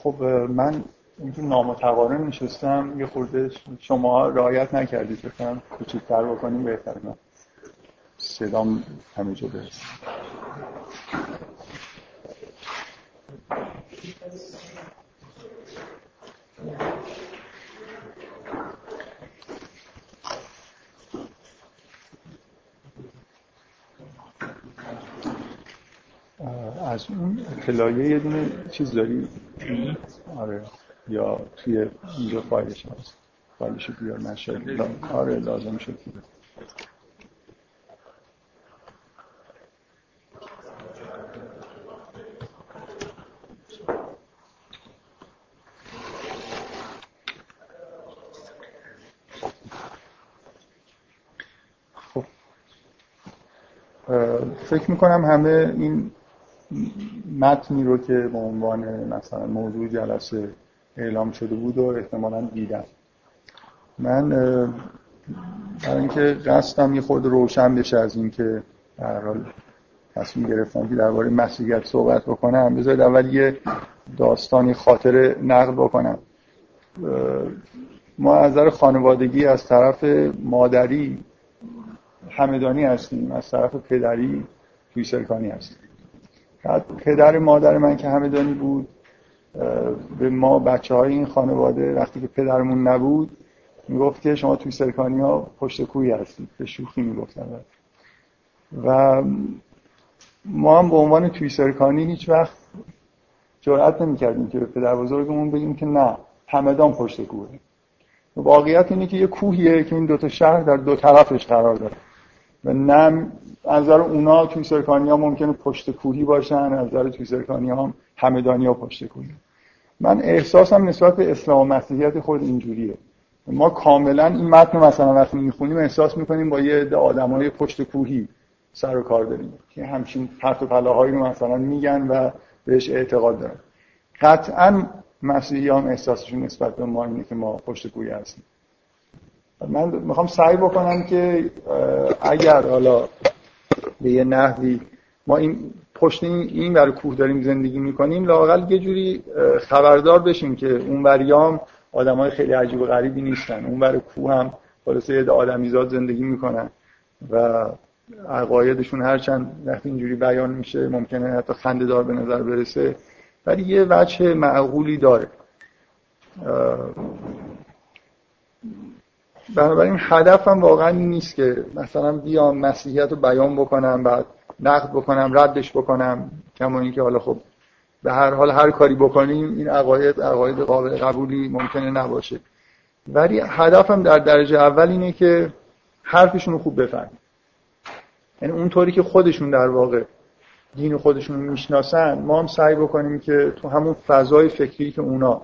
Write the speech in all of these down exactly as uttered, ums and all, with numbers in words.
خب من اینجور نامتقارن نشستم، یه خورده شما رعایت نکردید، بکنم کوچیک‌تر بکنیم بهتره، من صدام همه جا برسه. از اون اطلاعیه یه دونه چیز داری؟ آره، یا توی اینجا فایلش هست، فایلشو بیار نشد. آره لازم شد. خب فکر میکنم همه این متنی رو که به عنوان مثلا موضوع جلسه اعلام شده بود و احتمالاً دیدم. من برای اینکه قصدم یه خورده روشن بشه از این که به هر حال تصمیم گرفتم که درباره مسیحیت صحبت بکنم، بذارید اول یه داستانی خاطره نقل بکنم. ما از نظر خانوادگی از طرف مادری همدانی هستیم، از طرف پدری تویسرکانی هستیم. پدر مادر من که همدانی بود، به ما بچه های این خانواده وقتی که پدرمون نبود میگفت که شما تویسرکانی ها پشت کوی هستید، به شوخی میگفتن. و ما هم به عنوان تویسرکانی هیچ وقت جرئت نمی‌کردیم که به پدر بزرگمون بگیم که نه همدان پشت کوه. واقعیت اینه که یه کوهیه که این دوتا شهر در دو طرفش قرار داره و نه از نظر اونا تویسرکانی ها ممکنه پشت کوهی باشن، از نظر تویسرکانی ها هم همدانی ها پشت کوهی. من احساسم نسبت به اسلام و مسیحیت خود اینجوریه. ما کاملا این متن مثلا وقتی میخونیم احساس میکنیم با یه عده آدمای پشت کوهی سر و کار داریم که همچین پرت و پلاهایی رو مثلا میگن و بهش اعتقاد دارن. قطعا مسیحی هم احساسشون نسبت به ما اینه که ما پشت کوهی هستیم. من میخوام سعی بکنم که اگر حالا به یه نحوی ما این پشت این این برای کوه داریم زندگی میکنیم، لااقل یه جوری خبردار بشیم که اون وریام آدمای خیلی عجیب و غریبی نیستن، اون برای کوه هم خلاصه یه آدمیزاد زندگی میکنن و عقایدشون هرچند وقتی اینجوری بیان میشه ممکنه حتی خنده‌دار به نظر برسه، ولی یه وجه معقولی داره. بنابراین هدفم واقعا این نیست که مثلا بیام مسیحیت رو بیان بکنم بعد نقد بکنم ردش بکنم، کما اینکه حالا خب به هر حال هر کاری بکنیم این عقاید عقاید قابل قبولی ممکنه نباشه، ولی هدفم در درجه اول اینه که حرفشون رو خوب بفهمیم. یعنی اونطوری که خودشون در واقع دین خودشون رو میشناسن ما هم سعی بکنیم که تو همون فضای فکری که اونا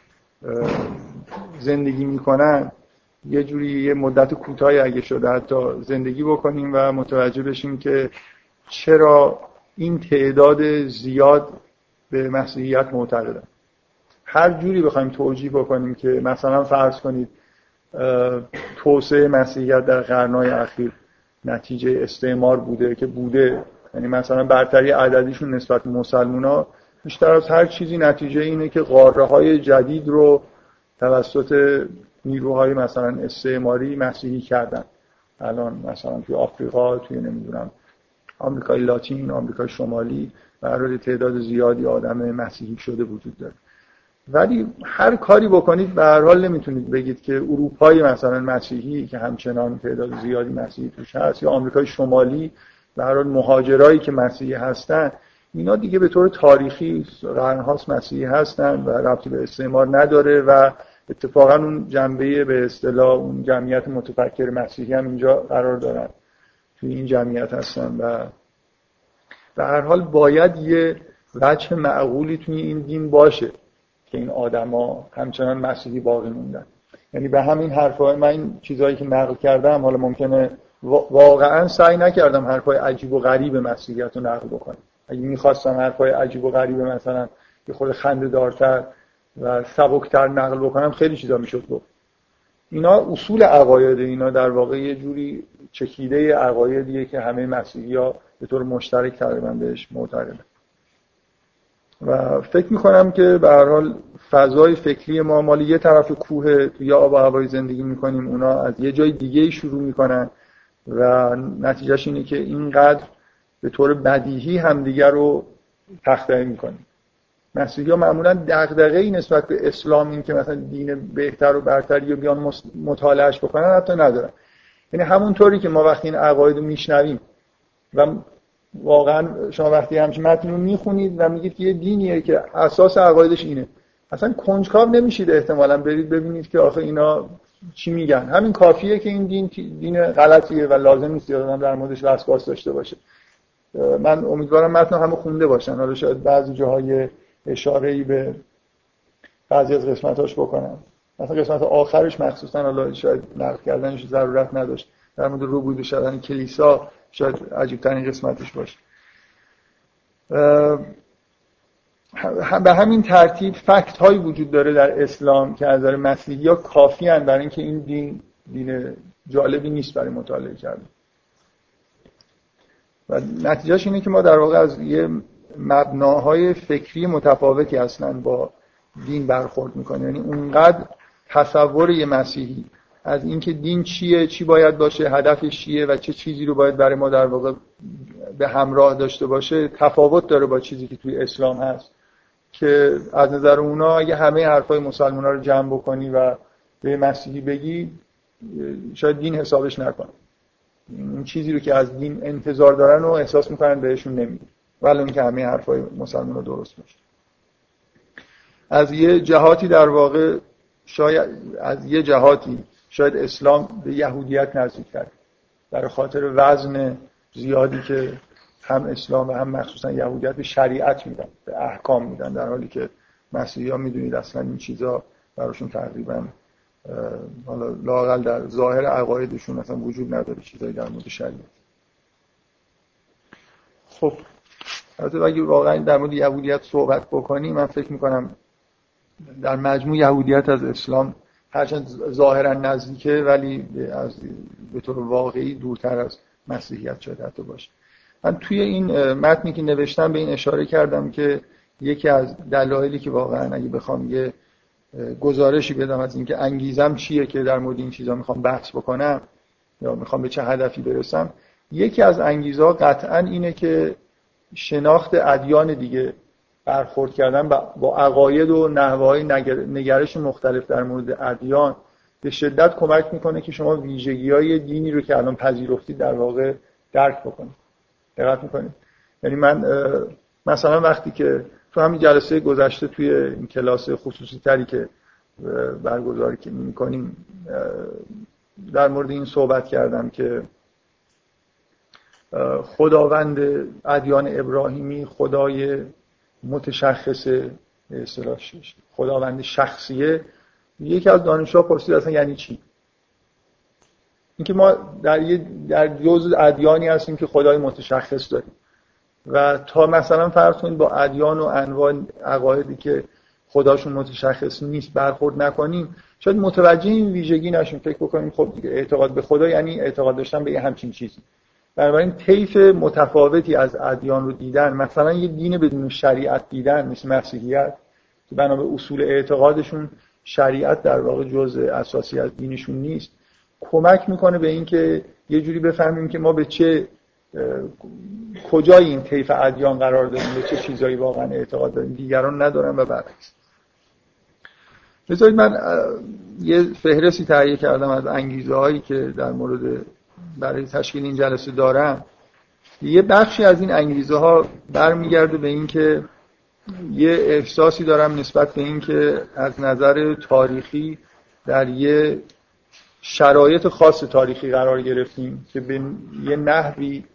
زندگی میکنن یه جوری یه مدت کوتاهی اگه شده حتی زندگی بکنیم و متوجه بشیم که چرا این تعداد زیاد به مسیحیت معتقدن. هر جوری بخوایم توجیه بکنیم که مثلا فرض کنید توسعه مسیحیت در قرن‌های اخیر نتیجه استعمار بوده که بوده، یعنی مثلا برتری عددیشون نسبت به مسلمونا بیشتر از هر چیزی نتیجه اینه که قاره‌های جدید رو توسط نیروهای مثلا استعماری مسیحی کردن. الان مثلا توی آفریقا، توی نمیدونم آمریکای لاتین، آمریکای شمالی برای تعداد زیادی آدم مسیحی شده وجود داره. ولی هر کاری بکنید به هر حال نمیتونید بگید که اروپای مثلا مسیحی که همچنان تعداد زیادی مسیحی توش هست یا آمریکای شمالی به هر حال مهاجرایی که مسیحی هستن اینا دیگه به طور تاریخی قرن‌هاست مسیحی هستن و ربطی به استعمار نداره و اتفاقا اون جنبه به اصطلاح اون جمعیت متفکر مسیحی هم اینجا قرار دارن، توی این جمعیت هستن و به هر حال باید یه وجه معقولی توی این دین باشه که این آدما همچنان مسیحی باقی موندن. یعنی به همین حرفای من این چیزایی که نقل کردم، حالا ممکنه واقعا سعی نکردم حرفای عجیب و غریب مسیحیت رو نقل بکنم. اگه می‌خواستم حرفای عجیب و غریب مثلا یه خورده خنده‌دارتر و سبکتر نقل بکنم خیلی چیزا میشد گفت. اینا اصول عقاید، اینا در واقع یه جوری چکیده عقایدیه که همه مسیحی‌ها به طور مشترک تقریبا بهش معتقدن. و فکر میکنم که به هر حال فضای فکری ما مال یه طرف کوه توی آب و هوای زندگی میکنیم، اونا از یه جای دیگه شروع میکنن و نتیجهش اینه که اینقدر به طور بدیهی همدیگر رو تخطئه میکنیم. مسیحی‌ها معمولا دغدغه‌ای نسبت به اسلام این که مثلا دین بهتر و برتری رو بیان مطالعهش بکنن حتی ندارن. یعنی همونطوری که ما وقتی این عقاید رو میشنویم و واقعا شما وقتی همچین متن رو میخونید و میگید که یه دینیه که اساس عقایدش اینه، اصلا کنجکاو نمیشید احتمالاً برید ببینید که آخه اینا چی میگن. همین کافیه که این دین دین غلطیه و لازم نیست آدم در موردش وسواس داشته باشه. من امیدوارم متن همه خونده باشن، حالا شاید بعضی جاهای اشاره‌ای به بعضی از قسمتاش بکنم، مثلا قسمت آخرش مخصوصا حالا شاید نقل کردنش ضرورت نداشت، در مورد ربود شدن کلیسا شاید عجیب ترین قسمتش باشه. به همین ترتیب فکت هایی وجود داره در اسلام که از نظر مسیحی ها کافی هستند برای اینکه این دین دین جالبی نیست برای مطالعه کردن. و نتیجهش اینه که ما در واقع از یه مبناهای فکری متفاوتی اصلا با دین برخورد میکنیم. یعنی اونقدر تصور یه مسیحی از اینکه دین چیه، چی باید باشه، هدفش چیه و چه چیزی رو باید برای ما در واقع به همراه داشته باشه تفاوت داره با چیزی که توی اسلام هست، که از نظر اونا اگه همه حرفای مسلمان‌ها رو جمع بکنی و به مسیحی بگی شاید دین حسابش نکنه. این چیزی رو که از دین انتظار دارن رو احساس میکنن بهشون نمیده، ولی اینکه همه حرفای مسلمان‌ها درست باشه. از یه جهاتی در واقع شاید از یه جهاتی شاید اسلام به یهودیت نزدیک کرد برای خاطر وزن زیادی که هم اسلام و هم مخصوصا یهودیت به شریعت میدن، به احکام میدن، در حالی که مسیحی‌ها میدونید اصلا این چیزا براشون تقریبا حالا لااقل در ظاهر عقایدشون اصلا وجود نداره چیزایی در مورد شریعت. خب البته اگه واقعا در مورد یهودیت صحبت بکنیم من فکر میکنم در مجموع یهودیت از اسلام هرچند ظاهرا نزدیکه ولی از به طور واقعی دورتر از مسیحیت شده حتی باشه. من توی این متنی که نوشتم به این اشاره کردم که یکی از دلایلی که واقعا اگه بخوام یه گزارشی بدم از اینکه انگیزم چیه که در مورد این چیزا میخوام بحث بکنم یا میخوام به چه هدفی برسم، یکی از انگیزها قطعا اینه که شناخت ادیان دیگه، برخورد کردن با عقاید و نحوه‌های نگرش مختلف در مورد ادیان به شدت کمک میکنه که شما ویژگی‌های دینی رو که الان پذیرفتید در واقع درک بکنید. دقت میکنید؟ یعنی من مثلا وقتی که تو همین جلسه گذشته توی این کلاس خصوصی تری که برگزار میکنیم در مورد این صحبت کردم که خداوند ادیان ابراهیمی خدای متشخص به اصطلاح خداوند شخصیه. یکی از دانشجوها پرسید اصلا یعنی چی؟ اینکه ما در یه در جزء ادیانی هستیم که خدای متشخص داریم و تا مثلا فرض کنید با ادیان و انواع عقایدی که خداشون متشخص نیست برخورد نکنیم، شاید متوجه این ویژگی نشیم، فکر بکنیم خب دیگه اعتقاد به خدا یعنی اعتقاد داشتن به یه همچین چیزی. بنابراین طیف متفاوتی از ادیان رو دیدن، مثلا یه دین بدون شریعت دیدن مثل مسیحیت که بنا به اصول اعتقادشون شریعت در واقع جزء اساسی از دینشون نیست، کمک میکنه به این که یه جوری بفهمیم که ما به چه کجای این طیف ادیان قرار داریم، به چه چیزایی واقعا اعتقاد داریم دیگران ندارن و برعکس. بذارید من یه فهرستی تهیه کردم از انگیزه هایی که در مورد برای تشکیل این جلسه دارم. یه بخشی از این انگیزه ها برمیگرده به این که یه احساسی دارم نسبت به این که از نظر تاریخی در یه شرایط خاص تاریخی قرار گرفتیم که به یه نحوی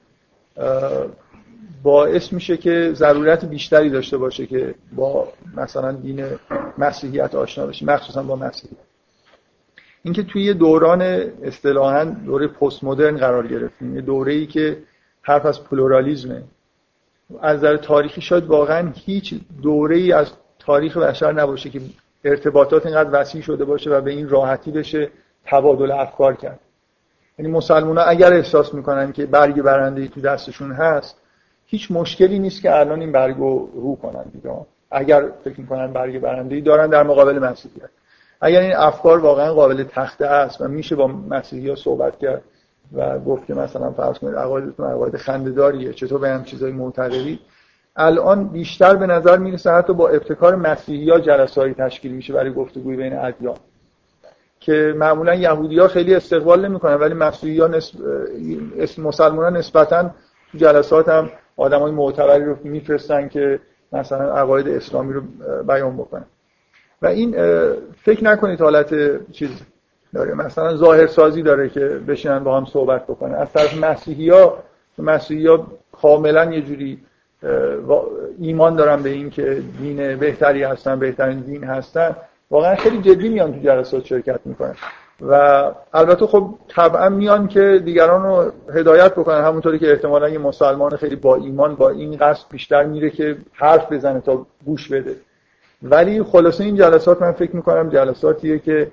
باعث میشه که ضرورت بیشتری داشته باشه که با مثلا دین مسیحیت آشنا بشیم، مخصوصا با مسیحیت. اینکه توی یه دوران اصطلاحاً دوره پست مدرن قرار گرفتیم، یه دوره‌ای که حرف از پلورالیسمه. از نظر تاریخی شاید واقعاً هیچ دوره‌ای از تاریخ بشر نباشه که ارتباطات اینقدر وسیع شده باشه و به این راحتی بشه تبادل افکار کرد. یعنی مسلمان‌ها اگر احساس میکنن که برگ برنده‌ای تو دستشون هست، هیچ مشکلی نیست که الان این برگو رو کنن دیگه. اگر فکر میکنن برگ برنده‌ای دارن در مقابل مسیحیت. اگر این افکار واقعا قابل تخته است و میشه با مسیحی‌ها صحبت کرد و گفت که مثلا فرض کنید عقایدتون عقاید خنده‌داریه، چطور به هم چیزای معتقدی، الان بیشتر به نظر میرسه حتی با ابتکار مسیحی‌ها جلسه‌ای تشکیل میشه برای گفتگوی بین ادیان که معمولا یهودی‌ها خیلی استقبال نمی‌کنن، ولی مسیحی‌ها نسب... مسلمان‌ها نسبتاً جلسات هم آدمای معتبری رو میفرستن که مثلا عقاید اسلامی رو بیان بکنن. و این فکر نکنید حالت چیز داره، مثلا ظاهرسازی داره که بشینن با هم صحبت بکنن. از طرف مسیحی‌ها مسیحی‌ها کاملا یه جوری ایمان دارن به این که دین بهتری هستن، بهترین دین هستن، واقعا خیلی جدی میان تو جلسات شرکت میکنن و البته خب طبعا میان که دیگران رو هدایت بکنن، همونطوری که احتمالاً یه مسلمان خیلی با ایمان با این قصد بیشتر میره که حرف بزنه تا گوش بده. ولی خلاصه این جلسات من فکر میکنم جلساتیه که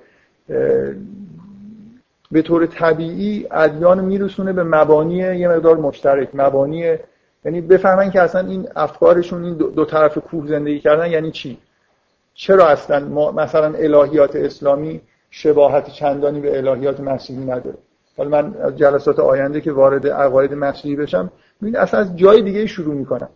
به طور طبیعی ادیان میرسونه به مبانی یه مقدار مشترک، مبانی، یعنی بفهمن که اصلا این افکارشون این دو, دو طرف کوه زندگی کردن یعنی چی، چرا اصلا ما مثلا الهیات اسلامی شباهت چندانی به الهیات مسیحی نداره. حالا من از جلسات آینده که وارد عقاید مسیحی بشم ببینید اصلا از جای دیگه شروع میکنم.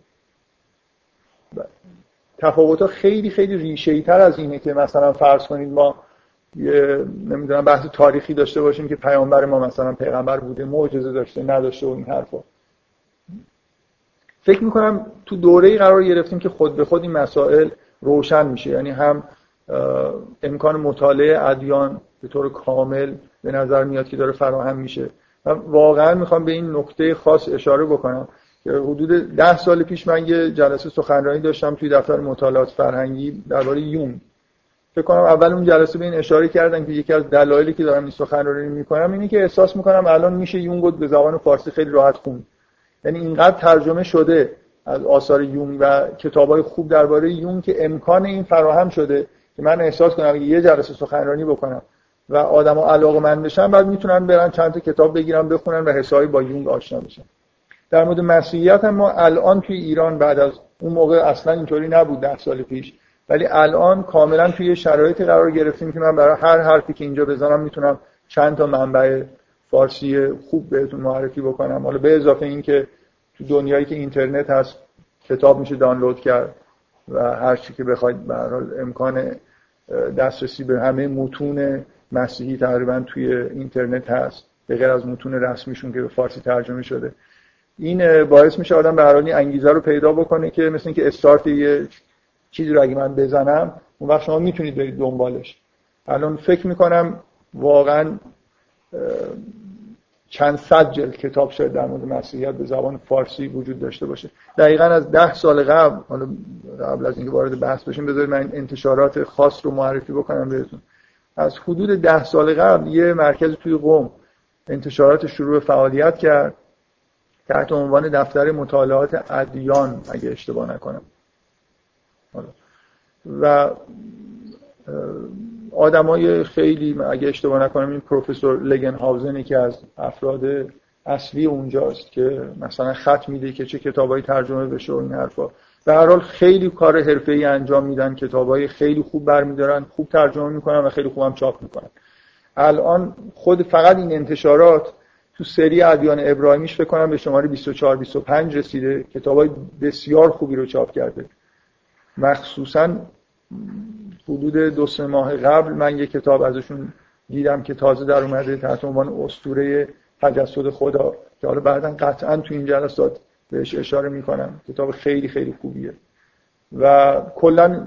تفاوت‌ها خیلی خیلی ریشه‌ای تر از اینه که مثلا فرض کنید ما یه نمیدونم بحث تاریخی داشته باشیم که پیامبر ما مثلا پیغمبر بوده، معجزه داشته نداشته و این حرفا. فکر میکنم تو دوره‌ای قرار گرفتیم که خود به خود این مسائل روشن میشه، یعنی هم امکان مطالعه ادیان به طور کامل به نظر میاد که داره فراهم میشه. من واقعا میخوام به این نکته خاص اشاره بکنم که حدود ده سال پیش من یه جلسه سخنرانی داشتم توی دفتر مطالعات فرهنگی درباره یونگ. فکر کنم اول اون جلسه به این اشاره کردن که یکی از دلایلی که دارم این سخنرانی میکنم اینه که احساس میکنم الان میشه یونگ رو به زبان فارسی خیلی راحت خوند. یعنی اینقدر ترجمه شده از آثار یونگ و کتابای خوب درباره یونگ که امکان این فراهم شده که من احساس کنم اگه یه جلسه سخنرانی بکنم و آدما علاقه‌مند بشن بعد میتونن برن چند تا کتاب بگیرن بخونن و حسابی با یونگ آشنا بشن. در مورد مسیحیت هم ما الان توی ایران بعد از اون موقع اصلا اینطوری نبود ده سال پیش، ولی الان کاملا توی شرایطی قرار گرفتیم که من برای هر حرفی که اینجا بزنم میتونم چند تا منبع فارسی خوب بهتون معرفی بکنم. حالا به اضافه این که تو دنیایی که اینترنت هست کتاب میشه دانلود کرد و هر چی که بخواید به هر حال امکان دسترسی به همه متون مسیحی تقریبا توی اینترنت هست به غیر از متون رسمیشون که به فارسی ترجمه شده. این باعث میشه آدم به هر حال انگیزه رو پیدا بکنه که مثل اینکه استارت یه چیزی رو اگه من بزنم اون وقت شما میتونید برید دنبالش. الان فکر میکنم واقعا چند صد جلد کتاب شاید در مورد مسیحیت به زبان فارسی وجود داشته باشه. دقیقاً از ده سال قبل، حالا قبل از اینکه وارد بحث بشیم بذارید من انتشارات خاص رو معرفی بکنم بهتون. از حدود ده سال قبل یه مرکز توی قم انتشارات شروع فعالیت کرد تحت عنوان دفتر مطالعات ادیان اگه اشتباه نکنم. و آدمای خیلی اگه اشتباه نکنم این پروفسور لگنهاوزنی که از افراد اصلی اونجاست که مثلا خط میده که چه کتابایی ترجمه بشه و این حرفا. به هر حال خیلی کار حرفه‌ای انجام میدن، کتابای خیلی خوب برمیدارن، خوب ترجمه میکنن و خیلی خوبم چاپ میکنن. الان خود فقط این انتشارات تو سری ادیان ابراهیمیش فکر کنم به شماره بیست و چهار بیست و پنج رسیده، کتابای بسیار خوبی رو چاپ کرده. مخصوصاً حدود دو سه ماه قبل من یک کتاب ازشون دیدم که تازه در اومده تحت عنوان اسطوره تجسد خدا که حالا بعداً قطعاً تو این جلسات بهش اشاره میکنم. کتاب خیلی خیلی خوبیه. و کلاً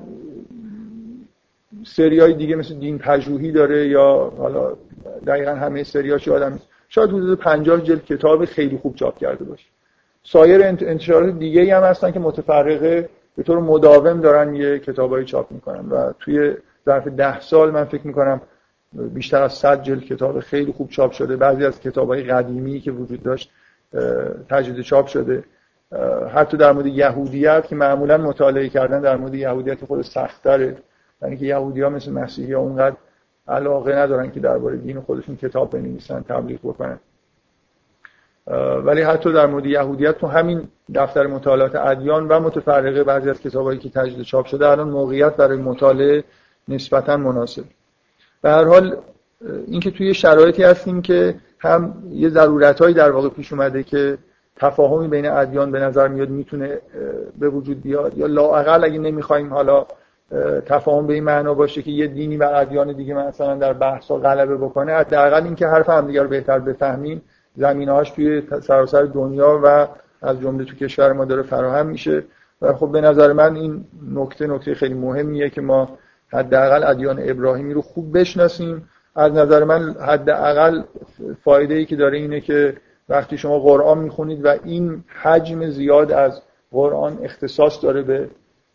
سریای دیگه مثل دین پژوهی داره یا حالا دقیقاً همه سریاش یادم شاید حدود پنجاه جلد کتاب خیلی خوب چاپ کرده باشه. سایر انتشارات دیگه‌ای هم هستن که متفرقه به طور مداوم دارن یه کتابایی چاپ میکنن و توی ظرف ده سال من فکر میکنم بیشتر از صد جلد کتاب خیلی خوب چاپ شده. بعضی از کتابای قدیمی که وجود داشت تجدید چاپ شده. حتی در مورد یهودیت که معمولا مطالعه کردن در مورد یهودیت خود سخت‌تره، یعنی که یهودی‌ها مثل مسیحی‌ها اونقدر علاقه ندارن که درباره دین خودشون کتاب بنویسن، تبلیغ بکنن. ولی حتی در مورد یهودیت تو همین دفتر مطالعات ادیان و متفرقه بعضی از کتابایی که تجدید چاپ شده الان موقعیت برای مطالعه نسبتاً مناسب. به هر حال اینکه توی شرایطی هستیم که هم یه ضرورتایی در واقع پیش اومده که تفاهمی بین ادیان به نظر میاد میتونه به وجود بیاد، یا لااقل اگه نمیخوایم حالا تفاهم به این معنا باشه که یه دینی بر ادیان دیگه مثلا در بحث‌ها غلبه بکنه، حداقل اینکه حرف همدیگه رو بهتر بفهمیم زمینه‌هاش توی سراسر دنیا و از جمله تو کشور ما داره فراهم میشه. و خب به نظر من این نکته نکته خیلی مهمیه که ما حداقل ادیان ابراهیمی رو خوب بشناسیم. از نظر من حداقل فایده‌ای که داره اینه که وقتی شما قرآن میخونید و این حجم زیاد از قرآن اختصاص داره به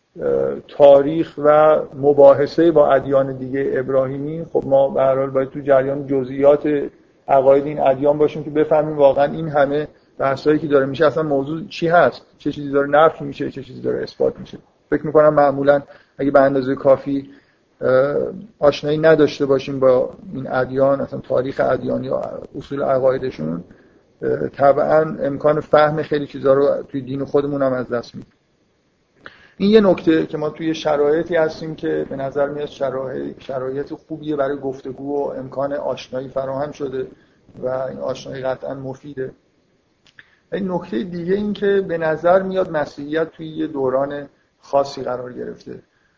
تاریخ و مباحثه با ادیان دیگه ابراهیمی، خب ما به هر حال باید تو جریان جزئیات عقاید این ادیان باشیم که بفهمیم واقعا این همه بحثایی که داره میشه اصلا موضوع چی هست، چه چیزی داره نفی میشه، چه چیزی داره اثبات میشه. فکر میکنم معمولا اگه به اندازه کافی آشنایی نداشته باشیم با این ادیان، اصلا تاریخ ادیان یا اصول عقایدشون، طبعا امکان فهم خیلی چیزا رو توی دین خودمون هم از دست میدیم. این یه نکته که ما توی شرایطی هستیم که به نظر میاد شرایط شرایط خوبیه برای گفتگو و امکان آشنایی فراهم شده و این آشنایی قطعا مفیده. این نکته دیگه این که به نظر میاد مسیحیت توی یه دوران خاصی قرار گرفته.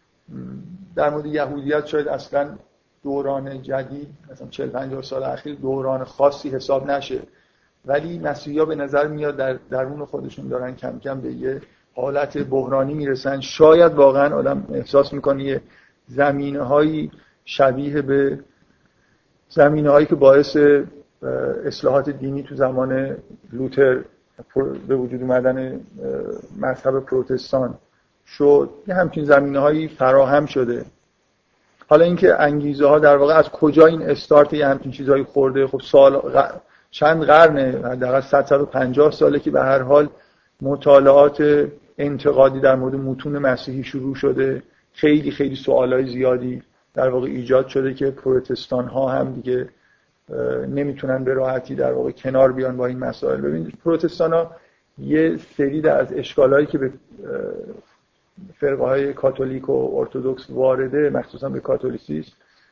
در مورد یهودیت شاید اصلا دوران جدید مثلا چهل پنجاه سال اخیر دوران خاصی حساب نشه، ولی مسیحی‌ها به نظر میاد در درون خودشون دارن کم کم به یه حالت بحرانی میرسن. شاید واقعا آدم احساس میکنه یه زمینه‌هایی شبیه به زمینه‌هایی که باعث اصلاحات دینی تو زمان لوتر به وجود اومدن مذهب پروتستان شد، یه همچین زمینه‌هایی فراهم شده. حالا اینکه انگیزه ها در واقع از کجا این استارت یه همچین چیزایی خورده، خب سال غ... چند قرنه، حداقل صد تا پنجاه ساله که به هر حال مطالعات انتقادی در مورد متون مسیحی شروع شده. خیلی خیلی سوالای زیادی در واقع ایجاد شده که پروتستان ها هم دیگه نمیتونن به راحتی در واقع کنار بیان با این مسائل. ببینید پروتستان ها یه سری از اشکالایی که به فرقه های کاتولیک و ارتدوکس وارده، مخصوصا به کاتولیسیسم،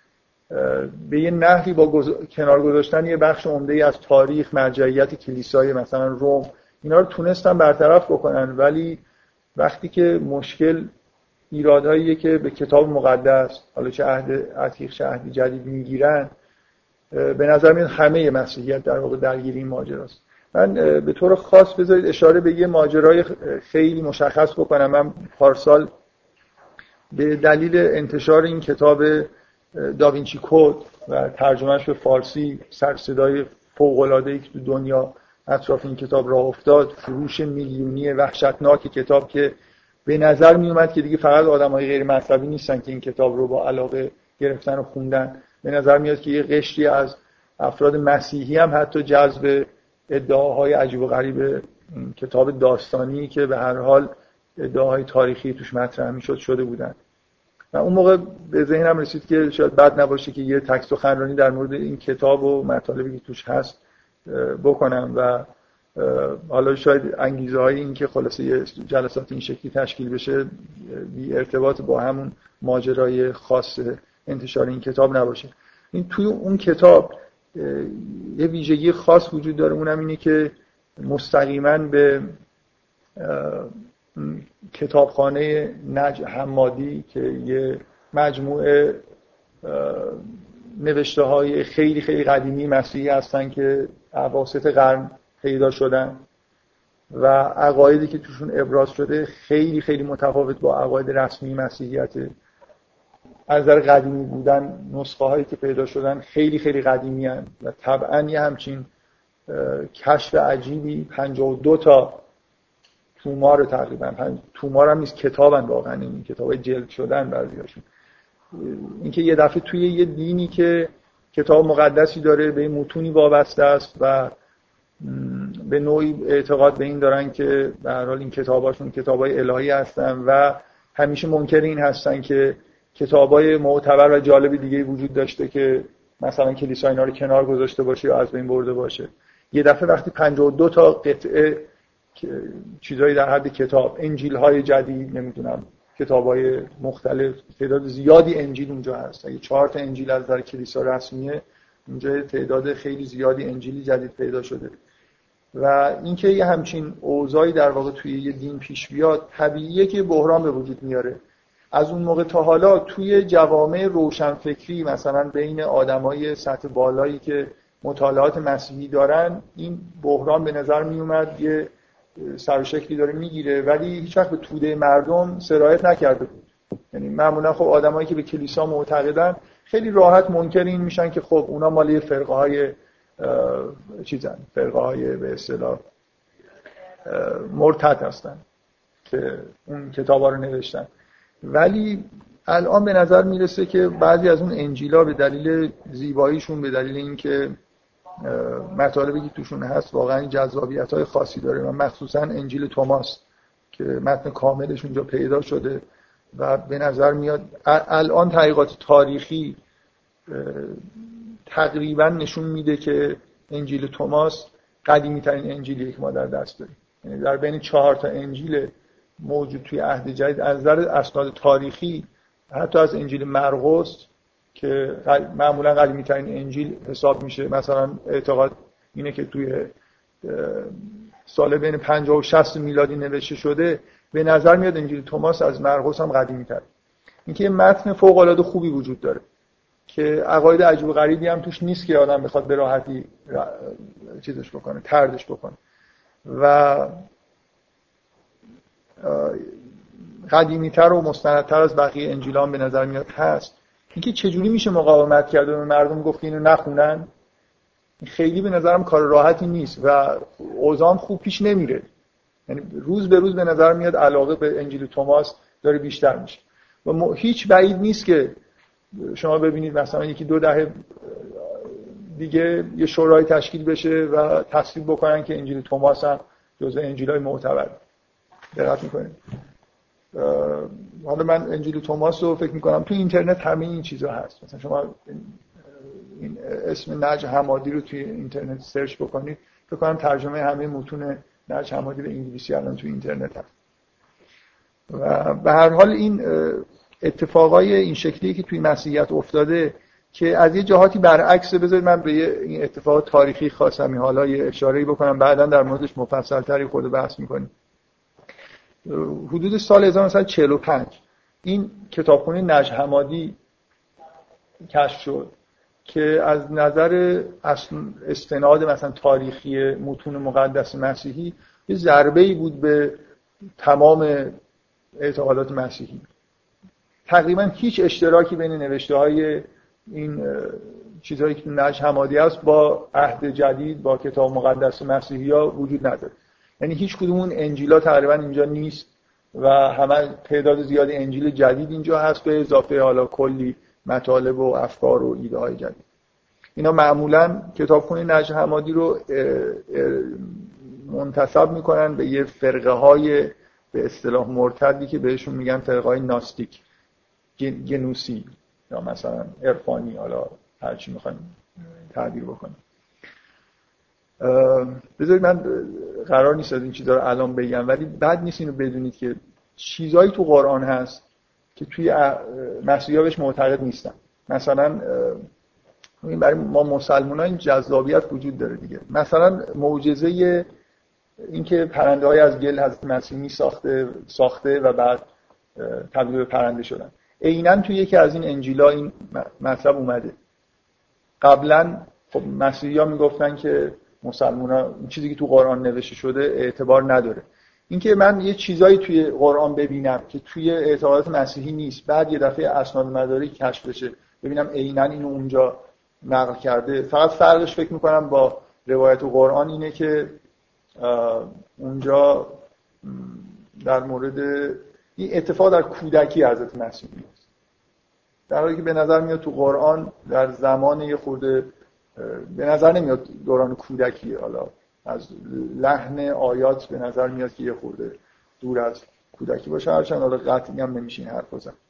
به یه نحوی با گز... کنار گذاشتن یه بخش عمده‌ای از تاریخ مرجعیت کلیسای مثلا روم، اینا رو تونستن برطرف بکنن. ولی وقتی که مشکل ایرادهاییه که به کتاب مقدس، حالا چه عهد عتیق چه عهد جدید میگیرن، به نظر میاد همه مسیحیت در واقع درگیر این ماجراست. من به طور خاص بذارید اشاره به یه ماجرای خیلی مشخص بکنم. من پارسال به دلیل انتشار این کتاب داوینچی کد و ترجمهش به فارسی، سر صدای فوق‌العاده‌ای که تو دنیا اطراف این کتاب راه افتاد، فروش میلیونی وحشتناک کتاب که به نظر می اومد که دیگه فقط آدم‌های غیر مذهبی نیستن که این کتاب رو با علاقه گرفتن و خوندن. به نظر میاد که یه قشری از افراد مسیحی هم حتی جذب ادعاهای عجیب و غریب کتاب داستانی که به هر حال ادعاهای تاریخی توش مطرح میشد شده بودن. و اون موقع به ذهنم رسید که شاید بد نباشه که یه تکست سخنرانی در مورد این کتاب و مطالبی که توش هست بکنم و حالا شاید انگیزه های این که خلاصه یه جلسات این شکلی تشکیل بشه بی ارتباط با همون ماجرای خاص انتشار این کتاب نباشه. این توی اون کتاب یه ویژگی خاص وجود داره، اونم اینه که مستقیما به کتابخانه نجم حمادی که یه مجموعه نوشته های خیلی خیلی قدیمی مسیحی هستن که اواسط قرن پیدا شدن و عقایدی که توشون ابراز شده خیلی خیلی متفاوت با عقاید رسمی مسیحیت. از نظر قدیمی بودن نسخه هایی که پیدا شدن خیلی خیلی قدیمی هستند و طبعا یه همچین کشف عجیبی پنجاه و دو تا تومار تقریبا تومار هم نیست، کتابن واقعا، این کتابای جلد شدن بعضیاشون. اینکه یه دفعه توی یه دینی که کتاب مقدسی داره به متونی وابسته است و به نوعی اعتقاد به این دارن که به هر حال این کتاباشون کتابای الهی هستن و همیشه منکر این هستن که کتابای معتبر و جالب دیگه وجود داشته که مثلا کلیسا اینا رو کنار گذاشته باشه یا از بین برده باشه. یه دفعه وقتی پنجاه و دو تا قطعه چیزایی در حد کتاب، انجیل‌های جدید، نمیدونم کتاب‌های مختلف، تعداد زیادی انجیل اونجا هست. اگه چهار تا انجیل از در کلیسا رسمیه، اونجا تعداد خیلی زیادی انجیلی جدید پیدا شده. و اینکه یه همچین اوضاعی در واقع توی یه دین پیش بیاد، طبیعیه که بحران به وجود میاره. از اون موقع تا حالا توی جوامع روشنفکری، مثلا بین آدمای سطح بالایی که مطالعات مسیحی دارن، این بحران به نظر می اومد یه سر و شکلی داره میگیره، ولی هیچ وقت به توده مردم سرایت نکرده بود. یعنی معمولا خب آدمایی که به کلیسا معتقدن خیلی راحت منکر این میشن که خب اونا مال فرقه های چیزن، فرقه های به اصطلاح مرتد هستن که اون کتابا رو نوشتن. ولی الان به نظر میرسه که بعضی از اون انجیلا به دلیل زیباییشون، به دلیل اینکه مطالبی که توشون هست واقعا جذابیت‌های خاصی داره، و مخصوصا انجیل توماس که متن کاملش اونجا پیدا شده و به نظر میاد الان تحقیقات تاریخی تقریبا نشون میده که انجیل توماس قدیمی ترین انجیلیه که ما در دست داریم. یعنی در بین چهار تا انجیل موجود توی عهد جدید از نظر اسناد تاریخی، حتی از انجیل مرقس که معمولا قدیمی ترین انجیل حساب میشه، مثلا اعتقاد اینه که توی سال بین پنجاه و شصت میلادی نوشته شده، به نظر میاد انجیل توماس از مرقس هم قدیمی تر. اینکه یه متن فوق العاده خوبی وجود داره که عقاید عجیب و غریبی هم توش نیست که آدم بخواد به راحتی چیزش بکنه، تردش بکنه، و قدیمی‌تر و مستندتر از بقیه انجیل‌ها به نظر میاد هست. اینکه چجوری میشه مقاومت کرد و مردم گفت اینو نخونن، خیلی به نظرم کار راحتی نیست و اوضاع خوب پیش نمیره. یعنی روز به روز به نظر میاد علاقه به انجیل توماس داره بیشتر میشه و هیچ بعید نیست که شما ببینید مثلا یکی دو دهه دیگه یه شورای تشکیل بشه و تصویب بکنن که انجیل توماس هم جزو انجیل‌های معتبر. دقت میکنید؟ حالا من انجیل توماس رو فکر میکنم تو اینترنت همه این چیزا هست. مثلا شما این اسم نجم حمادی رو توی اینترنت سرچ بکنید، فکر کنم ترجمه همه متون نجم حمادی به انگلیسی الان توی اینترنت هست. و به هر حال این اتفاقای این شکلی که توی مسیحیت افتاده که از یه جهاتی برعکسه، بذارید من به این اتفاق تاریخی خاصمی حالا یه اشاره‌ای بکنم، بعداً در موردش مفصل‌تر خود بحث می‌کنیم. حدود سال هزار و نهصد و چهل و پنج این کتابخونه نجم حمادی کشف شد که از نظر استناد مثلا تاریخی متون مقدس مسیحی یه ضربه‌ای بود به تمام اعتقادات مسیحی. تقریبا هیچ اشتراکی بین نوشته‌های این چیزهایی که نجم حمادی هست با عهد جدید، با کتاب مقدس مسیحی‌ها وجود نداره. یعنی هیچ کدوم اون انجیل‌ها تقریبا اینجا نیست و همه تعداد زیادی انجیل جدید اینجا هست به اضافه حالا کلی مطالب و افکار و ایده‌های جدید. اینا معمولاً کتابخونه نجم حمادی رو منتسب میکنن به یه فرقه‌های به اصطلاح مرتدی که بهشون میگن فرقه‌های ناستیک، گنوسی یا مثلا عرفانی، حالا هر چی میخوایم تعبیر بکنیم. بذارید من قرار نیست از این چیزا رو الان بگم، ولی بد نیست اینو بدونید که چیزایی تو قرآن هست که توی مسیحی‌ها بهش معتقد نیستن. مثلا این برای ما مسلمان‌ها این جذابیت وجود داره دیگه. مثلا معجزه این که پرنده‌های از گل حضرت مسیح می ساخته ساخته و بعد تبدیل به پرنده شدن، عیناً توی یکی از این انجیلا این مطلب اومده. قبلا خب مسیحی‌ها میگفتن که مسلمان‌ها این چیزی که تو قرآن نوشته شده اعتبار نداره. اینکه من یه چیزایی توی قرآن ببینم که توی اعتقادات مسیحی نیست، بعد یه دفعه اسناد مدارک کشف بشه ببینم عیناً اینو اونجا نقل کرده، فقط فرقش فکر می‌کنم با روایت قرآن اینه که اونجا در مورد این اتفاق در کودکی حضرت مسیح است، در حالی که به نظر میاد تو قرآن در زمان یه خورده به نظر نمیاد دوران کودکی، حالا از لحن آیات به نظر میاد که یه خورده دور از کودکی باشه، هرچند حالا قطعی هم نمیشه این حرف بزنه.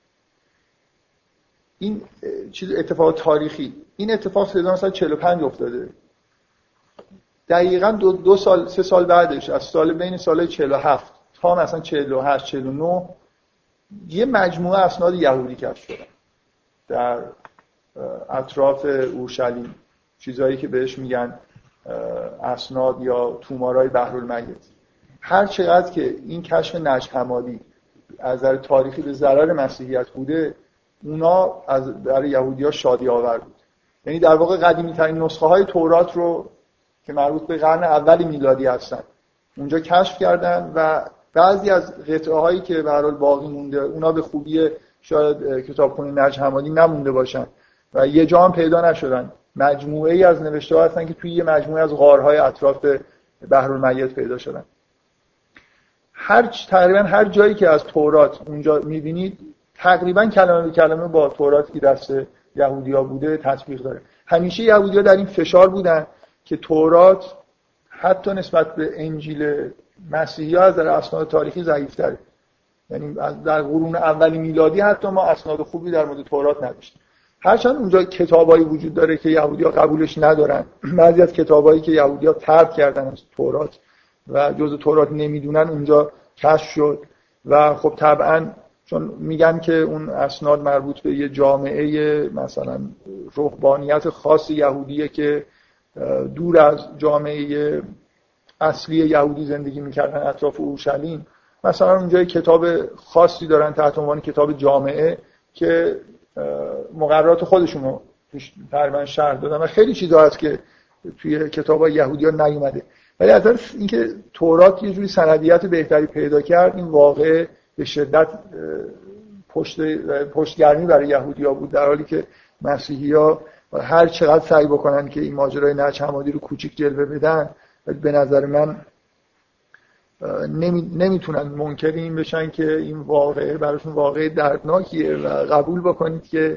این چیز اتفاق تاریخی، این اتفاق هزار و نهصد و چهل و پنج افتاده. دقیقاً دو, دو سال سه سال بعدش از سال بین سال چهل و هفت تا مثلا چهل و هشت چهل و نه یه مجموعه اسناد یهودی کشف شدن در اطراف اورشلیم، چیزایی که بهش میگن اسناد یا تومارای بحرالمیت. هر چقدر که این کشف نجم حمادی از نظر تاریخی به ضرر مسیحیت بوده، اونا از برای یهودی‌ها شادی آور بود. یعنی در واقع قدیمی ترین نسخه های تورات رو که مربوط به قرن اول میلادی هستن اونجا کشف کردن و بعضی از قطعه هایی که به هر حال باقی مونده اونا به خوبی شاید کتابخونه نجم حمادی نمونده باشن و یه جا هم پیدا نشدن. مجموعه ای از نوشته ها هستن که توی یه مجموعه از غارهای اطراف بحرالمیت پیدا شدن. هر تقریبا هر جایی که از تورات اونجا می‌بینید تقریبا کلمه به کلمه با توراتی که دست یهودی‌ها بوده تطبیق داره. همیشه یهودی‌ها در این فشار بودن که تورات حتی نسبت به انجیل مسیحی‌ها از نظر اسناد تاریخی ضعیف‌تره. یعنی در قرون اولی میلادی حتی ما اسناد خوبی در مورد تورات نداشتیم. هرچند اونجا کتابایی وجود داره که یهودی‌ها قبولش ندارن. بعضی از کتابایی که یهودی‌ها ترک کردن از تورات و جزء تورات نمیدونن اونجا کشف شد و خب طبعاً چون میگن که اون اسناد مربوط به یه جامعه مثلا رهبانیت خاص یهودیه که دور از جامعه اصلی یهودی زندگی میکردن اطراف اورشلیم، مثلا اونجا کتاب خاصی دارن تحت عنوان کتاب جامعه که مقررات خودشون رو تقریبا شرح دادن و خیلی چیزا هست که توی کتابای یهودی‌ها نیومده. ولی از اینکه تورات یه جوری سندیت بهتری پیدا کرد، این واقعه به شدت پشت پشتگرمی برای یهودی‌ها بود، در حالی که مسیحی‌ها هر چقدر سعی بکنن که این ماجرای نجم حمادی رو کوچیک جلوه بدن، به نظر من نمی... نمیتونن منکر این بشن که این واقعه براشون واقعه دردناکیه و قبول بکنید که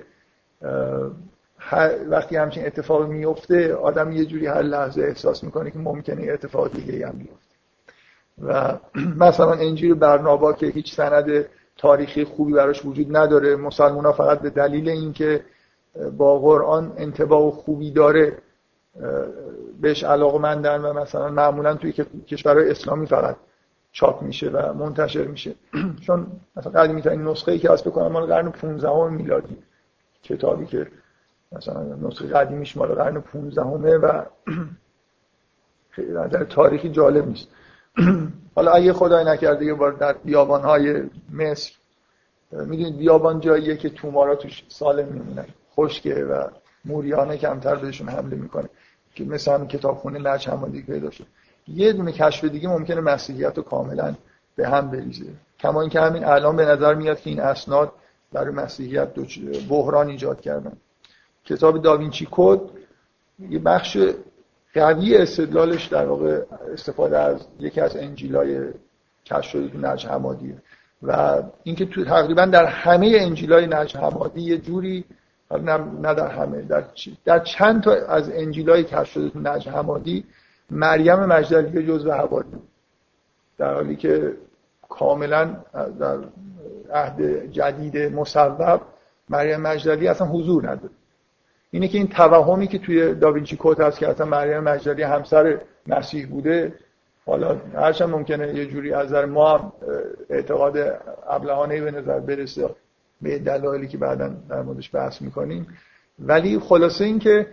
وقتی همچین اتفاقی میفته آدم یه جوری هر لحظه احساس میکنه که ممکنه اتفاق دیگه هم بیفته. و مثلا انجیل برنابا که هیچ سند تاریخی خوبی براش وجود نداره، مسلمان‌ها فقط به دلیل اینکه با قرآن انطباع خوبی داره بهش علاقه‌مندن و مثلا معمولا توی کشورهای اسلامی فقط چاپ میشه و منتشر میشه. چون مثلا قدیمی ترین نسخه‌ای که هست بکنم مال قرن پانزدهم میلادی، کتابی که مثلا نسخه قدیمیش مال قرن پانزدهم و خیلی در تاریخی جالب نیست. حالا اگه خدای نکرده یه بار در بیابان‌های مصر، میدونید بیابان جاییه که تومارا توش سالم میمونن، خشکه و موریانه کمتر بهشون حمله میکنه که مثلا کتابخونه نجم حمادی پیدا شد. یه دونه کشف دیگه ممکنه مسیحیت رو کاملا به هم بریزه، کما اینکه همین الان به نظر میاد که این اسناد برای مسیحیت بحران ایجاد کردن. کتاب داوینچی کد یه بخش قوی استدلالش در واقع استفاده از یکی از انجیلای کشف شده تو نجم حمادیه و اینکه تو تقریبا در همه انجیلای نجم حمادی یه جوری، نه نه در همه، در در چند تا از انجیلای کشف شده تو نجم حمادی مریم مجدلیه جزو حوادث، در حالی که کاملا در عهد جدید مصوب مریم مجدلیه اصلا حضور نداره. اینه که این توهمی که توی داوینچی کد هست که اصلا مریم مجدلیه همسر مسیح بوده، حالا هرچند ممکنه یه جوری از نظر ما هم اعتقاد ابلهانه‌ای به نظر برسه به دلایلی که بعداً در موردش بحث میکنیم، ولی خلاصه این که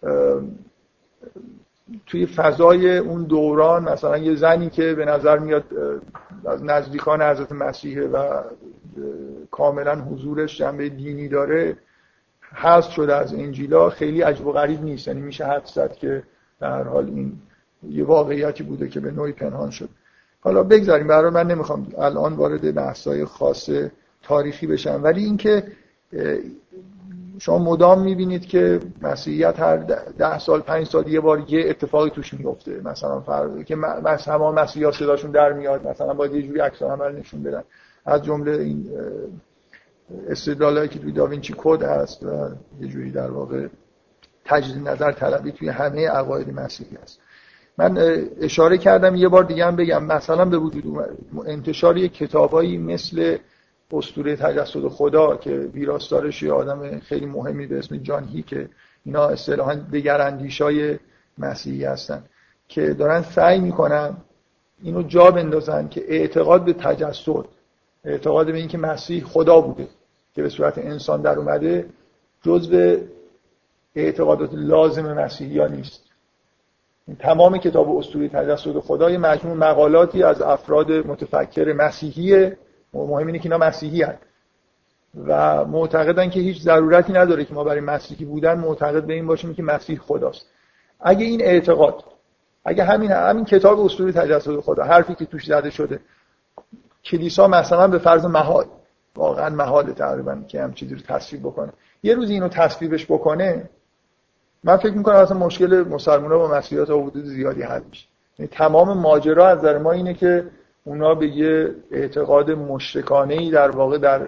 توی فضای اون دوران مثلا یه زنی که به نظر میاد از نزدیکان حضرت مسیحه و کاملا حضورش جنبه دینی داره حذف شده از انجیلا، خیلی عجب و غریب نیست. یعنی میشه حدس زد که در حال این یه واقعیتی بوده که به نوعی پنهان شد. حالا بگذاریم، برای من نمیخوام الان وارد بحث‌های خاص تاریخی بشم، ولی اینکه شما مدام میبینید که مسیحیت هر ده سال پنج سال یه بار یه اتفاقی توش میفته، مثلا فرض که مثلا مسیحا صداشون در میاد، مثلا باید یه جوری عکس العمل نشون بدن، از جمله این استدلالایی که توی داوینچی کد هست و یه جوری در واقع تجدید نظر طلبی توی همه عقاید مسیحی هست. من اشاره کردم یه بار دیگه هم بگم، مثلا به وجود انتشار یک کتابایی مثل اسطوره تجسد خدا که ویراستارش یه آدم خیلی مهمی به اسم جان هی که اینا اصطلاحاً دگراندیشای مسیحی هستن، که دارن سعی میکنن اینو جا بندازن که اعتقاد به تجسد، اعتقاد به این که مسیح خدا بوده که به صورت انسان در اومده، جزء اعتقادات لازم مسیحی‌ها نیست. تمام کتاب اسطوره تجسد خدا یه مجموع مقالاتی از افراد متفکر مسیحیه، مهم اینه که اینا مسیحی هستند و معتقدن که هیچ ضرورتی نداره که ما برای مسیحی بودن معتقد به این باشیم که مسیح خداست. اگه این اعتقاد، اگه همین همین کتاب اسطوره تجسد خدا، حرفی که توش زده شده، کلیسا مثلا به فرض محال، واقعا محال تقریبا که هم چیزی رو تصویب بکنه، یه روز اینو تصویبش بکنه، من فکر میکنم اصلا مشکل مسلمان‌ها با مسیحی‌ها تا حدود زیادی حل میشه. یعنی تمام ماجرا از نظر ما اینه که اونا به یه اعتقاد مشرکانه‌ای در واقع در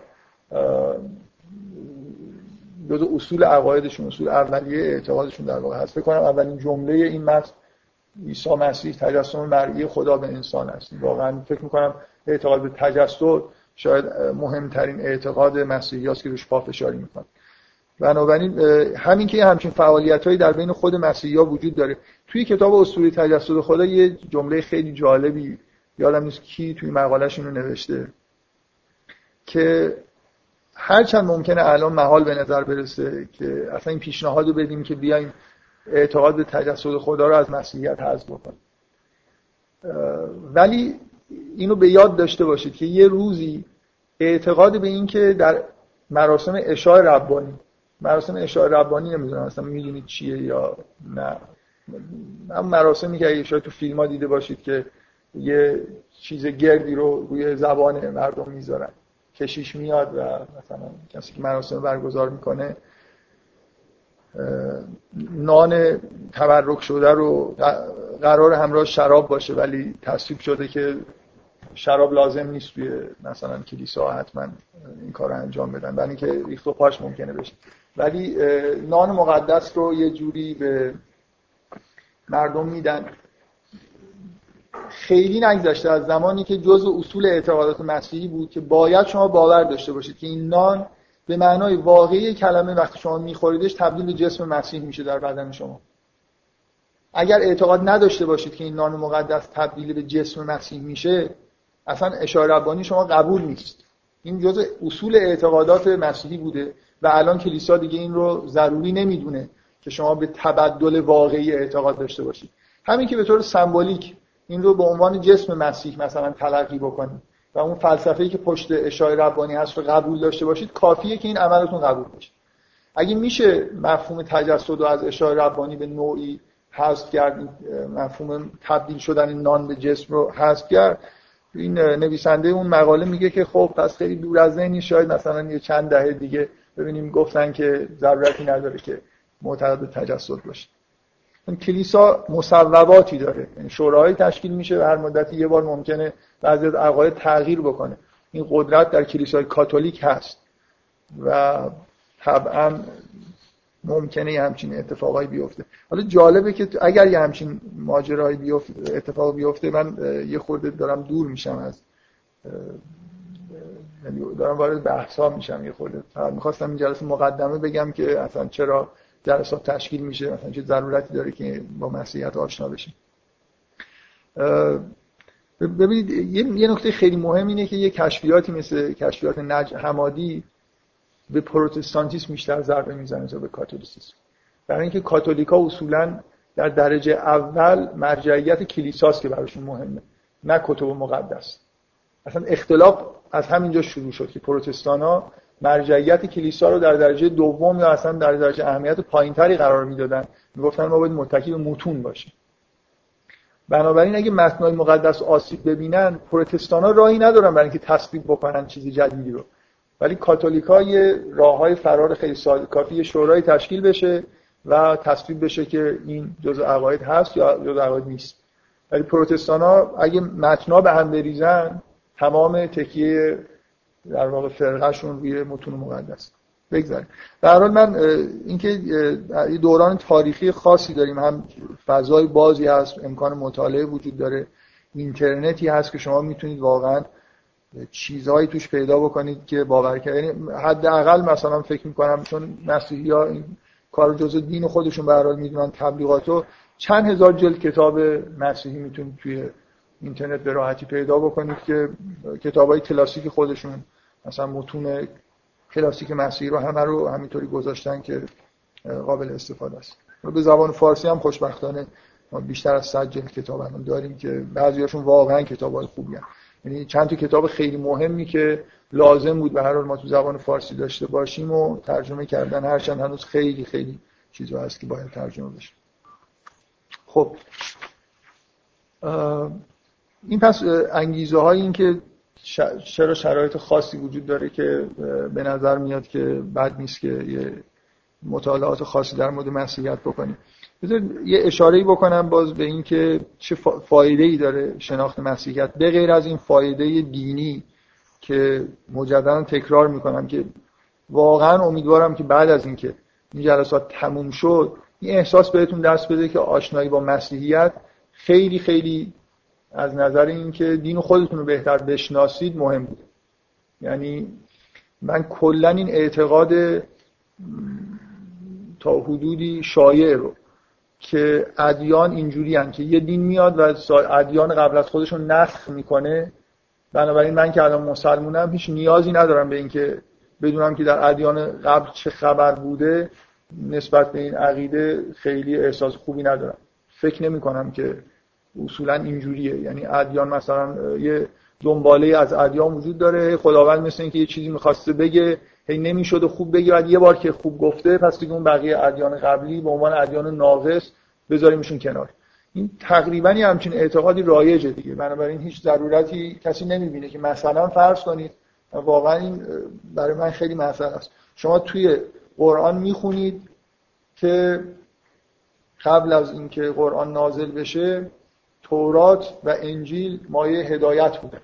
جزء اصول عقایدشون، اصول اولیه اعتقادشون در واقع هست. فکر کنم اولین جمله این متن عیسی مسیح تجسم مرئی خدا به انسان است. واقعا فکر میکنم اعتقاد به تجسد شاید مهمترین اعتقاد مسیحی است که روش پافشاری میکنه. بنابراین همین که همچین فعالیت‌هایی در بین خود مسیحی‌ها وجود داره. توی کتاب اسطوره تجسد خدا یه جمله خیلی جالبی، یادم نیست کی توی مقاله‌اش اینو نوشته، که هرچند ممکنه الان محال به نظر برسه که اصلا این پیشنهاد رو بدیم که بیایم اعتقاد به تجسد خدا رو از مسیحیت حذف بکنیم، ولی اینو به یاد داشته باشید که یه روزی اعتقاد به این که در مراسم عشای ربانی، مراسم عشای ربانی نمیدونم اصلا میدونید چیه یا نه، هم مراسمی که اگه شاید تو فیلم ها دیده باشید که یه چیز گردی رو روی زبان مردم میذارن، کشیش میاد و مثلا کسی که مراسم برگزار میکنه نان تبرک شده رو قرار همراه شراب باشه، ولی تصویب شده که شراب لازم نیست توی مثلا کلیسا حتما این کار رو انجام بدن، برای اینکه ریخت و پاش ممکنه بشه، ولی نان مقدس رو یه جوری به مردم میدن. خیلی نگذشته از زمانی که جزء اصول اعتقادات مسیحی بود که باید شما باور داشته باشید که این نان به معنای واقعی کلمه وقتی شما میخوریدش تبدیل به جسم مسیح میشه در بدن شما. اگر اعتقاد نداشته باشید که این نان مقدس تبدیل به جسم مسیح میشه، اصلا عشای ربانی شما قبول نیست. این جزء اصول اعتقادات مسیحی بوده و الان کلیسا دیگه این رو ضروری نمیدونه که شما به تبدل واقعی اعتقاد داشته باشید. همین که به طور سمبولیک این رو به عنوان جسم مسیح مثلا تلقی بکنید و اون فلسفه‌ای که پشت عشای ربانی هست رو قبول داشته باشید، کافیه که این عملتون قبول بشه. اگه میشه مفهوم تجسد رو از عشای ربانی به نوعی حذف کرد، مفهوم تبدیل شدن نان به جسم رو حذف کرد، این نویسنده اون مقاله میگه که خب پس خیلی دور از ذهن نیست، شاید مثلا یه چند دهه دیگه ببینیم گفتن که ضرورتی نداره که معتقد به تجسد باشه. این کلیسا مصوباتی داره، یعنی شورای تشکیل میشه و هر مدتی یه بار ممکنه بعضی از عقاید تغییر بکنه. این قدرت در کلیسای کاتولیک هست و طبعا ممکنه یه همچین اتفاقایی بیفته. حالا جالبه که اگر یه همچین ماجرایی بیفته، اتفاق بیفته، من یه خورده دارم دور میشم از، یعنی دارم وارد بحثا میشم یه خورده. میخواستم این جلسه مقدمه بگم که اصلا چرا جلسات تشکیل میشه، مثلا چه ضرورتی داره که با مسیحیت آشنا بشیم. ببینید یه نکته خیلی مهم اینه که یه کشفیاتی مثل کشفیات نجم حمادی به پروتستانتیسم بیشتر ضربه میزنه تا به کاتولیسیسم، برای اینکه کاتولیکا اصولا در درجه اول مرجعیت کلیساست که براشون مهمه، نه کتب مقدس. اصلا اختلاف از همینجا شروع شد که پروتستانا مرجعیت کلیسا رو در درجه دوم یا اصلا در درجه اهمیت پایینتری قرار میدادن، میگفتن ما باید متکی به متون باشیم. بنابراین اگه متن‌های مقدس آسیب ببینن، پروتستانا راهی ندارن برای اینکه تصویب بکنن چیزی جدیدی رو، ولی کاتولیکا یه راههای فرار خیلی ساده، کافیه شورای تشکیل بشه و تصویب بشه که این جزء عقاید هست یا جزء عقاید نیست. ولی پروتستانا اگه متن‌ها به هم بریزن، تمام تکیه در واقع فرقه‌شون روی متون مقدس. بگذاریم. به هر حال من اینکه یه دوران تاریخی خاصی داریم، هم فضای بازی هست، امکان مطالعه وجود داره، اینترنتی هست که شما میتونید واقعا چیزهایی توش پیدا بکنید که باور کنید. یعنی حداقل مثلا فکر می‌کنم چون مسیحی‌ها این کار جزء دین خودشون به هر حال میدونن تبلیغاتو، چند هزار جلد کتاب مسیحی میتونید توی اینترنت به راحتی پیدا بکنید که کتابای کلاسیک خودشون، مثلا متون کلاسیک مسیحی رو همه رو همینطوری گذاشتن که قابل استفاده است. به زبان فارسی هم خوشبختانه ما بیشتر از صد جلد کتاب هم داریم که بعضیاشون واقعا کتابای خوبی هستن. یعنی چند تا کتاب خیلی مهمی که لازم بود به هر حال ما تو زبان فارسی داشته باشیم و ترجمه کردن، هرچند هنوز خیلی خیلی چیزا هست که باید ترجمه بشه. خب این پس انگیزه های این که چرا شرایط خاصی وجود داره که به نظر میاد که بد نیست که یه مطالعات خاصی در مورد مسیحیت بکنیم. بذار یه اشاره‌ای بکنم باز به این که چه فایده‌ای داره شناخت مسیحیت به غیر از این فایده دینی که مجددا تکرار میکنم که واقعا امیدوارم که بعد از این که این جلسات تموم شد این احساس بهتون دست بده که آشنایی با مسیحیت خیلی خیلی از نظر این که دین خودتون رو بهتر بشناسید مهم بود. یعنی من کلا این اعتقاد تا حدودی شایع رو که ادیان اینجوری هستن که یه دین میاد و ادیان قبل از خودشون نسخ میکنه، بنابراین من که الان مسلمونم هیچ نیازی ندارم به این که بدونم که در ادیان قبل چه خبر بوده، نسبت به این عقیده خیلی احساس خوبی ندارم. فکر نمی کنم که اصولا اینجوریه. یعنی ادیان مثلا یه دنباله از ادیان وجود داره، خداوند مثل این که یه چیزی می‌خواسته بگه هی نمی‌شد خوب بگه، بعد یه بار که خوب گفته پس دیگه اون بقیه ادیان قبلی به عنوان ادیان ناقص بذاریمشون کنار. این تقریبا همچین اعتقادی رایجه دیگه. بنابراین هیچ ضرورتی کسی نمی‌بینه که مثلا فرض کنید، واقعا این برای من خیلی مسئله است، شما توی قرآن می‌خونید که قبل از اینکه قرآن نازل بشه تورات و انجیل مایه هدایت بوده.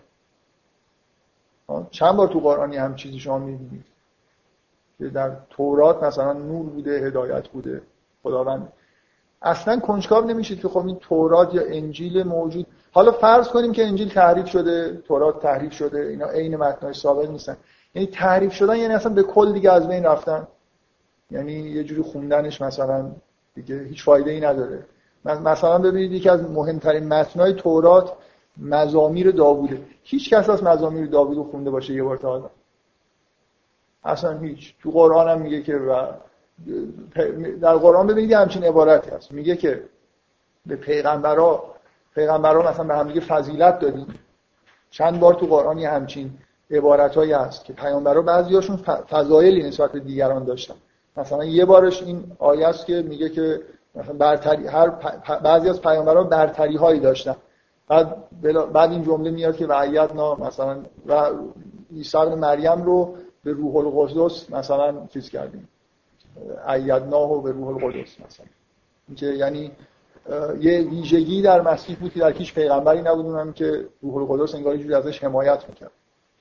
چند بار تو قرآنی هم چیزی شما می‌بینید که در تورات مثلا نور بوده، هدایت بوده. خداوند اصلا کنجکاو نمیشید که خب این تورات یا انجیل موجود، حالا فرض کنیم که انجیل تحریف شده، تورات تحریف شده، اینا عین متن‌های ثابت نیستن. یعنی تحریف شدن یعنی اصلا به کل دیگه از بین رفتن. یعنی یه جوری خوندنش مثلا دیگه هیچ فایده‌ای نداره. مثلا ببینید یکی از مهمترین متن‌های تورات مزامیر داووده. هیچ کس از مزامیر داوود رو خونده باشه یه بار تا حالا؟ اصلا هیچ. تو قرآن هم میگه که و در قرآن ببینید همچین عبارتی هست، میگه که به پیغمبرا پیغمبرا مثلا به هم دیگه فضیلت دادیم. چند بار تو قرآن یه همچین عبارتایی هست که پیامبرا بعضیاشون فضایلی نسبت به دیگران داشتن. مثلا یه بارش این آیه است که میگه که مثلا برتری هر بعضی از پیامبران برتری هایی داشتن، بعد بعد این جمله میاد که وعیدنا مثلا و عیسی ابن مریم رو به روح القدس مثلا چیز کردیم، ایدناه به روح القدس مثلا، که یعنی یه ویژگی در مسیح بود که در هیچ پیغمبری نبود، اونم که روح القدس انگار یه جوری ازش حمایت میکرد.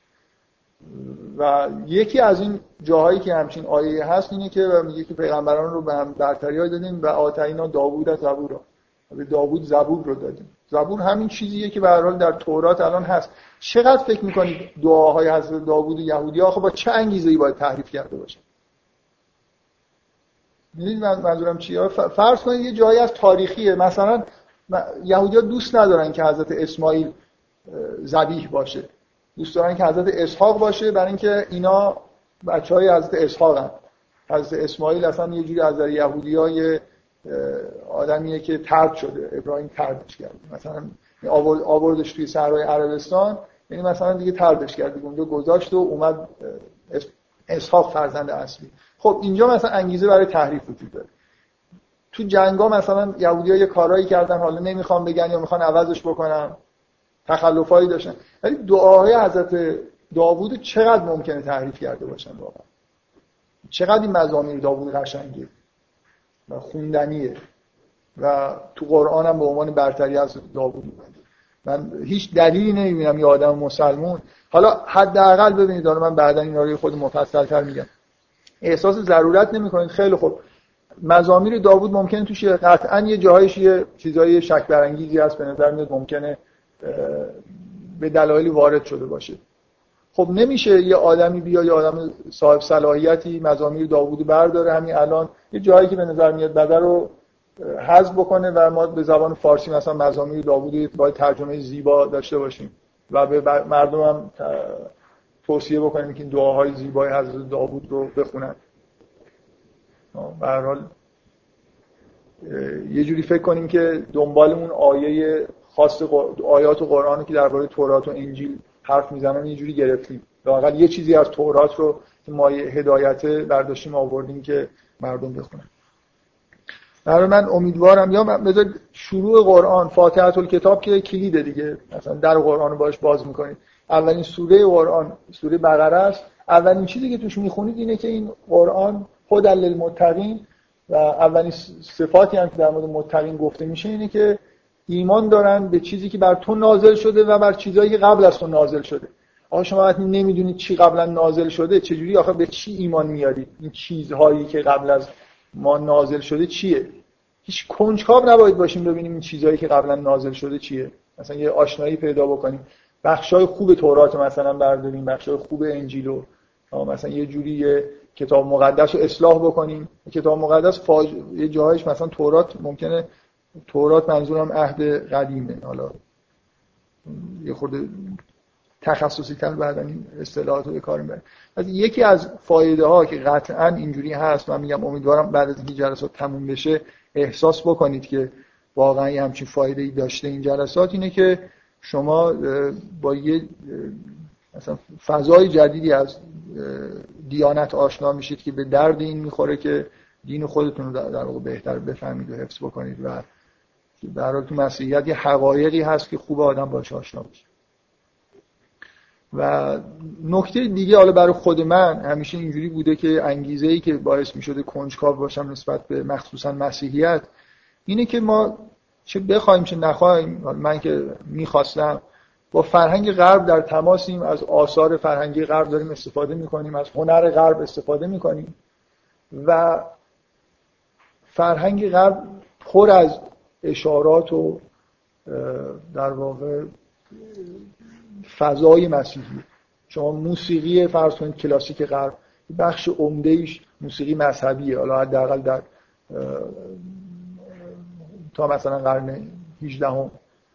و یکی از این جاهایی که همچین آیه هست اینه که میگه که پیغمبران رو به هم برتری‌های دادیم و آتینا داوود زبور، به داوود زبور رو دادیم. زبور همین چیزیه که به هر حال در تورات الان هست. چقدر فکر می‌کنید دعاهای حضرت داوود یهودی‌ها آخه با چه انگیزه‌ای باید تحریف کرده باشه؟ می‌دونید منظورم چیه؟ فرض کنید یه جایی از تاریخیه، مثلا یهودی‌ها دوست ندارن که حضرت اسماعیل ذبیح باشه، دوست دارن که حضرت اسحاق باشه، برای اینکه اینا بچهای حضرت اسحاقن. حضرت اسماعیل اصلا یه جوری از نظر یهودی‌ها آدمیه که طرد شده، ابراهیم طردش کرد، مثلا آورد آوردش توی صحرای عربستان، یعنی مثلا دیگه طردش کرد، اونجا گذاشت و اومد اسحاق فرزند اصلی. خب اینجا مثلا انگیزه برای تحریف وجود داره. تو جنگا مثلا یهودی‌ها یه کارایی کردن، حالا نمیخوام بگن یا میخوان عوضش بکنن، تخلفایی داشتن، ولی دعاهای حضرت داوود چقدر ممکنه تحریف کرده باشن واقعا. چقدر این مزامیر داوود قشنگه و خوندنیه و تو قرآن هم به عنوان برتری از داوود اومده. من هیچ دلیلی نمیبینم یه آدم مسلمون، حالا حداقل ببینید، حالا من بعدا اینا رو خود مفصل‌تر میگم، احساس ضرورت نمی‌کنید خیلی خوب مزامیر داوود ممکنه توش قطعاً یه جاهایش یه چیزای شک برانگیزی هست، به نظر میاد ممکنه به دلایلی وارد شده باشه، خب نمیشه یه آدمی بیا یه آدم صاحب صلاحیتی مزامیر داوود برداره همین الان یه جایی که به نظر میاد بده رو حذف بکنه و ما به زبان فارسی مثلا مزامیر داوود باید ترجمه زیبا داشته باشیم و به مردم هم توصیه بکنیم که این دعاهای زیبای حضرت داوود رو بخونن. به هر حال یه جوری فکر کنیم که دنبال اون آیه خاص آیات و قرآنی که درباره تورات و انجیل حرف میزنن یه جوری گرفتیم، واقعا یه چیزی از تورات رو که مایه هدایت برداشتیم آوردیم که مردم بخونن. برای من امیدوارم یا بذار شروع قرآن فاتحه الکتاب که کلیده دیگه، مثلا در قرآن رو باش باز میکنید، اولین سوره قرآن سوره بقره است، اولین چیزی که توش میخونید اینه که این قرآن هدی للمتقین و اولین صفاتی هم که در مورد متقین گفته میشه اینه که ایمان دارن به چیزی که بر تو نازل شده و بر چیزایی که قبل از تو نازل شده. آخه شما وقتی نمیدونید چی قبلا نازل شده چجوری آخه به چی ایمان میارید؟ این چیزهایی که قبل از ما نازل شده چیه؟ هیچ کنجکاو نباید باشیم ببینیم این چیزهایی که قبلا نازل شده چیه. مثلا یه آشنایی پیدا بکنیم، بخشای خوب تورات مثلا برداریم، بخشای خوب انجیل رو مثلا یه جوری یه کتاب مقدس رو اصلاح بکنیم. کتاب مقدس فاج... یه جاهایش مثلا تورات ممکنه تورات منظورم عهد قدیمه، حالا یه خورده تخصصی تر بعدن این اصطلاحات رو به کار میبریم. یکی از فایده ها که قطعا اینجوری هست، من میگم امیدوارم بعد از اینکه جلسات تموم بشه احساس بکنید که واقعا یه همچین فایده‌ای داشته این جلسات، اینه که شما با یه مثلا فضای جدیدی از دیانت آشنا میشید که به درد این میخوره که دین خودتون رو در واقع بهتر بفهمید و حفظ بکنید و در حال تو مسیحیت یه حقایقی هست که خوب آدم باهاش آشنا بشه. و نکته دیگه حالا برای خود من همیشه اینجوری بوده که انگیزه‌ای که باعث می‌شده کنجکاو باشم نسبت به مخصوصا مسیحیت اینه که ما چه بخوایم چه نخوایم، من که می‌خواستم با فرهنگ غرب در تماسیم، از آثار فرهنگی غرب داریم استفاده می‌کنیم، از هنر غرب استفاده می‌کنیم و فرهنگ غرب پر از اشارات و در واقع فضای مسیحی. شما موسیقی فرض کنید کلاسیک غرب بخش عمده‌ایش موسیقی مذهبیه، حالا حداقل در تا مثلا قرن هجدهم.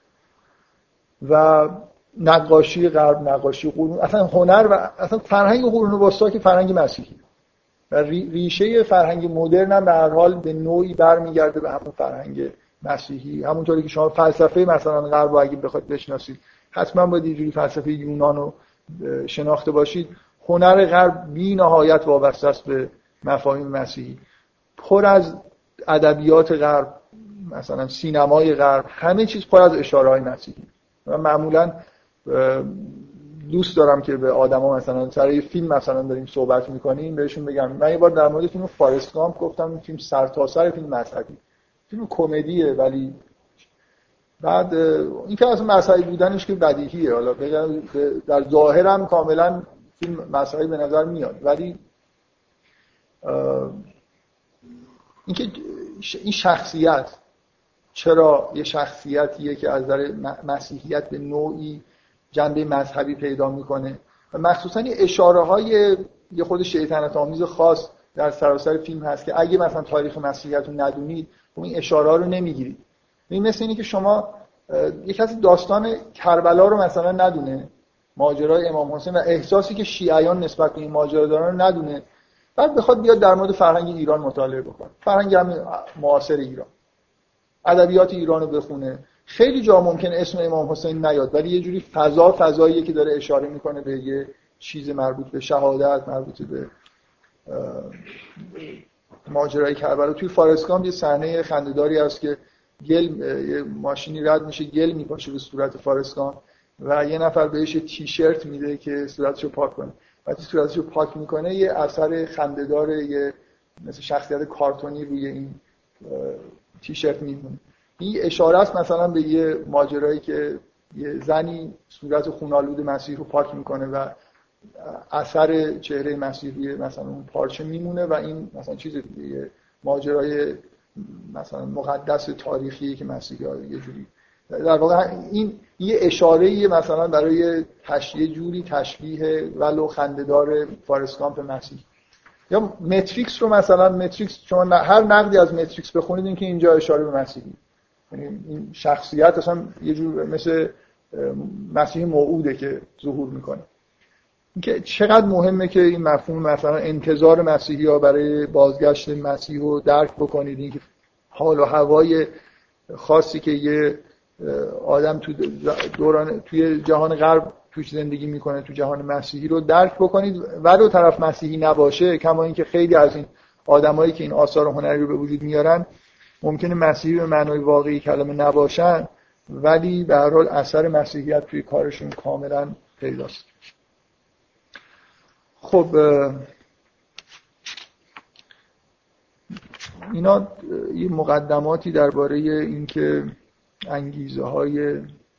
و نقاشی غرب، نقاشی قرون، اصلا هنر و اصلا فرهنگ قرون وسطا که فرهنگ مسیحی و ریشه فرهنگ مدرن هم به هر حال به نوعی برمیگرده به همون فرهنگ مسیحی. همونطوری که شما فلسفه مثلا غرب رو اگه بخواید بشناسید حتما باید اینجوری فلسفه یونان رو شناخته باشید. هنر غرب بی نهایت وابسته است به مفاهیم مسیحی، پر از ادبیات غرب، مثلا سینمای غرب، همه چیز پر از اشاره‌های مسیحی. و معمولا دوست دارم که به آدما مثلا سر یه فیلم مثلا داریم صحبت می‌کنیم بهشون بگم، من یه بار در مورد فیلم فارست گامپ گفتم این فیلم سرتاسر فیلم مذهبی، فیلم کمدیه، ولی بعد این که اصلا مذهبی بودنش که بدیهیه، حالا در ظاهر هم کاملا فیلم مذهبی به نظر میاد، ولی اینکه این شخصیت چرا یه شخصیتیه که از نظر مسیحیت به نوعی جنبه مذهبی پیدا میکنه و مخصوصا این اشاره های یه خود شیطنت آمیز خاص در سراسر فیلم هست که اگه مثلا تاریخ مسیحیت رو ندونید این اشاره ها رو نمیگیرید. این مثل اینه که شما یک کسی داستان کربلا رو مثلا ندونه، ماجرای امام حسین و احساسی که شیعیان نسبت به این ماجرا دارن رو ندونه، بعد بخواد بیاد در مورد فرهنگ ایران مطالعه بکنه، فرهنگ هم معاصر ایران، ادبیات ایران رو بخونه، خیلی جا ممکنه اسم امام حسین نیاد ولی یه جوری فضا فضاییه که داره اشاره میکنه به یه چیز مربوط به شهادت، مربوط به ماجرای کربلا. توی فارست گامپ یه صحنه خنده‌داری هست که گل یه ماشینی رد میشه، گل میپاشه به صورت فارست گامپ و یه نفر بهش تیشرت میده که صورتشو پاک کنه. وقتی صورتشو پاک میکنه یه اثر خنده‌دار یه مثل شخصیت کارتونی روی این تیشرت میمونه. این اشاره است مثلا به یه ماجرایی که یه زنی صورت خونالود مسیح رو پاک میکنه و اثر چهره مسیح روی مثلا اون پارچه میمونه و این مثلا چیز دیگه، ماجرای مثلا مقدس تاریخی که مسیحی‌ها یه جوری در واقع این یه اشاره‌ای مثلا برای تشبیه جوری تشبیه ولو خنده‌دار فارست گامپ مسیح. یا متریکس رو مثلا متریکس شما هر نقدی از متریکس بخونید این که اینجا اشاره به مسیحی، یعنی این شخصیت اصلا یه جور مثل مسیح موعوده که ظهور میکنه. اینکه چقدر مهمه که این مفهوم مثلا انتظار مسیحی ها برای بازگشت مسیح رو درک بکنید، اینکه حال و هوای خاصی که یه آدم تو دوران توی جهان غرب توش زندگی میکنه تو جهان مسیحی رو درک بکنید، ولو طرف مسیحی نباشه. کما اینکه خیلی از این آدمایی که این آثار هنری رو به وجود میارن ممکنه مسیحی به معنای واقعی کلمه نباشن، ولی به هر حال اثر مسیحیت توی کارشون کاملا پیداست. خب اینا یه مقدماتی درباره اینکه انگیزه های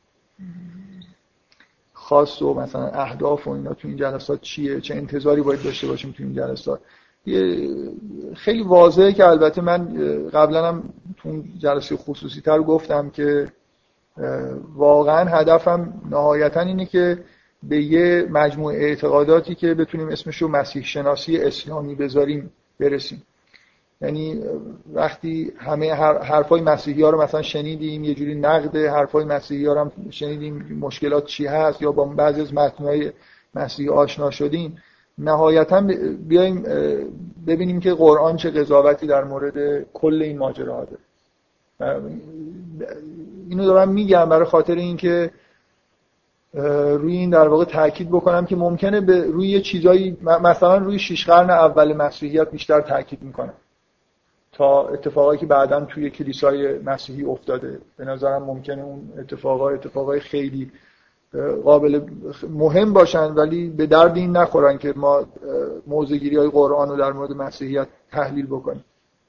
خاص و مثلا اهداف و اینا تو این جلسات چیه، چه انتظاری باید داشته باشیم تو این جلسات. خیلی واضحه که البته من قبلا هم تو اون جلسه خصوصی تر گفتم که واقعا هدفم نهایتا اینه که به یه مجموعه اعتقاداتی که بتونیم اسمش رو مسیح شناسی اسلامی بذاریم برسیم. یعنی وقتی همه حرفای مسیحی ها رو مثلا شنیدیم، یه جوری نقد حرفای مسیحی ها رو هم شنیدیم، مشکلات چی هست، یا با بعضی از متن‌های مسیحی آشنا شدیم، نهایتا بیایم ببینیم که قرآن چه قضاوتی در مورد کل این ماجرا داره. اینو دارم میگم برای خاطر اینکه روی این در واقع تاکید بکنم که ممکنه به روی یه چیزایی مثلا روی شش قرن اول مسیحیت بیشتر تاکید میکنم تا اتفاقایی که بعداً توی کلیسای مسیحی افتاده. به نظرم ممکنه اون اتفاقا اتفاقای خیلی قابل مهم باشن ولی به درد این نخورن که ما موضع‌گیری‌های قرآن رو در مورد مسیحیت تحلیل بکنیم.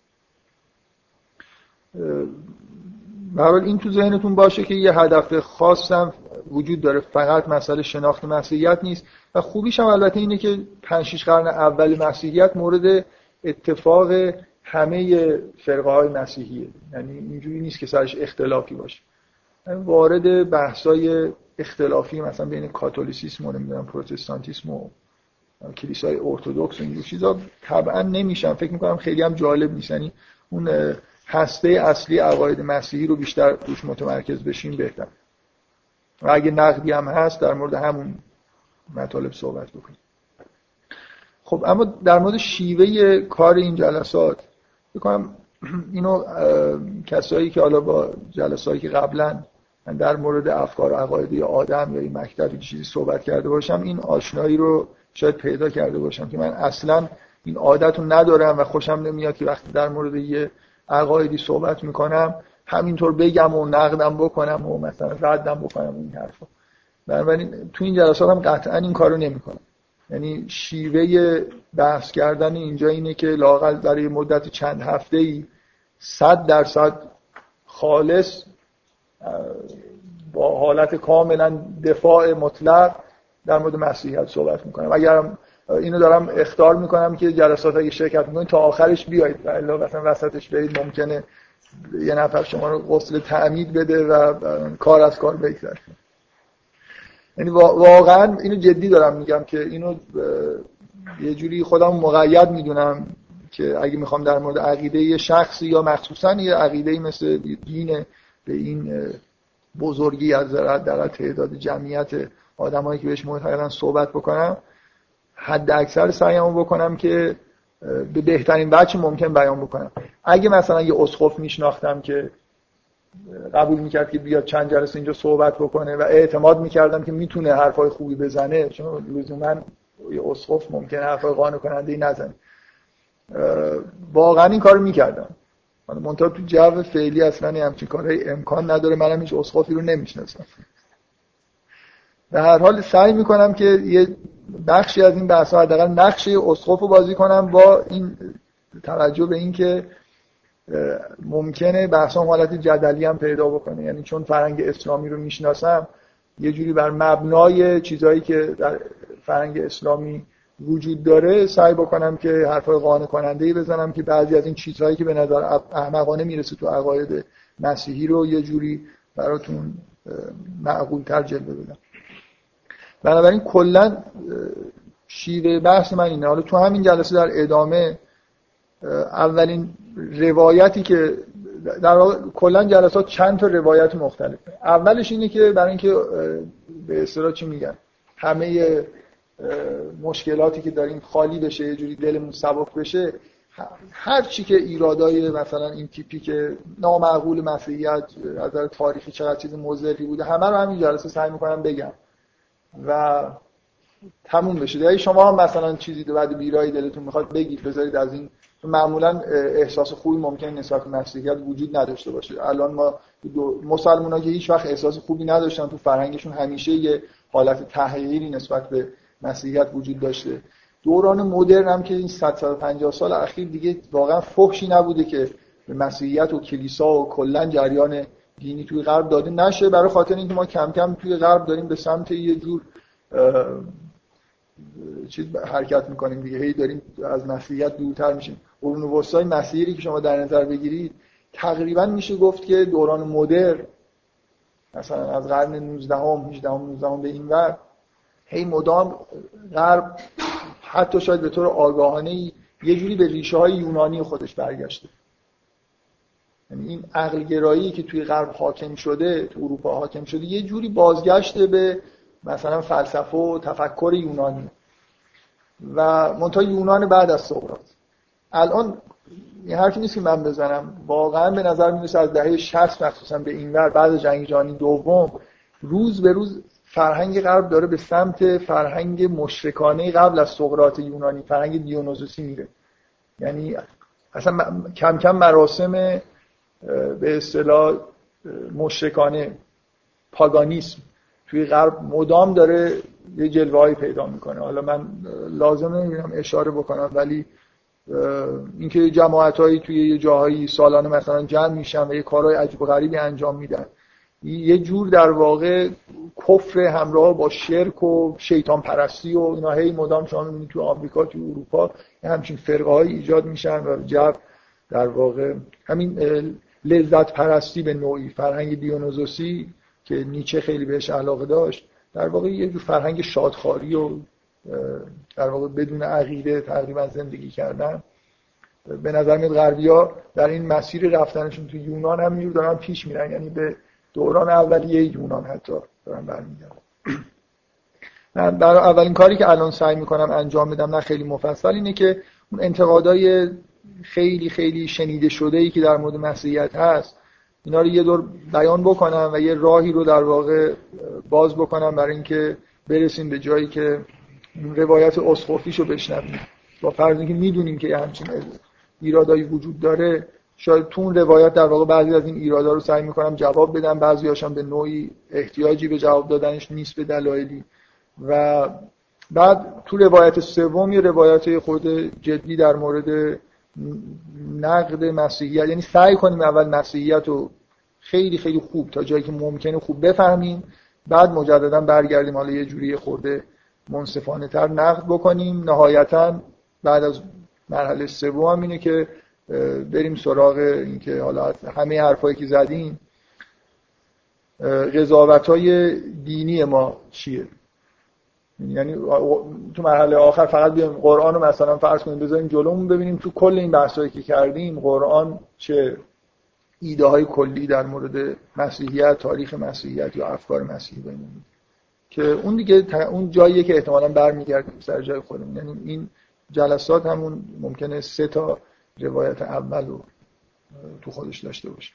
به هر حال این تو ذهنتون باشه که یه هدف خاصم وجود داره، فقط مسئله شناخت مسیحیت نیست. و خوبیش هم البته اینه که پنج شش قرن اول مسیحیت مورد اتفاق همه فرقه های مسیحیه، یعنی اینجوری نیست که سرش اختلافی باشه. وارد بحثای اختلافی مثلا بین کاتولیسیسم و نمیدونم پروتستانتیسم و کلیسای ارتدوکس و این چیزا طبعا نمیشن. فکر میکنم خیلی هم جالب نیست، یعنی اون هسته اصلی عقاید مسیحی رو بیشتر توش متمرکز بشیم بهتر. و اگه نقدی هم هست در مورد همون مطالب صحبت بکنیم. خب اما در مورد شیوه کار این جلسات بکنم اینو کسایی که حالا با جلسایی که قبلا من در مورد افکار و عقاید آدم یا این مکتب چیزی صحبت کرده باشم، این آشنایی رو شاید پیدا کرده باشم که من اصلا این عادت رو ندارم و خوشم نمیاد که وقتی در مورد یه عقایدی صحبت میکنم همینطور بگم و نقدم بکنم و مثلا ردم بکنم این حرفا. بنابراین تو این جلسات هم قطعا این کارو نمیکنم. یعنی شیوه بحث کردن اینجا اینه که لااقل در یه مدت چند هفته‌ای صد درصد خالص با حالت کاملا دفاع مطلق در مورد مسیحیت صحبت میکنم. اگرم اینو دارم اخطار میکنم که جلسات اگه شرکت میکنید تا آخرش بیایید، الا مثلا وسطش برید ممکنه یه نفر شما رو غسل تعمید بده و کار از کار بگذره. یعنی واقعا اینو جدی دارم میگم که اینو یه جوری خودم مقید میدونم که اگه میخوام در مورد عقیده یه شخصی یا مخصوصا یه عقیده‌ای مثل دین به این بزرگی از در تعداد جمعیت آدمایی که بهش معتقدن صحبت بکنم، حد اکثر سعیمو بکنم که به بهترین وجه ممکن بیان بکنم. اگه مثلا یه اسقف میشناختم که قبول میکرد که بیاد چند جلسه اینجا صحبت بکنه و اعتماد میکردم که میتونه حرفای خوبی بزنه، چون لزوما یه اسقف ممکنه حرفای قانع کننده‌ای نزنه، واقعا این کارو میکردم. منتها تو جو فعلی اصلا همچین کاری امکان نداره، منم هیچ اسقفی رو نمیشناسم. به هر حال سعی میکنم که یه بخشی از این بحث‌ها حداقل نقش اسقف رو بازی کنم، با این توجه به این که ممکنه بحثا حالت جدلی هم پیدا بکنه. یعنی چون فرهنگ اسلامی رو میشناسم، یه جوری بر مبنای چیزایی که در فرهنگ اسلامی وجود داره سعی بکنم که حرفای قانع کننده‌ای بزنم که بعضی از این چیزهایی که به نظر احمقانه میرسه تو عقاید مسیحی رو یه جوری براتون معقول تر جلوه بدم. بنابراین کلا شیوه بحث من اینه. حالا تو همین جلسه در ادامه اولین روایتی که در کلا جلسات چند تا روایت مختلفه. اولش اینه که برای اینکه به اصطلاح چی میگن همه مشکلاتی که داریم خالی بشه، یه جوری دلمون سبک بشه، هر چی که ایرادای مثلا این تیپی که نامعقول مسیحیت از نظر تاریخی چقدر چیز مضری بوده همه رو همین جلسه سعی میکنم بگم و تموم بشه. یعنی شما هم مثلا چیزی دو بعد بیرای دلتون میخواد بگید بذارید از این. معمولا احساس خوبی ممکن نسبت به مسیحیت وجود نداشته باشه. الان ما مسلمان‌ها که هیچ وقت احساس خوبی نداشتن، تو فرهنگشون همیشه یه حالت تحقیری نسبت به مسیحیت وجود داشته. دوران مدرن هم که این صد تا صد و پنجاه سال اخیر دیگه واقعا فحشی نبوده که به مسیحیت و کلیسا و کلا جریان دینی توی غرب داده نشه، برای خاطر اینکه ما کم کم توی غرب داریم به سمت یه جور چیز حرکت میکنیم دیگه، هی داریم از مسیحیت دورتر میشیم. قرون وسطای مسیحی که شما در نظر بگیرید تقریبا میشه گفت که دوران مدرن مثلا از قرن نوزدهم هجدهم نوزدهم به این ور هی مدام غرب حتی شاید به طور آگاهانه یه جوری به ریشه های یونانی خودش برگشته. یعنی این عقل گرایی که توی غرب حاکم شده، تو اروپا حاکم شده، یه جوری بازگشته به مثلا فلسفه و تفکر یونانی و منتها یونان بعد از سقراط. الان این حرفی نیست که من بزنم، واقعا به نظر میرسه از دهه شصت مخصوصا به این ور بعد از جنگ جهانی دوم روز به روز فرهنگ غرب داره به سمت فرهنگ مشرکانه قبل از سقراط یونانی، فرهنگ دیونوزوسی میره. یعنی اصلا کم کم مراسم به اصطلاح مشرکانه پاگانیسم توی غرب مدام داره یه جلوه‌ای پیدا میکنه. حالا من لازمه نمیدونم اشاره بکنم، ولی اینکه جماعتایی توی یه جاهایی سالانه مثلا جمع میشن و یه کارهای عجیب و غریبی انجام میدن، یه جور در واقع کفر همراه با شرک و شیطان پرستی و اینا هی مدام شما میبینید تو آمریکا تو اروپا همچین فرقه‌های ایجاد میشن و جو در واقع همین لذت پرستی به نوعی فرهنگ دیونوزوسی که نیچه خیلی بهش علاقه داشت، در واقع یه جور فرهنگ شادخواری و در واقع بدون عقیده تقریبا زندگی کردن. به نظر میاد غربی‌ها در این مسیر رفتنشون تو یونان هم می‌جور دارن پیش میرن، یعنی به دوران اولیه یونان حتی دارن برمیگردن. من برای اولین کاری که الان سعی میکنم انجام بدم، نه خیلی مفصل، اینه که اون انتقادای خیلی خیلی شنیده شده‌ای که در مورد مسیحیت هست اینا رو یه دور بیان بکنم و یه راهی رو در واقع باز بکنم برای اینکه برسیم به جایی که روایت اسقفیشو بشنویم. با فرض اینکه میدونیم که همچین ایرادایی وجود داره، شاید تو اون روایت در واقع بعضی از این ایرادا رو سعی میکنم جواب بدم، بعضی‌هاشم به نوعی احتیاجی به جواب دادنش نیست به دلایلی. و بعد تو روایت سوم یه روایت خود جدی در مورد نقد مسیحیت، یعنی سعی کنیم اول مسیحیت رو خیلی خیلی خوب تا جایی که ممکنه خوب بفهمیم، بعد مجددا برگردیم حالا یه جوری خورده منصفانه تر نقد بکنیم. نهایتا بعد از مرحله سوم اینه که بریم سراغ این که حالا همه حرفایی که زدیم قضاوت‌های دینی ما چیه. یعنی تو مرحله آخر فقط بیایم قرآن رو مثلا فرض کنیم بذاریم جلومون ببینیم تو کل این بحثایی که کردیم قرآن چه ایده های کلی در مورد مسیحیت، تاریخ مسیحیت یا افکار مسیحی بینیم که اون دیگه اون جاییه که احتمالاً برمیگردیم سر جای خودمون. یعنی این جلسات همون ممکنه سه تا روایت اول رو تو خودش داشته باشه.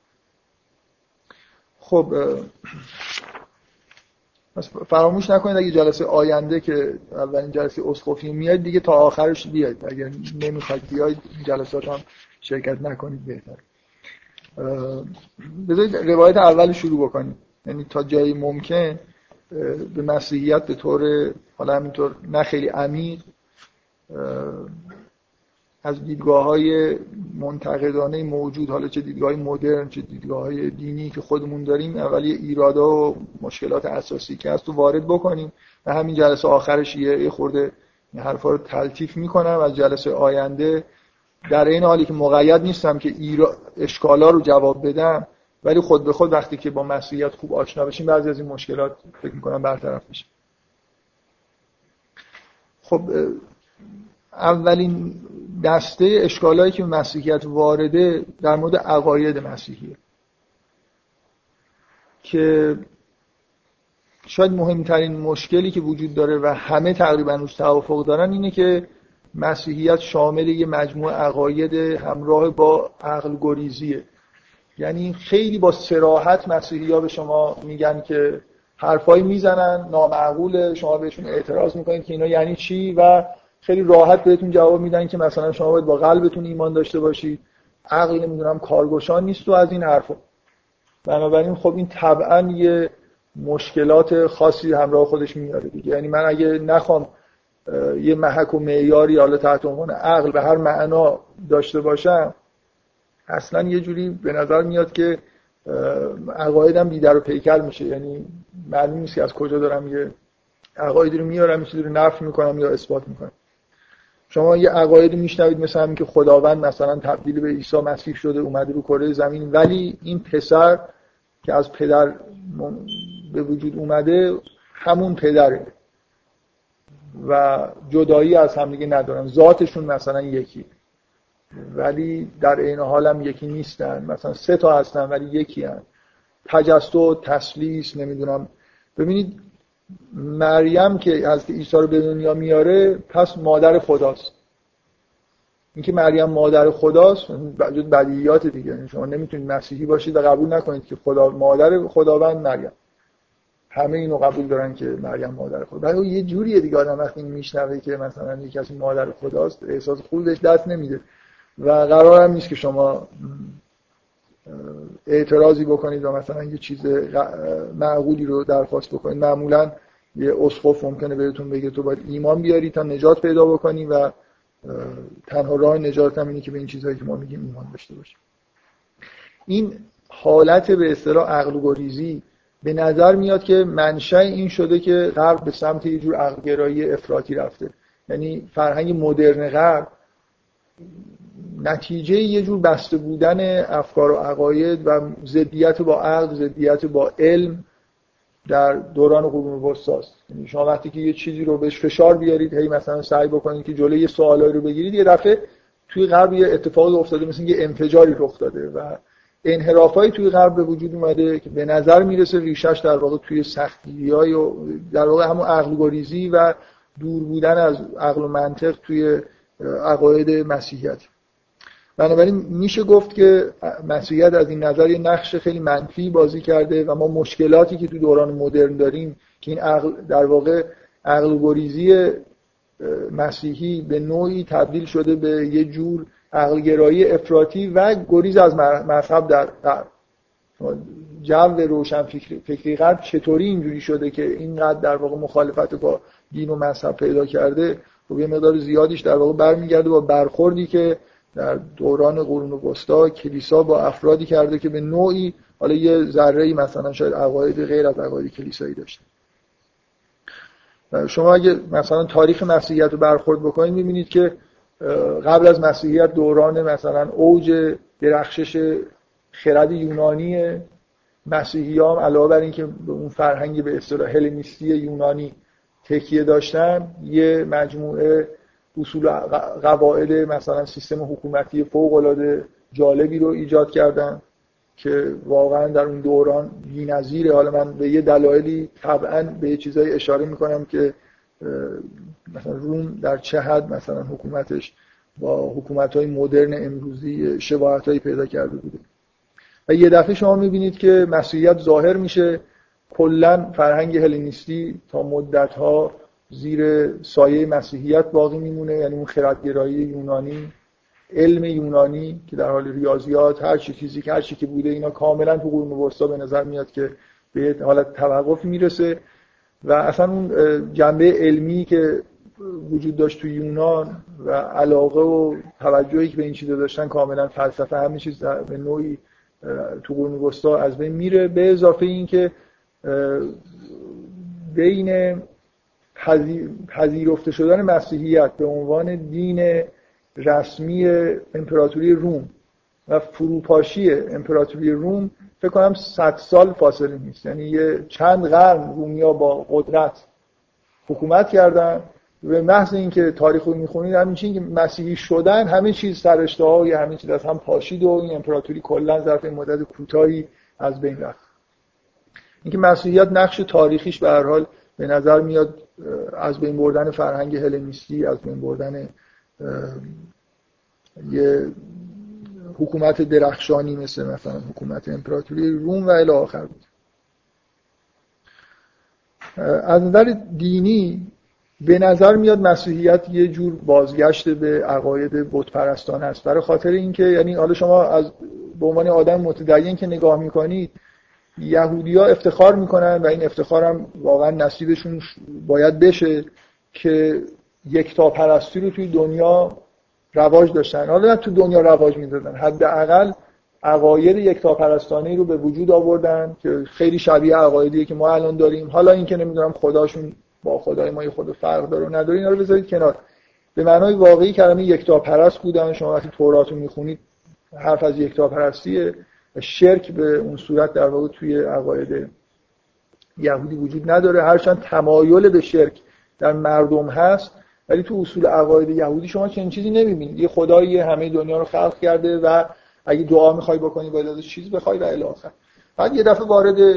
خب فراموش نکنید اگه جلسه آینده که اولین جلسه اسقفی میاد دیگه تا آخرش بیاید، اگر نمیخواید بیاید جلسات هم شرکت نکنید بهتر. بذارید روایت اول شروع بکنید، یعنی تا جایی ممکن به مسیحیت به طور حالا همینطور نه خیلی عمیق از دیدگاه‌های منتقدانه موجود، حالا چه دیدگاه‌های مدرن چه دیدگاه‌های دینی که خودمون داریم، اول یه ایرادا و مشکلات اساسی که هست رو وارد بکنیم و همین جلسه آخرش یه خورده این حرفا رو تلطیف میکنم. از جلسه آینده در این حالی که مقید نیستم که ایرا... اشکالا رو جواب بدم، ولی خود به خود وقتی که با مسیحیت خوب آشنا بشیم بعضی از این مشکلات فکر می‌کنم برطرف میشه. خب اولین دسته اشکالایی که مسیحیت وارده در مورد عقاید مسیحیه که شاید مهمترین مشکلی که وجود داره و همه تقریبا روش توافق دارن اینه که مسیحیت شامل یه مجموعه عقاید همراه با عقل گریزیه. یعنی خیلی با صراحت مسیحی‌ها به شما میگن که حرفایی میزنن نامعقوله، شما بهشون اعتراض میکنید که اینا یعنی چی و خیلی راحت بهتون جواب میدن که مثلا شما باید با قلبتون ایمان داشته باشید، عقل نمیدونم کارگشا نیست و از این حرفا. بنابراین خب این طبعا یه مشکلات خاصی همراه خودش میاره دیگه. یعنی من اگه نخوام یه محک و معیاری حالا تحت عنوان عقل به هر معنا داشته باشم، اصلا یه جوری به نظر میاد که عقایدم بی‌در و پیکر میشه. یعنی معلوم نیست که از کجا دارم یه عقایدی رو میارم، چیزی رو نفی میکنم یا اثبات میکنم. شما یه عقایدی میشنوید مثلا همین که خداوند مثلا تبدیل به عیسی مسیح شده اومده رو کره زمین، ولی این پسر که از پدر به وجود اومده همون پدره و جدایی از هم دیگه ندارن، ذاتشون مثلا یکی ولی در عین حال هم یکی نیستن، مثلا سه تا هستن ولی یکی هستن. تجسد، تثلیث، نمیدونم. ببینید مریم که از عیسی رو به دنیا میاره پس مادر خداست. اینکه مریم مادر خداست جز بدیهیات دیگه. یعنی شما نمیتونید مسیحی باشید و قبول نکنید که خدا مادر خداوند مریم. همه اینو قبول دارن که مریم مادر خدا. ولی یه جوریه دیگه آدم وقتی میشنوه که مثلا یک کسی مادر خداست احساس خوبی بهش دست نمیده و قرار هم نیست که شما اعتراضی بکنید و مثلا یه چیز معقولی رو درخواست بکنید. معمولا یه اسقف ممکنه بهتون بگه تو باید ایمان بیاری تا نجات پیدا بکنی و تنها راه نجات هم اینه که به این چیزهایی که ما میگیم ایمان داشته باشیم. این حالت به اصطلاح عقل گریزی به نظر میاد که منشأ این شده که غرب به سمت یه جور عقلگرایی افراطی رفته. یعنی فرهنگ مدرن غرب نتیجه یه جور بسته بودن افکار و عقاید و ضدیت با عقل، ضدیت با علم در دوران قرون وسطی است. یعنی شما وقتی که یه چیزی رو بهش فشار بیارید، هی مثلا سعی بکنید که جلوی یه سوالایی رو بگیرید، یه دفعه توی غرب یه اتفاقی افتاده، مثل یه انفجاری رخ داده و انحرافایی توی غرب به وجود اومده که به نظر میرسه ریشش در واقع توی سختگیری‌های و در واقع همون عقل گریزی و دور بودن از عقل و منطق توی عقاید مسیحیت. بنابراین میشه گفت که مسیحیت از این نظر یه نقش خیلی منفی بازی کرده و ما مشکلاتی که تو دوران مدرن داریم که این عقل در واقع عقل گریزی مسیحی به نوعی تبدیل شده به یه جور عقلگرایی افراطی و گریز از مذهب در غرب. جو روشن فکری فکری غرب چطوری اینجوری شده که اینقدر در واقع مخالفت با دین و مذهب پیدا کرده و یه مقدار زیادیش در واقع برمیگرده با برخوردی که در دوران قرون وسطی کلیسا با افرادی کرده که به نوعی حالا یه ذره‌ای مثلا شاید عقاید غیر از عقاید کلیسایی داشته. شما اگه مثلا تاریخ مسیحیت رو برخورد بکنید می‌بینید که قبل از مسیحیت دوران مثلا اوج درخشش خرد یونانی مسیحیان علاوه بر اینکه به اون فرهنگ به اصطلاح هلنیستی یونانی تکیه داشتن، یه مجموعه اصول و قواعد مثلا سیستم حکومتی فوق‌العاده جالبی رو ایجاد کردن که واقعا در اون دوران بی‌نظیره. حالا من به یه دلایلی طبعا به یه چیزایی اشاره میکنم که مثلا روم در چه حد مثلا حکومتش با حکومت‌های مدرن امروزی شباهتایی پیدا کرده بوده و یه دفعه شما میبینید که مسیحیت ظاهر میشه، کلا فرهنگ هلنیستی تا مدت‌ها زیر سایه مسیحیت باقی میمونه. یعنی اون خردگرایی یونانی، علم یونانی که در حال ریاضیات، هر چی فیزیک، هر چی که بوده، اینا کاملا تو قرون وسطی به نظر میاد که به حالت توقف میرسه و اصلا اون جنبه علمی که وجود داشت تو یونان و علاقه و توجهی که به این چیزا داشتن کاملا فلسفه همه چیز به نوعی تو قرون وسطی از بین میره. به اضافه این که بین پذیرفته شدن مسیحیت به عنوان دین رسمی امپراتوری روم و فروپاشی امپراتوری روم فکر کنم صد سال فاصله نیست، یعنی یه چند قرن رومیا با قدرت حکومت کردن. به محض اینکه تاریخ رو میخونید همین چیزی که مسیحی شدن همه چیز سر اشتها همه چیز از هم پاشید و این امپراتوری کلا ظرف مدت کوتاهی از بین رفت. اینکه مسیحیت نقش تاریخیش به هر حال به نظر میاد از بین بردن فرهنگ هلنیستی، از بین بردن یه حکومت درخشانی مثل مثلا حکومت امپراتوری روم و الی آخر بود. از نظر دینی به نظر میاد مسیحیت یه جور بازگشت به عقاید بت پرستانه است، برای خاطر اینکه یعنی حالا شما از به عنوان آدم متدین که نگاه میکنید، یهودی‌ها افتخار میکنن و این افتخار هم واقعا نصیبشون باید بشه که یکتاپرستی رو توی دنیا رواج داشتن. حالا نه تو دنیا رواج میدادن، حداقل عقاید یکتاپرستانه رو به وجود آوردن که خیلی شبیه عقایدیه که ما الان داریم. حالا اینکه نمیدونم خداشون با خدای ما یه خود فرق داره و نداره، اینا رو بذارید کنار. به معنای واقعی کلمه یکتاپرست بودن. شما وقتی تورات رو میخونید حرف از یکتاپرستیه. شرک به اون صورت در واقع توی عقاید یهودی وجود نداره، هرچند تمایل به شرک در مردم هست، ولی تو اصول عقاید یهودی شما چنین چیزی نمیبینید. یه خدایی همه دنیا رو خلق کرده و اگه دعا میخوای بکنی باید ازش چیز بخوای و الی آخر. بعد یه دفعه وارد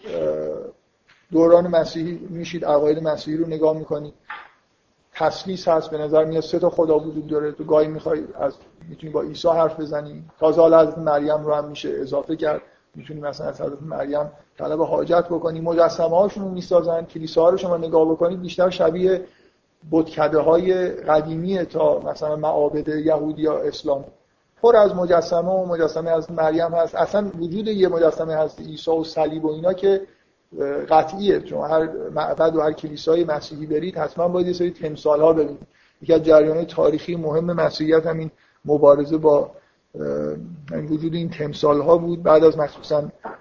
دوران مسیحی میشید، عقاید مسیحی رو نگاه میکنید، تثلیث هست، به نظر میاد سه تا خدا وجود داره. تو گاهی میخوای از میتونی با عیسی حرف بزنی، تازه حالا حضرت مریم رو هم میشه اضافه کرد، میتونی مثلا از حضرت مریم طلب حاجت بکنی. مجسمه هاشون رو میسازن، کلیساها رو شما نگاه بکنید بیشتر شبیه بتکده های قدیمیه تا مثلا معابد یهودی یا اسلام. پر از مجسمه و مجسمه از مریم هست. اصلا وجود یه مجسمه هست عیسی و صلیب و اینا که قطعیه، چون هر معبد و هر کلیسای مسیحی برید حتما باید یه سری تمثال ها ببینید. یکی از جریان‌های تاریخی مهم مسیحیت همین مبارزه با وجود این تمثال ها بود. بعد از مخصوصا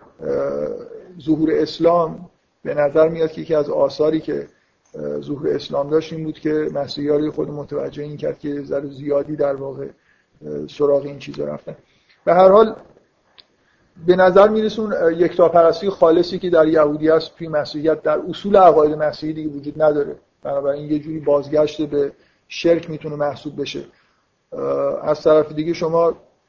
ظهور اسلام به نظر میاد که یکی از آثاری که ظهور اسلام داشت این بود که مسیحی‌ها رو خود متوجه این کرد که ذره زیادی در واقع سراغ این چیزا رفتن. به هر حال به نظر میرسون یکتاپرستی خالصی که در یهودی هست توی مسیحیت در اصول عقاید مسیحی دیگه وجود نداره. بنابراین یه جوری بازگشت به شرک میتونه محسوب بشه. از طرف دیگه شما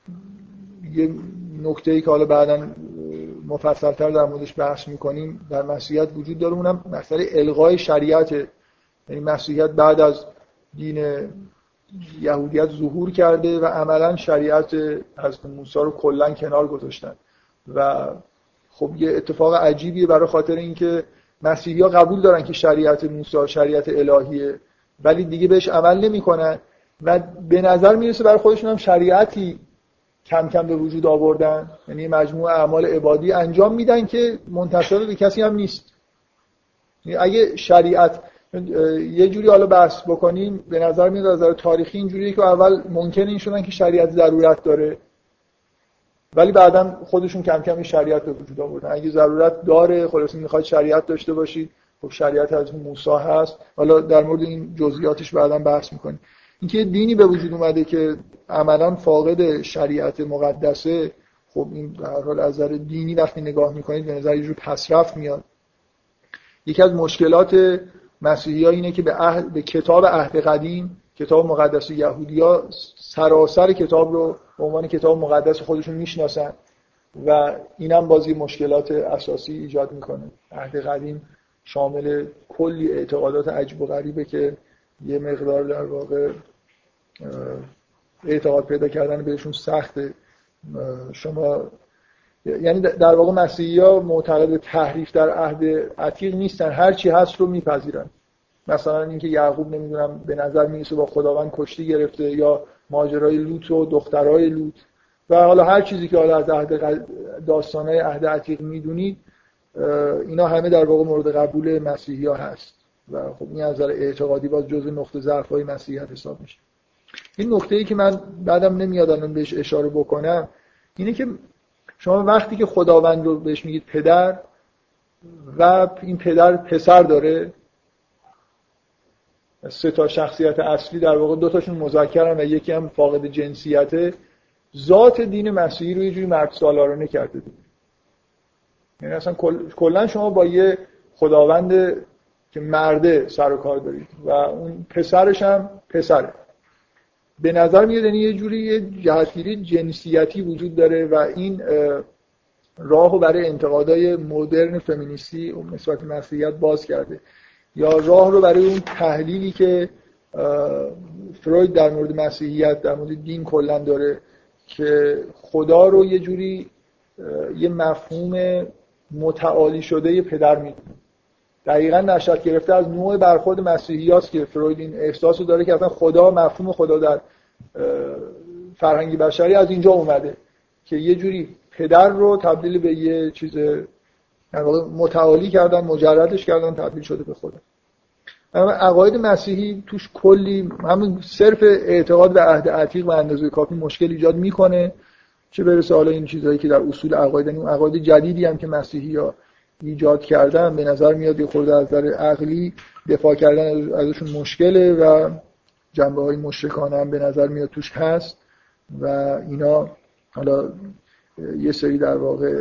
یه نکته‌ای که حالا بعداً مفصل‌تر در موردش بحث می‌کنیم در مسیحیت وجود داره، اونم مسئله الغای شریعت. یعنی مسیحیت بعد از دین یهودیت ظهور کرده و عملاً شریعت حضرت موسی رو کلاً کنار گذاشتن و خب یه اتفاق عجیبیه برای خاطر اینکه مسیحی‌ها قبول دارن که شریعت موسی شریعت الهیه ولی دیگه بهش عمل نمی‌کنن و به نظر میرسه برای خودشون هم شریعتی کم کم به وجود آوردن، یعنی مجموعه اعمال عبادی انجام میدن که منتشر به کسی هم نیست. یعنی اگه شریعت یه جوری حالا بحث بکنیم به نظر میاد از نظر تاریخی اینجوریه که اول ممکنه این شدن که شریعت ضرورت داره ولی بعداً خودشون کم کم این شریعت به وجود آوردن. اگه ضرورت داره خلاص میخواید شریعت داشته باشید، خب شریعت از موسی هست. حالا در مورد این جزئیاتش بعداً بحث میکنیم. اینکه دینی به وجود اومده که عملاً فاقد شریعت مقدسه، خب این در حال از نظر دینی وقتی نگاه میکنید به نظر یه جور پسرفت میاد. یکی از مشکلات مسیحی‌ها اینه که به عهد به کتاب عهد قدیم، کتاب مقدس یهودی‌ها سراسر کتاب رو به عنوان کتاب مقدس خودشون میشناسن و اینم بازی مشکلات اساسی ایجاد میکنه. عهد قدیم شامل کلی اعتقادات عجیب و غریبه که یه مقدار در واقع اعتقاد پیدا کردن بهشون سخته. شما یعنی در واقع مسیحی‌ها معتقد به تحریف در عهد عتیق نیستن، هر چی هست رو میپذیرن. مثلا اینکه یعقوب نمیدونم به نظر میرسه با خداوند کشتی گرفته یا ماجرای لوط و دخترای لوط و حالا هر چیزی که حالا از عهد داستانای عهد عتیق میدونید اینا همه در واقع مورد قبول مسیحی‌ها هست و خب این از نظر اعتقادی باز جزء نقطه ضعف‌های مسیحیت حساب میشه. این نکته‌ای که من بعدم نمیاد الان بهش اشاره بکنم اینه که شما وقتی که خداوند رو بهش میگید پدر و این پدر پسر داره، سه تا شخصیت اصلی در واقع دو تاشون مذکرن و یکی هم فاقد جنسیته، ذات دین مسیحی رو یه جوری مرد سالارانه کرده دیگه. یعنی اصلا کلا شما با یه خداوند که مرده سر و کار دارید و اون پسرش هم پسره. به نظر میاد یعنی یه جوری یه جهتگیری جنسیتی وجود داره و این راهو برای انتقادهای مدرن فمینیستی نسبت به مسیحیت باز کرده، یا راه رو برای اون تحلیلی که فروید در مورد مسیحیت در مورد دین کلا داره که خدا رو یه جوری یه مفهوم متعالی شده یه پدر میدونه. دقیقاً نشأت گرفته از نوع برخورد مسیحیاست که فروید این احساس رو داره که اصلا خدا، مفهوم خدا در فرهنگ بشری از اینجا اومده که یه جوری پدر رو تبدیل به یه چیز در واقع متعالی کردن، مجردش کردن، تبدیل شده به خدا. اما عقاید مسیحی توش کلی همون صرف اعتقاد به عهد عتیق و اندازه کافی مشکل ایجاد میکنه، چه برسه حالا این چیزایی که در اصول عقاید، این عقاید جدیدی هم که مسیحی‌ها ایجاد کردن به نظر میاد یه خورده از نظر عقلی دفاع کردن ازشون مشکله و جنبه‌های مشرکانه هم به نظر میاد توش هست و اینا حالا یه سری در واقع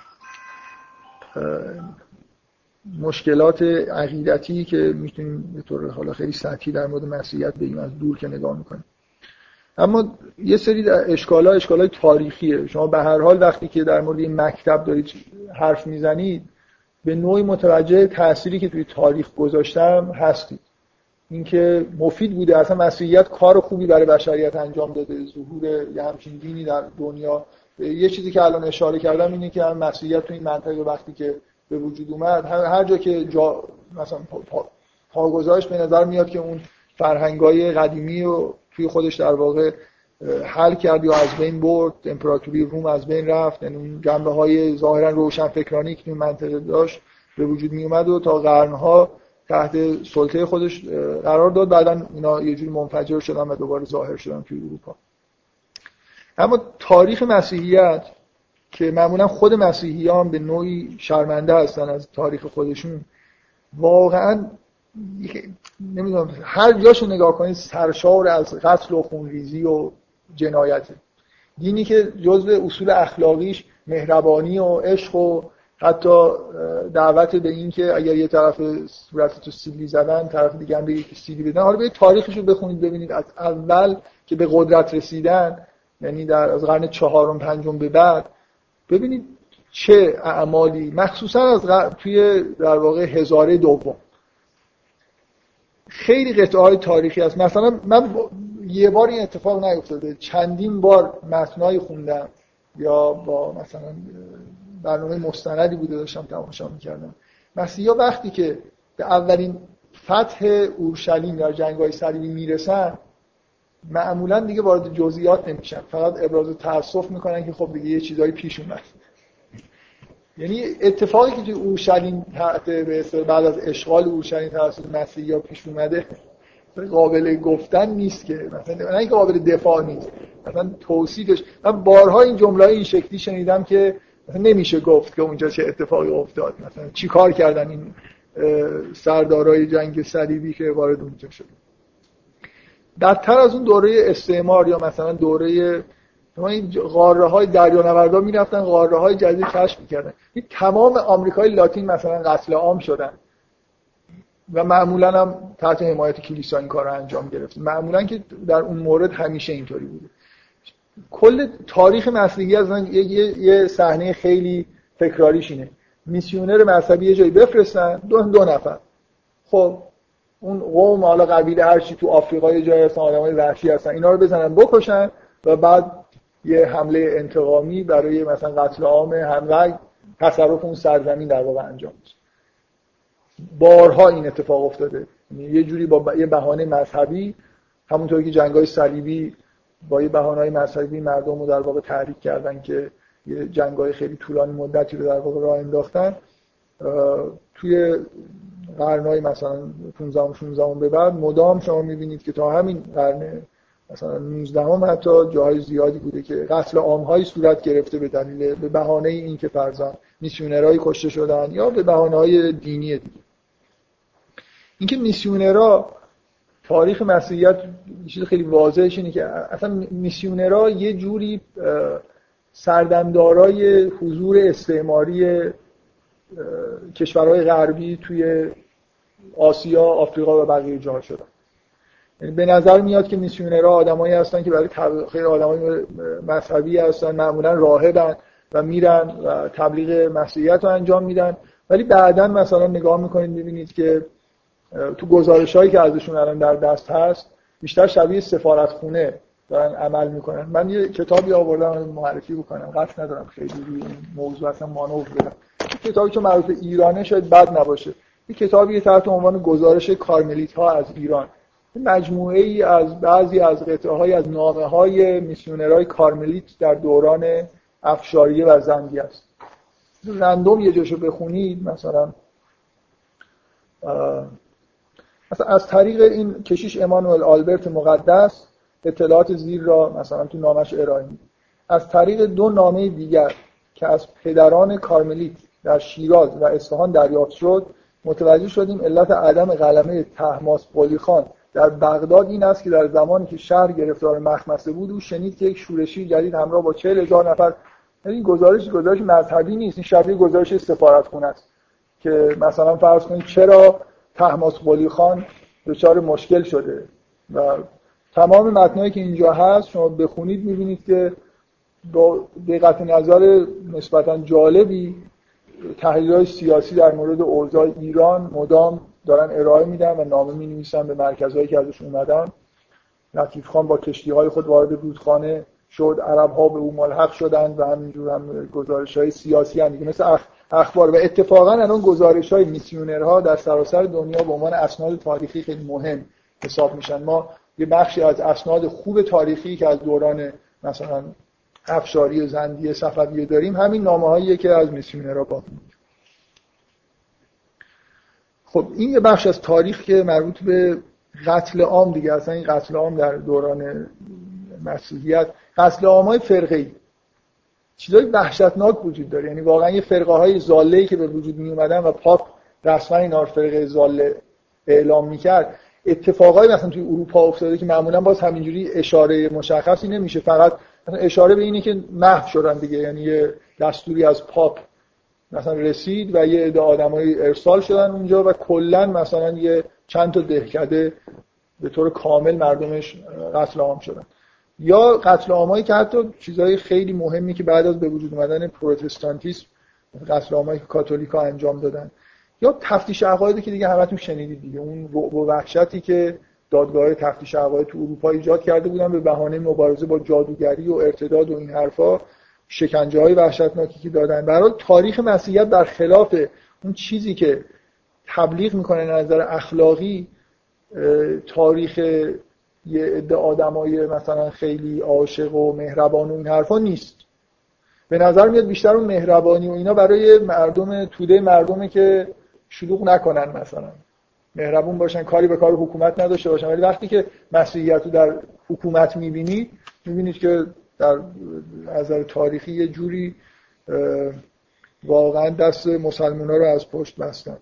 مشکلات عقیدتی که میتونیم به طور حالا خیلی سطحی در مورد مسیحیت بگیم از دور که نگاه میکنیم. اما یه سری اشکال‌ها اشکال‌های تاریخیه. شما به هر حال وقتی که در مورد این مکتب دارید حرف میزنید به نوعی متوجه تأثیری که توی تاریخ گذاشتم هستید. اینکه مفید بوده، اصلا مسیحیت کار خوبی برای بشریت انجام داده، ظهور یه همچین دینی در دنیا. یه چیزی که الان اشاره کردم اینه که هم مسیحیت توی این منطقه وقتی که به وجود اومد، هر جا که جا مثلا پا, پا گذاشت به نظر میاد که اون فرهنگ‌های قدیمی رو توی خودش در واقع حل کرد یا از بین برد. امپراتوری روم از بین رفت، یعنی اون جنبه‌های ظاهرا روشنفکرانی که توی منطقه داشت به وجود می اومد و تا قرن‌ها تحت سلطه خودش قرار داد. بعداً اینا یه جوری منفجر شدن و دوباره ظاهر شدن توی اروپا. اما تاریخ مسیحیت که معمولا خود مسیحیان به نوعی شرمنده هستن از تاریخ خودشون، واقعاً نمیدونم هر جاشو نگاه کنید سرشار از قتل و خونریزی و جنایته. دینی که جزء اصول اخلاقیش مهربانی و عشق و حتی دعوت به این که اگر یه طرف صورتتو سیلی زدن طرف دیگه هم بگه که سیلی بدن. حالا برید تاریخشو بخونید ببینید از اول که به قدرت رسیدن، یعنی در از قرن چهارم پنجم به بعد، ببینید چه اعمالی مخصوصا از غ... توی در واقع هزاره دوم خیلی قطعه های تاریخی هست. مثلا من با... یه بار این اتفاق نیفتاده، چندین بار متنای خوندم یا با مثلا برنامه مستندی بوده داشتم تماشا میکردم. مسیحا وقتی که به اولین فتح اورشلیم در جنگ‌های صلیبی میرسن معمولا دیگه وارد جزئیات نمیشن، فقط ابراز تأسف میکنن که خب دیگه یه چیزایی پیش اومد. یعنی اتفاقی که توی اورشلیم تحت به بعد از اشغال اورشلیم توسط مسیحی‌ها پیش اومده قابل گفتن نیست، که مثلا نه اینکه قابل دفاع نیست، مثلا توصیفش. من بارها این جمله‌های این شکلی شنیدم که مثلا نمیشه گفت که اونجا چه اتفاقی افتاد، مثلا چی کار کردن این سردارای جنگ صلیبی که وارد اونجا شد. بدتر از اون دوره استعمار یا مثلا دوره این قاره های دریانوردها میرفتن قاره های جدید کشف میکردن. این تمام آمریکای لاتین مثلا قتل عام شدن و معمولا هم تحت حمایت کلیسا این کار رو انجام گرفت. معمولا که در اون مورد همیشه اینطوری بوده. کل تاریخ مسیحیت از یه, یه،, یه صحنه خیلی تکراریش اینه، میسیونر مذهبی یه جایی بفرستن، دو, دو نفر خب اون قوم حالا قبیله هر چی تو آفریقا یه جایی هستن، آدمای وحشی هستن، اینا رو بزنن بکشن و بعد یه حمله انتقامی برای مثلا قتل عام همه تصرف اون سرزمین در واقع انجام میشه. بارها این اتفاق افتاده، یه جوری با یه بهانه مذهبی، همونطوری که جنگ‌های صلیبی با یه بهانه‌های مذهبی مردم رو در واقع تحریک کردن که یه جنگ‌های خیلی طولانی مدتی رو در واقع راه انداختن. توی قرن‌های مثلا پانزده شانزده به بعد مدام شما می‌بینید که تا همین قرن مثلا نوزدهم حتی جاهای زیادی بوده که قتل عام‌هایی صورت گرفته به دلیل به بهانه این که فرضاً میسیونرای کشته شدن یا به بهانه‌های دینی دیگه. اینکه میسیونرها تاریخ مسیحیت چیز خیلی واضحش اینه که اصلا میسیونرها یه جوری سردمدارای حضور استعماری کشورهای غربی توی آسیا، آفریقا و بقیه جاها شدن. یعنی به نظر میاد که میسیونرها آدمایی هستن که برای تبلیغ، خیلی آدمای مذهبی هستن، معمولا راهبن و میرن و تبلیغ مسیحیت رو انجام میدن، ولی بعداً مثلا نگاه میکنید میبینید که تو گزارش‌هایی که ازشون الان در دست هست بیشتر شبیه سفارتخونه دارن عمل میکنن. من یه کتابی آوردم معرفی بکنم، قصد ندارم خیلی روی این موضوع اصلا مانور بدم. کتابی که مربوط به ایرانه شاید بد نباشه. این کتابی تحت عنوان گزارش کارملیت‌ها از ایران، مجموعه ای از بعضی از قطعه‌های از نامه‌های میسیونرهای کارملیت در دوران افشاریه و زندیه است. رندوم یه جاشو بخونید، مثلا مثلا از طریق این کشیش امانوئل آلبرت مقدس اطلاعات زیر را مثلا تو نامش ارائه می‌ده. از طریق دو نامه دیگر که از پدران کارملیت در شیراز و اصفهان دریافت شد متوجه شدیم علت عدم غلبه طهماسب قلی خان در بغداد این است که در زمانی که شهر گرفتار مخمصه بود او شنید که یک شورشی جدید همراه با چهل هزار نفر، این گزارش گزارش مذهبی نیست، این شبیه گزارش سفارتخونه است که مثلا فرض کنید چرا طهماسب قلی خان دچار مشکل شده و تمام متنایی که اینجا هست شما بخونید میبینید که با دقت نظر نسبتا جالبی تحلیل‌های سیاسی در مورد اوضاع ایران مدام دارن ارائه میدن و نامه می‌نویسن به مرکزهایی که ازش اومدن. لطیف خان با کشتی‌های خود وارد رودخانه شد، عرب‌ها به او ملحق شدند و همینجور هم گزارش‌های سیاسی هم دیگه مثل اخ... اخبار. و اتفاقا الان گزارش‌های میسیونرها در سراسر دنیا به عنوان اسناد تاریخی خیلی مهم حساب میشن. ما یه بخشی از اسناد خوب تاریخی که از دوران مثلا افشاری و زندیه صفویه داریم همین نامه‌هاییه که از میسیونرها باقی مونده. خب این یه بخش از تاریخ که مربوط به قتل عام دیگه. اصلا این قتل عام در دوران مسیحیت، قتل عام‌های فرقه‌ای چیزای وحشتناک وجود داره. یعنی واقعا یه فرقه‌های ضاله‌ای که به وجود می اومدن و پاپ رسما اینا فرقه ضاله اعلام می‌کرد، اتفاقایی مثلا توی اروپا افتاده که معمولا باز همینجوری اشاره مشخصی نمیشه، فقط مثلا اشاره به اینه که محو شدن دیگه. یعنی یه دستوری از پاپ مثلا رسید و یه عده آدمای ارسال شدن اونجا و کلا مثلا یه چند تا دهکده به طور کامل مردمش قتل عام شدن. یا قتل عامایی که حتی چیزای خیلی مهمی که بعد از به وجود اومدن پروتستانتیسم قتل عامایی که کاتولیکا انجام دادن، یا تفتیش عقاید که دیگه همتون شنیدید دیگه، اون رعب و وحشتی که دادگاه تفتیش عقاید تو اروپا ایجاد کرده بودن به بهانه مبارزه با جادوگری و ارتداد و این حرفا، شکنجه‌های وحشتناکی که دادن. برای تاریخ مسیحیت برخلاف اون چیزی که تبلیغ میکنه از نظر اخلاقی، تاریخ یه عده آدمای مثلا خیلی عاشق و مهربان و این حرفا نیست. به نظر میاد بیشتر اون مهربانی و اینا برای مردم توده مردمه که شلوغ نکنن، مثلا مهربون باشن، کاری به کار حکومت نداشته باشن. ولی وقتی که مسیحیت رو در حکومت میبینید میبینید که در نظر تاریخی یه جوری واقعا دست مسلمان‌ها رو از پشت بستن.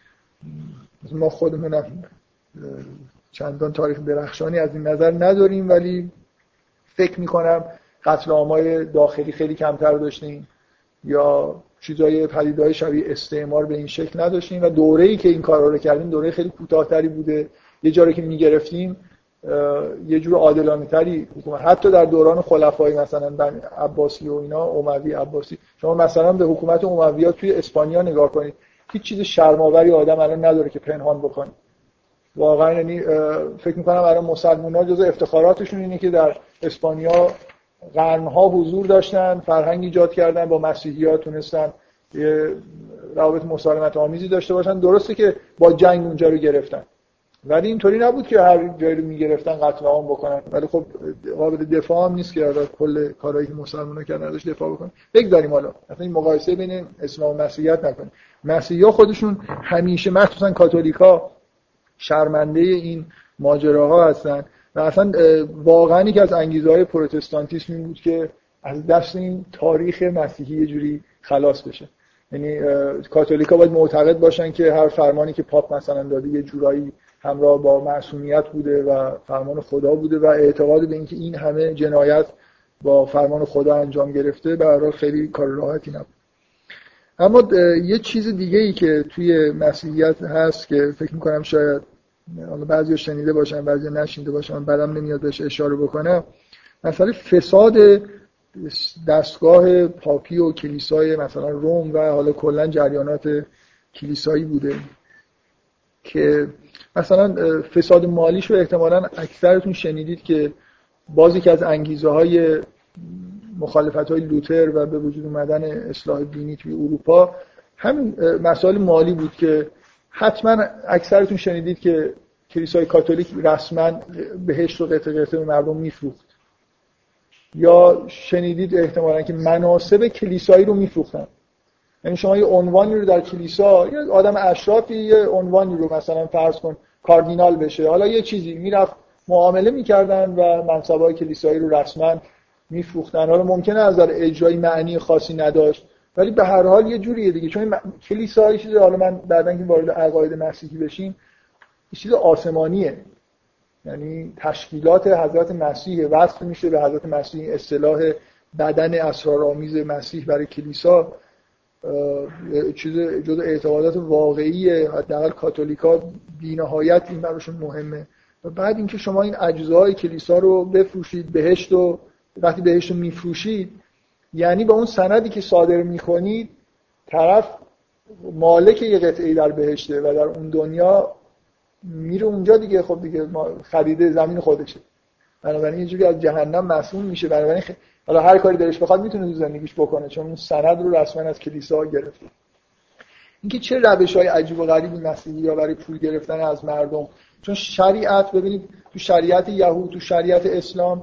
ما خودمون چندان تاریخ درخشانی از این نظر نداریم، ولی فکر میکنم قتل عامای داخلی خیلی کمتر داشتیم یا چیزای پدیده‌های شبیه استعمار به این شکل نداشتیم و دوره‌ای که این کارا رو کردیم دوره خیلی کوتاه‌تری بوده. یه جایی که میگرفتیم یه جور عادلانه‌تری حکومت، حتی در دوران خلفای مثلا بن عباسی و اینا، اموی عباسی، شما مثلا به حکومت اموی‌ها توی اسپانیا نگاه کنید، هیچ چیز شرم‌آوری آدم الان نداره که پنهان بکنه. واقعا یعنی فکر می‌کنم الان مسلمان‌ها جزو افتخاراتشون اینه که در اسپانیا قرن‌ها حضور داشتن، فرهنگ ایجاد کردن، با مسیحی‌ها تونستن یه روابط مسالمت آمیزی داشته باشن. درسته که با جنگ اونجا رو گرفتن، ولی اینطوری نبود که هر جایی رو میگرفتن قتل عام بکنن. ولی خب قابل دفاع هم نیست که حالا کل کارهایی که مسلمان‌ها کردن ازش دفاع بکنن. بگذاریم حالا اصلا این مقایسه بین اسلام و مسیحیت نکنیم. مسیحی‌ها خودشون همیشه مخصوصا کاتولیکا شرمنده این ماجراها هستن و اصلا واقعا یکی از انگیزه‌های پروتستانتیسم این بود که از دست این تاریخ مسیحی یه جوری خلاص بشه. یعنی کاتولیکا باید معتقد باشن که هر فرمانی که پاپ مثلا داده یه جورایی همراه با معصومیت بوده و فرمان خدا بوده و اعتقاد به اینکه این همه جنایت با فرمان خدا انجام گرفته برای خیلی کار راحتی نبود. اما یه چیز دیگه ای که توی مسیحیت هست که فکر میکنم شاید بعضی شنیده باشن بعضی نشنیده باشن، بعدم نمیاد بهش اشاره بکنم، مثلا فساد دستگاه پاپی و کلیسای مثلا روم و حالا کلا جریانات کلیسایی بوده که مثلا فساد مالیش رو احتمالاً اکثرتون شنیدید که بازی که از انگیزه های مخالفت های لوتر و به وجود اومدن اصلاح دینی توی اروپا همین مسائل مالی بود که حتما اکثرتون شنیدید که کلیسای کاتولیک رسما بهشت و قطعه قطعه به مردم میفروخت، یا شنیدید احتمالاً که مناصب کلیسایی رو میفروختن. یعنی شما یه عنوانی رو در کلیسا، یه آدم اشرافی یه عنوانی رو مثلا فرض کن کاردینال بشه، حالا یه چیزی میرفت معامله میکردن و منصب‌های کلیسایی رو رسما میفروختن. حالا ممکنه از نظر اجرایی معنی خاصی نداشت، ولی به هر حال یه جوریه دیگه، چون کلیسا چیز، حالا من بعداً که وارد عقاید مسیحی بشیم، یه چیز آسمانیه. یعنی تشکیلات حضرت مسیح وصف میشه به حضرت مسیح، اصطلاح بدن اسرارآمیز مسیح برای کلیسا چیز جزء اعتقادات واقعیه، حداقل کاتولیکا بی‌نهایت این براشون مهمه. و بعد اینکه شما این اجزای کلیسا رو بفروشید، بهشت رو وقتی بهشت رو میفروشید، یعنی با اون سندی که صادر میکنید طرف مالک یه قطعه‌ای در بهشته و در اون دنیا میره اونجا دیگه، خب دیگه خریده زمین خودشه، بنابراین یه جوری از جهنم مسئول میشه. بنابراین خ... حالا هر کاری دلش بخواد میتونه تو زندگیش بکنه، چون اون سند رو رسما از کلیسا گرفته. اینکه چه روش‌های عجیب و غریبی مسیحی‌ها برای پول گرفتن از مردم، چون شریعت، ببینید تو شریعت یهود، تو شریعت اسلام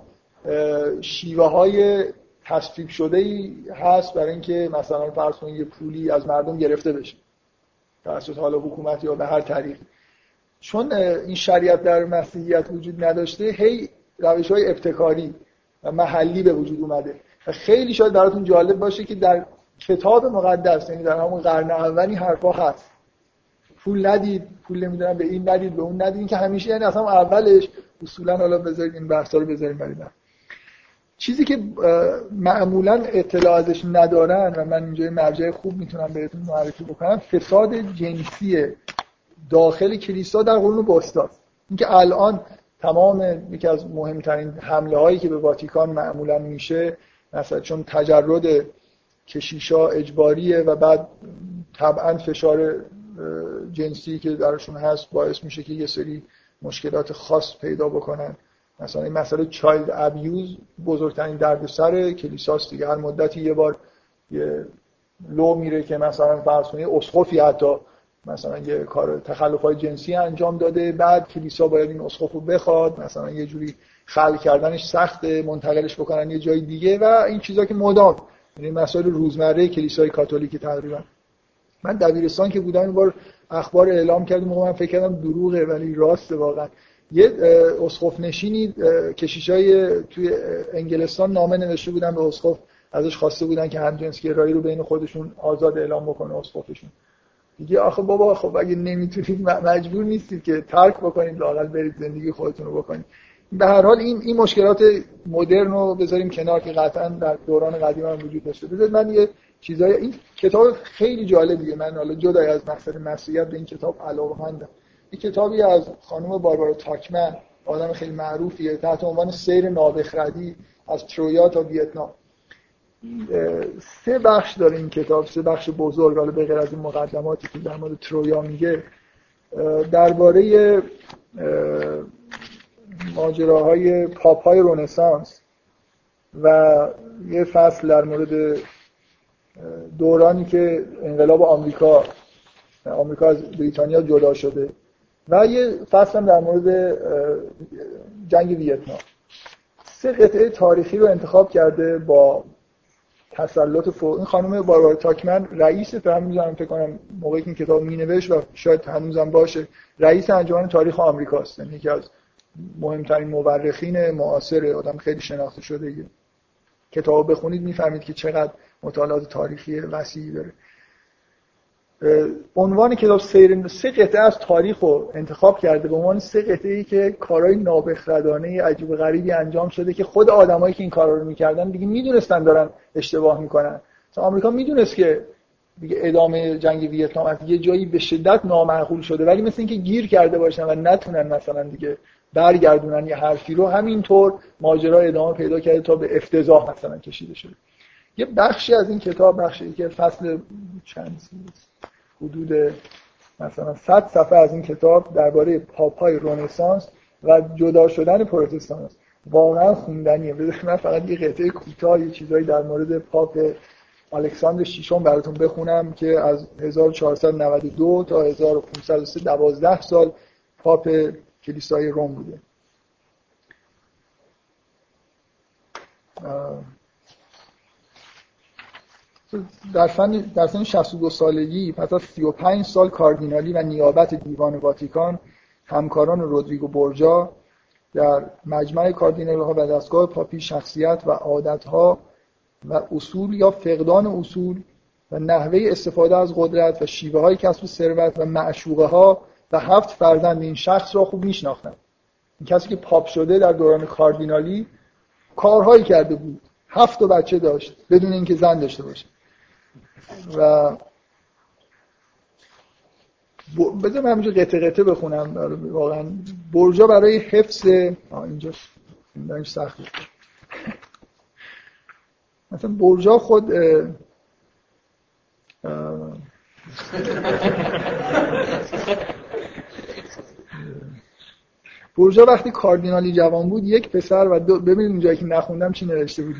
شیوه‌های تصویب شده‌ای هست برای اینکه مثلا فرض کنید یه پولی از مردم گرفته بشه توسط حالا حکومت یا به هر طریق. چون این شریعت در مسیحیت وجود نداشته، هی روش‌های ابتکاری و محلی به وجود اومده و خیلی شاید براتون جالب باشه که در کتاب مقدس، یعنی در همون قرن اولی حرفا هست پول ندید، پول نمیدونم به این ندید، به اون ندید، این که همیشه یعنی اصلا اولش اصولا، حالا بذارید این بحثا رو بذاریم برای بعد. چیزی که معمولا اطلاع ازش ندارن و من اینجا مرجع خوب میتونم بهتون معرفی بکنم، فساد جنسی داخل کلیسا در قرون وسطا. اینکه الان تمام یکی از مهمترین حمله هایی که به واتیکان معمولا میشه، مثلا چون تجرد کشیشا اجباریه و بعد طبعا فشار جنسی که درشون هست باعث میشه که یه سری مشکلات خاص پیدا بکنن. مثلا این مسئله چایلد ابیوز بزرگترین دردسر کلیساست دیگه. هر مدتی یه بار یه لو میره که مثلا فرض کنید اسقفی حتی مثلا یه کار تخلفات جنسی انجام داده، بعد کلیسا باید این اسقف رو بخواد، مثلا یه جوری خلع کردنش سخته، منتقلش بکنن یه جای دیگه و این چیزا که مدام، یعنی مسائل روزمره کلیسای کاتولیک تقریبا. من دبیرستان که بودم این بار اخبار اعلام کردم، موقع من فکر کردم دروغه ولی راسته واقعا. یه اسقف نشینی کشیشای توی انگلستان نامه نوشته بودن به اسقف، ازش خواسته بودن که همجنسگرایی رو بین خودشون آزاد اعلام بکنه اسقفشون. دیگه آخه بابا خب اگه نمیتونید مجبور نیستید که ترک بکنید، لااقل برید زندگی خودتون رو بکنید. به هر حال این این مشکلات مدرن رو بذاریم کنار که قطعا در دوران قدیم هم وجود داشته. بذارید من یه چیزای، این کتاب خیلی جالبیه، من حالا جدای از مسئله مسیحیت به این کتاب علاقه‌مندم. این کتابی از خانم باربارا تاکمن، آدم خیلی معروفیه، تحت عنوان سیر نابخردی از ترویا تا ویتنام. سه بخش داره این کتاب، سه بخش بزرگ، حالا به غیر از این مقدماتی که در مورد ترویا میگه، درباره ماجراهای پاپ‌های رنسانس و یه فصل در مورد دورانی که انقلاب آمریکا آمریکا از بریتانیا جدا شده و یه فصل هم در مورد جنگ ویتنام. سه قطعه تاریخی رو انتخاب کرده با تسلط فوق. این خانم باربارا تاکمن رئیس، فهم می‌ذارم فکر کنم موقعی که این کتاب می‌نوشت و شاید هنوزم باشه، رئیس انجمن تاریخ آمریکاست، یعنی یکی از مهمترین مورخین معاصر، آدم خیلی شناخته شده. کتاب بخونید میفهمید که چقدر مطالعات تاریخی وسیعی داره. عنوان کتاب سیر سه قطعه از تاریخ رو انتخاب کرده به عنوان سه قطعه‌ای که کارهای نابخردانه عجیب و غریبی انجام شده که خود آدمایی که این کارا رو میکردن دیگه میدونستن دارن اشتباه میکنن. مثلا آمریکا میدونست که دیگه ادامه جنگ ویتنام از یه جایی به شدت نامعقول شده، ولی مثل اینکه گیر کرده باشن و نتونن مثلا دیگه برگردونن یه حرفی رو، همینطور ماجرا ادامه پیدا کرده تا به افتضاح مثلا کشیده شده. یه بخشی از این کتاب، بخشی که فصل چند حدود مثلا صد صفحه از این کتاب درباره پاپای رنسانس و جدا شدن پروتستان است. واقعا خوندنیه. من فقط یه قطعه کوتاه یه چیزایی در مورد پاپ الکساندر ششم براتون بخونم که از هزار و چهارصد و نود و دو تا هزار و پانصد و سه دوازده سال پاپ کلیسای روم بوده. در سن در سن شصت و دو سالگی پس از سی و پنج سال کاردینالی و نیابت دیوان واتیکان، همکاران رودریگو بورجا در مجمع کاردینال‌ها و دستگاه پاپی شخصیت و عادت‌ها و اصول یا فقدان اصول و نحوه استفاده از قدرت و شیوه‌های کسب ثروت و معشوقه‌ها و هفت فرزند این شخص را خوب می‌شناختند. این کسی که پاپ شده در دوران کاردینالی کارهایی کرده بود، هفت تا بچه داشت بدون اینکه زن داشته باشه. و بذارم همینجا قطعه قطعه بخونم. واقعا برجا برای حفظ اینجا اینجا سخته. مثلا برجا خود اه... اه... برجا وقتی کاردینالی جوان بود یک پسر و دو... ببینید اونجایی که نخوندم چی نوشته بود.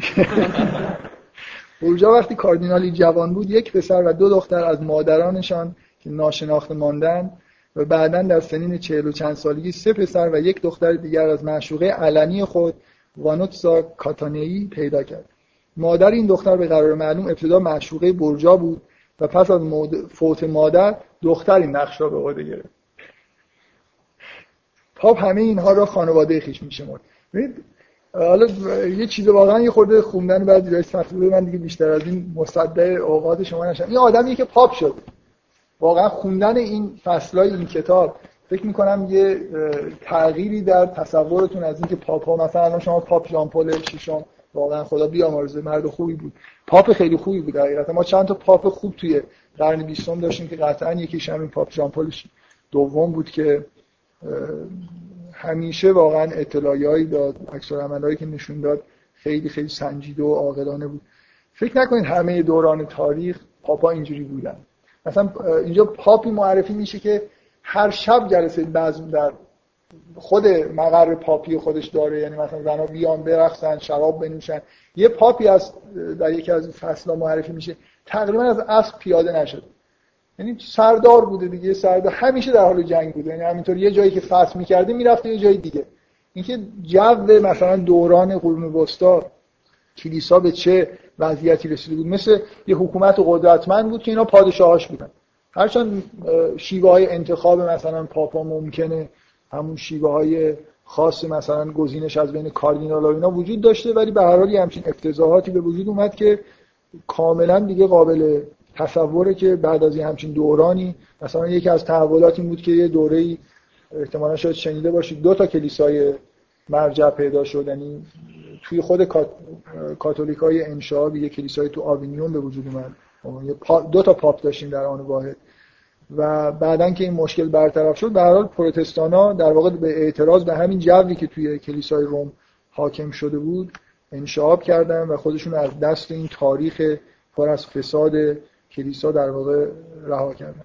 برجا وقتی کاردینالی جوان بود یک پسر و دو دختر از مادرانشان که ناشناخته ماندن و بعداً در سنین چهل و چند سالگی سه پسر و یک دختر دیگر از معشوقه علنی خود وانوتسا کاتانئی پیدا کرد. مادر این دختر به قرار معلوم ابتدا معشوقه برجا بود و پس از فوت مادر دختر این نقش را به عهده گرفت. پاپ همه اینها را خانواده خیش میشمرد. ببینید حالا یه چیز واقعا یه خورده خوندن بعد جای سخت بود، من دیگه بیشتر از این مصدق اوقات شما نشم. این آدمی که پاپ شد، واقعا خوندن این فصلای این کتاب فکر میکنم یه تغییری در تصورتون از این که پاپ ها، مثلا الان شما پاپ ژان پل ششم واقعا خدا بیامرزه مرد خوبی بود، پاپ خیلی خوبی بود. حقیقتا ما چند تا پاپ خوب توی قرن بیستم داشتیم که قطعا یکیش همین پاپ ژان پل دوم بود که همیشه واقعا اطلاعیه‌ای داد، عکس‌العملایی که نشون داد خیلی خیلی سنجیده و عاقلانه بود. فکر نکنید همه دوران تاریخ پاپا اینجوری بودن. مثلا اینجا پاپی معرفی میشه که هر شب جلسه بزم در خود مقر پاپی خودش داره، یعنی مثلا زنا بیان برقصن، شراب بنوشن. یه پاپی از در یکی از فصل‌ها معرفی میشه تقریبا از اسب پیاده نشد، یعنی سردار بوده دیگه، سردار همیشه در حال جنگ بوده، یعنی همینطور یه جایی که فتح می‌کرده میرفته یه جای دیگه. اینکه جو مثلا دوران قرون وسطا کلیسا به چه وضعیتی رسیده بود، مثل یه حکومت قدرتمند بود که اینا پادشاهاش بودن. هرچند شیوه‌های انتخاب مثلا پاپا ممکنه همون شیوه‌های خاص مثلا گزینش از بین کاردینال‌ها اینا وجود داشته، ولی به هر حال همچین افتضاحاتی به وجود اومد که کاملا دیگه قابل تصوره که بعد از این همچین دورانی، مثلا یکی از تحولات این بود که یه دوره‌ای احتمالاً شاید شنیده باشید دو تا کلیسای مرجع پیدا شد، یعنی توی خود کاتولیکای انشا یه کلیسای تو آوینیون به وجود اومد، دو تا پاپ داشتیم در آن واحد. و بعدن که این مشکل برطرف شد، به هر حال پروتستانا در واقع به اعتراض به همین جوی که توی کلیسای روم حاکم شده بود انشعاب کردن و خودشون از دست این تاریخ پر از فساد کلیسا در واقع رها کردن.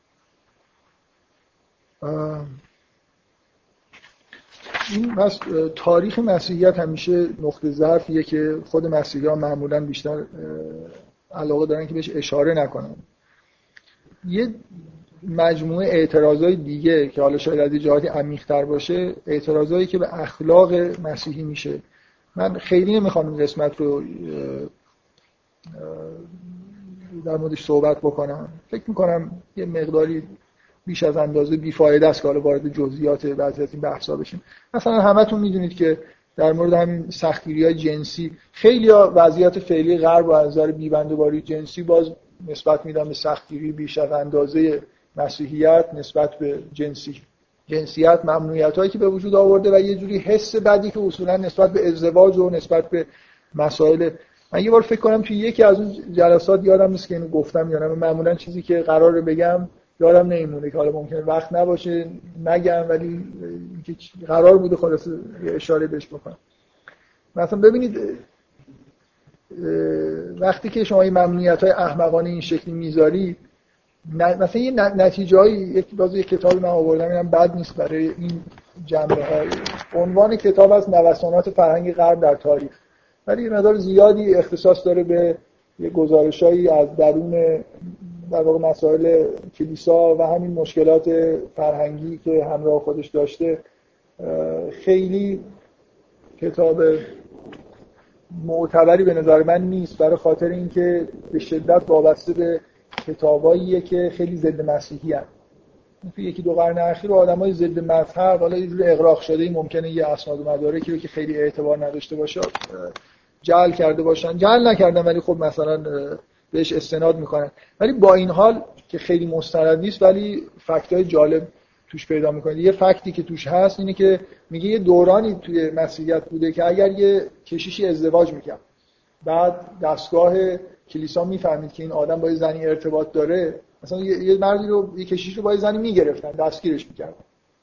این پس تاریخ مسیحیت همیشه نقطه ضعفیه که خود مسیحیان معمولاً بیشتر علاقه دارن که بهش اشاره نکنن. یه مجموعه اعتراضای دیگه که حالا شاید از جهاتی عمیق‌تر باشه، اعتراضایی که به اخلاق مسیحی میشه. من خیلی نمیخوام این قسمت رو در موردش صحبت بکنم، فکر میکنم یه مقداری بیش از اندازه بیفایده است که حالا وارد جزئیات بعضی از این بحثا بشیم. مثلا همتون میدونید که در مورد همین سختگیری‌های جنسی خیلی‌ها وضعیت فعلی غرب و از نظر بی‌بندوباری جنسی باز نسبت میدن به سختگیری بیش از اندازه مسیحیت نسبت به جنسی جنسیت، ممنوعیت‌هایی که به وجود آورده و یه جوری حس بدی که اصولا نسبت به ازدواج و نسبت به مسائل من یه بار فکر کنم توی یکی از اون جلسات یادم نیست که اینو گفتم یا نه، معمولا چیزی که قراره بگم یادم نمیمونه که حالا ممکنه وقت نباشه نگم، ولی قرار بوده خلاص یه اشاره بهش بکنم. مثلا ببینید وقتی که شما این ممنوعیت‌های احمقانه این شکلی میذاری، مثلا یه نتیجه‌ای یک بازی یک کتابی من آوردم، اینم بد نیست برای این جنبه‌ها. عنوان کتاب از نوسانات فرهنگ غرب در تاریخ، ولی مقدار زیادی اختصاص داره به یه گزارشایی از درون در واقع مسائل کلیسا و همین مشکلات فرهنگی که همراه خودش داشته. خیلی کتاب معتبری به نظر من نیست، برای خاطر اینکه به شدت وابسته به کتاباییه که خیلی ضد مسیحی هستند. توی یکی دو قرن اخیر آدمای ضد مذهب، حالا یه جور اغراق شده، ممکنه یه اسناد و مدارکی رو که خیلی اعتبار نداشته باشه جعل کرده باشن، جعل نکردن ولی خب مثلا بهش استناد میکنن، ولی با این حال که خیلی مستند نیست ولی فکتای جالب توش پیدا میکنید. یه فکتی که توش هست اینه که میگه یه دورانی توی مسیحیت بوده که اگر یه کشیشی ازدواج میکرد، بعد دستگاه کلیسا میفهمید که این آدم با یه زنی ارتباط داره، مثلا یه مردی رو، یه کشیش رو با یه زنی میگرفتن، دستگیرش میکردن،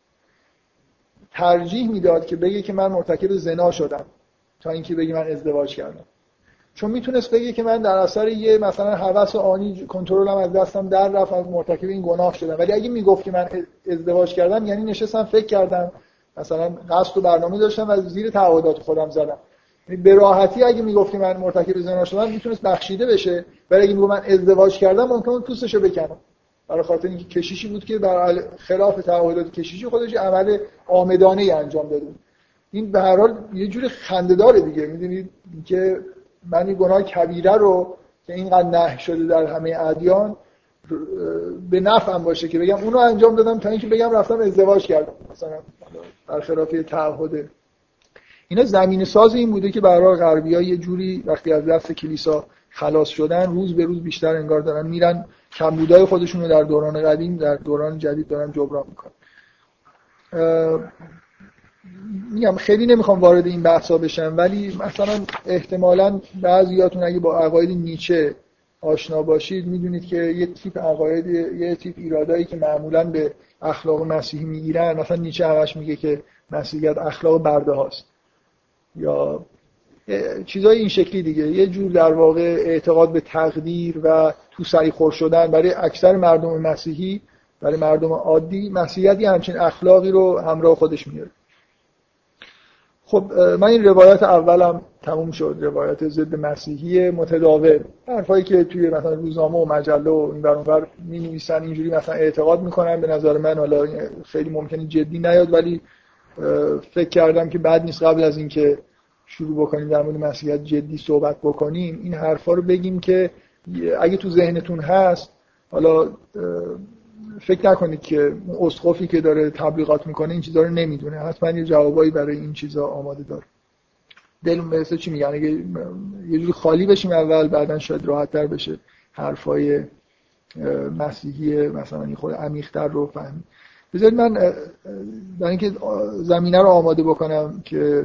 ترجیح میداد که بگه که من مرتکب زنا شدم تا اینکه بگه من ازدواج کردم، چون میتونست بگه که من در اثر یه مثلا هوس آنی کنترلم از دستم در رفت، مرتکب این گناه شدم. ولی اگه میگفت که من ازدواج کردم، یعنی نشستم فکر کردم، مثلا قصد و برنامه داشتم و زیر تعهدات خودم زدم. یعنی به راحتی اگه میگفت که من مرتکب زنا شدم میتونست بخشیده بشه، ولی اگه میگفت من ازدواج کردم ممکنه پوستشو بکنم، برای خاطر اینکه کشیشی بود که بر خلاف تعهدات کشیشی خودش عمل عامدانه انجام داده. این به هر حال یه جور خنده‌داره دیگه، میدونید که من این گناه کبیره رو که اینقدر نهی شده در همه ادیان به نفعم باشه که بگم اونو انجام دادم تا اینکه بگم رفتم ازدواج کردم، مثلا برخلاف تعهد. اینا زمین ساز این بوده که برای غربی‌ها یه جوری وقتی از دست کلیسا خلاص شدن، روز به روز بیشتر انگار دارن میرن کمبودای خودشون رو در دوران قدیم در دوران جدید دارن جبران میکنن. میگم خیلی نمیخوام وارد این بحثا بشم، ولی مثلا احتمالاً بعضیاتون اگه با عقاید نیچه آشنا باشید میدونید که یه تیپ عقاید، یه تیپ ایرادایی که معمولاً به اخلاق مسیحی میگیرن، مثلا نیچه همش میگه که مسیحیت اخلاق برده هاست یا چیزای این شکلی دیگه، یه جور در واقع اعتقاد به تقدیر و تو سری خور شدن برای اکثر مردم مسیحی، برای مردم عادی مسیحیت یه همچین اخلاقی رو همراه خودش میاره. خب من این روایت اولم تموم شد، روایت ضد مسیحی متداول، حرفایی که توی مثلا روزنامه و مجله و این ور اون ور می‌نویسن اینجوری مثلا اعتقاد میکنن. به نظر من حالا خیلی ممکنه جدی نیاد، ولی فکر کردم که بد نیست قبل از اینکه شروع بکنیم در مورد مسیحیت جدی صحبت بکنیم این حرفا رو بگیم که اگه تو ذهنتون هست، حالا فکر نکنید که اسقفی که داره تبلیغات میکنه این چیزا رو نمیدونه، حتما یه جوابایی برای این چیزا آماده داره. دلم برسه چی میگن، اگه یه جوری خالی بشیم اول، بعدن شاید راحت‌تر بشه حرفای مسیحی مثلا این خود عمیق‌تر رو فهمید. بذارید من برای اینکه زمینه رو آماده بکنم که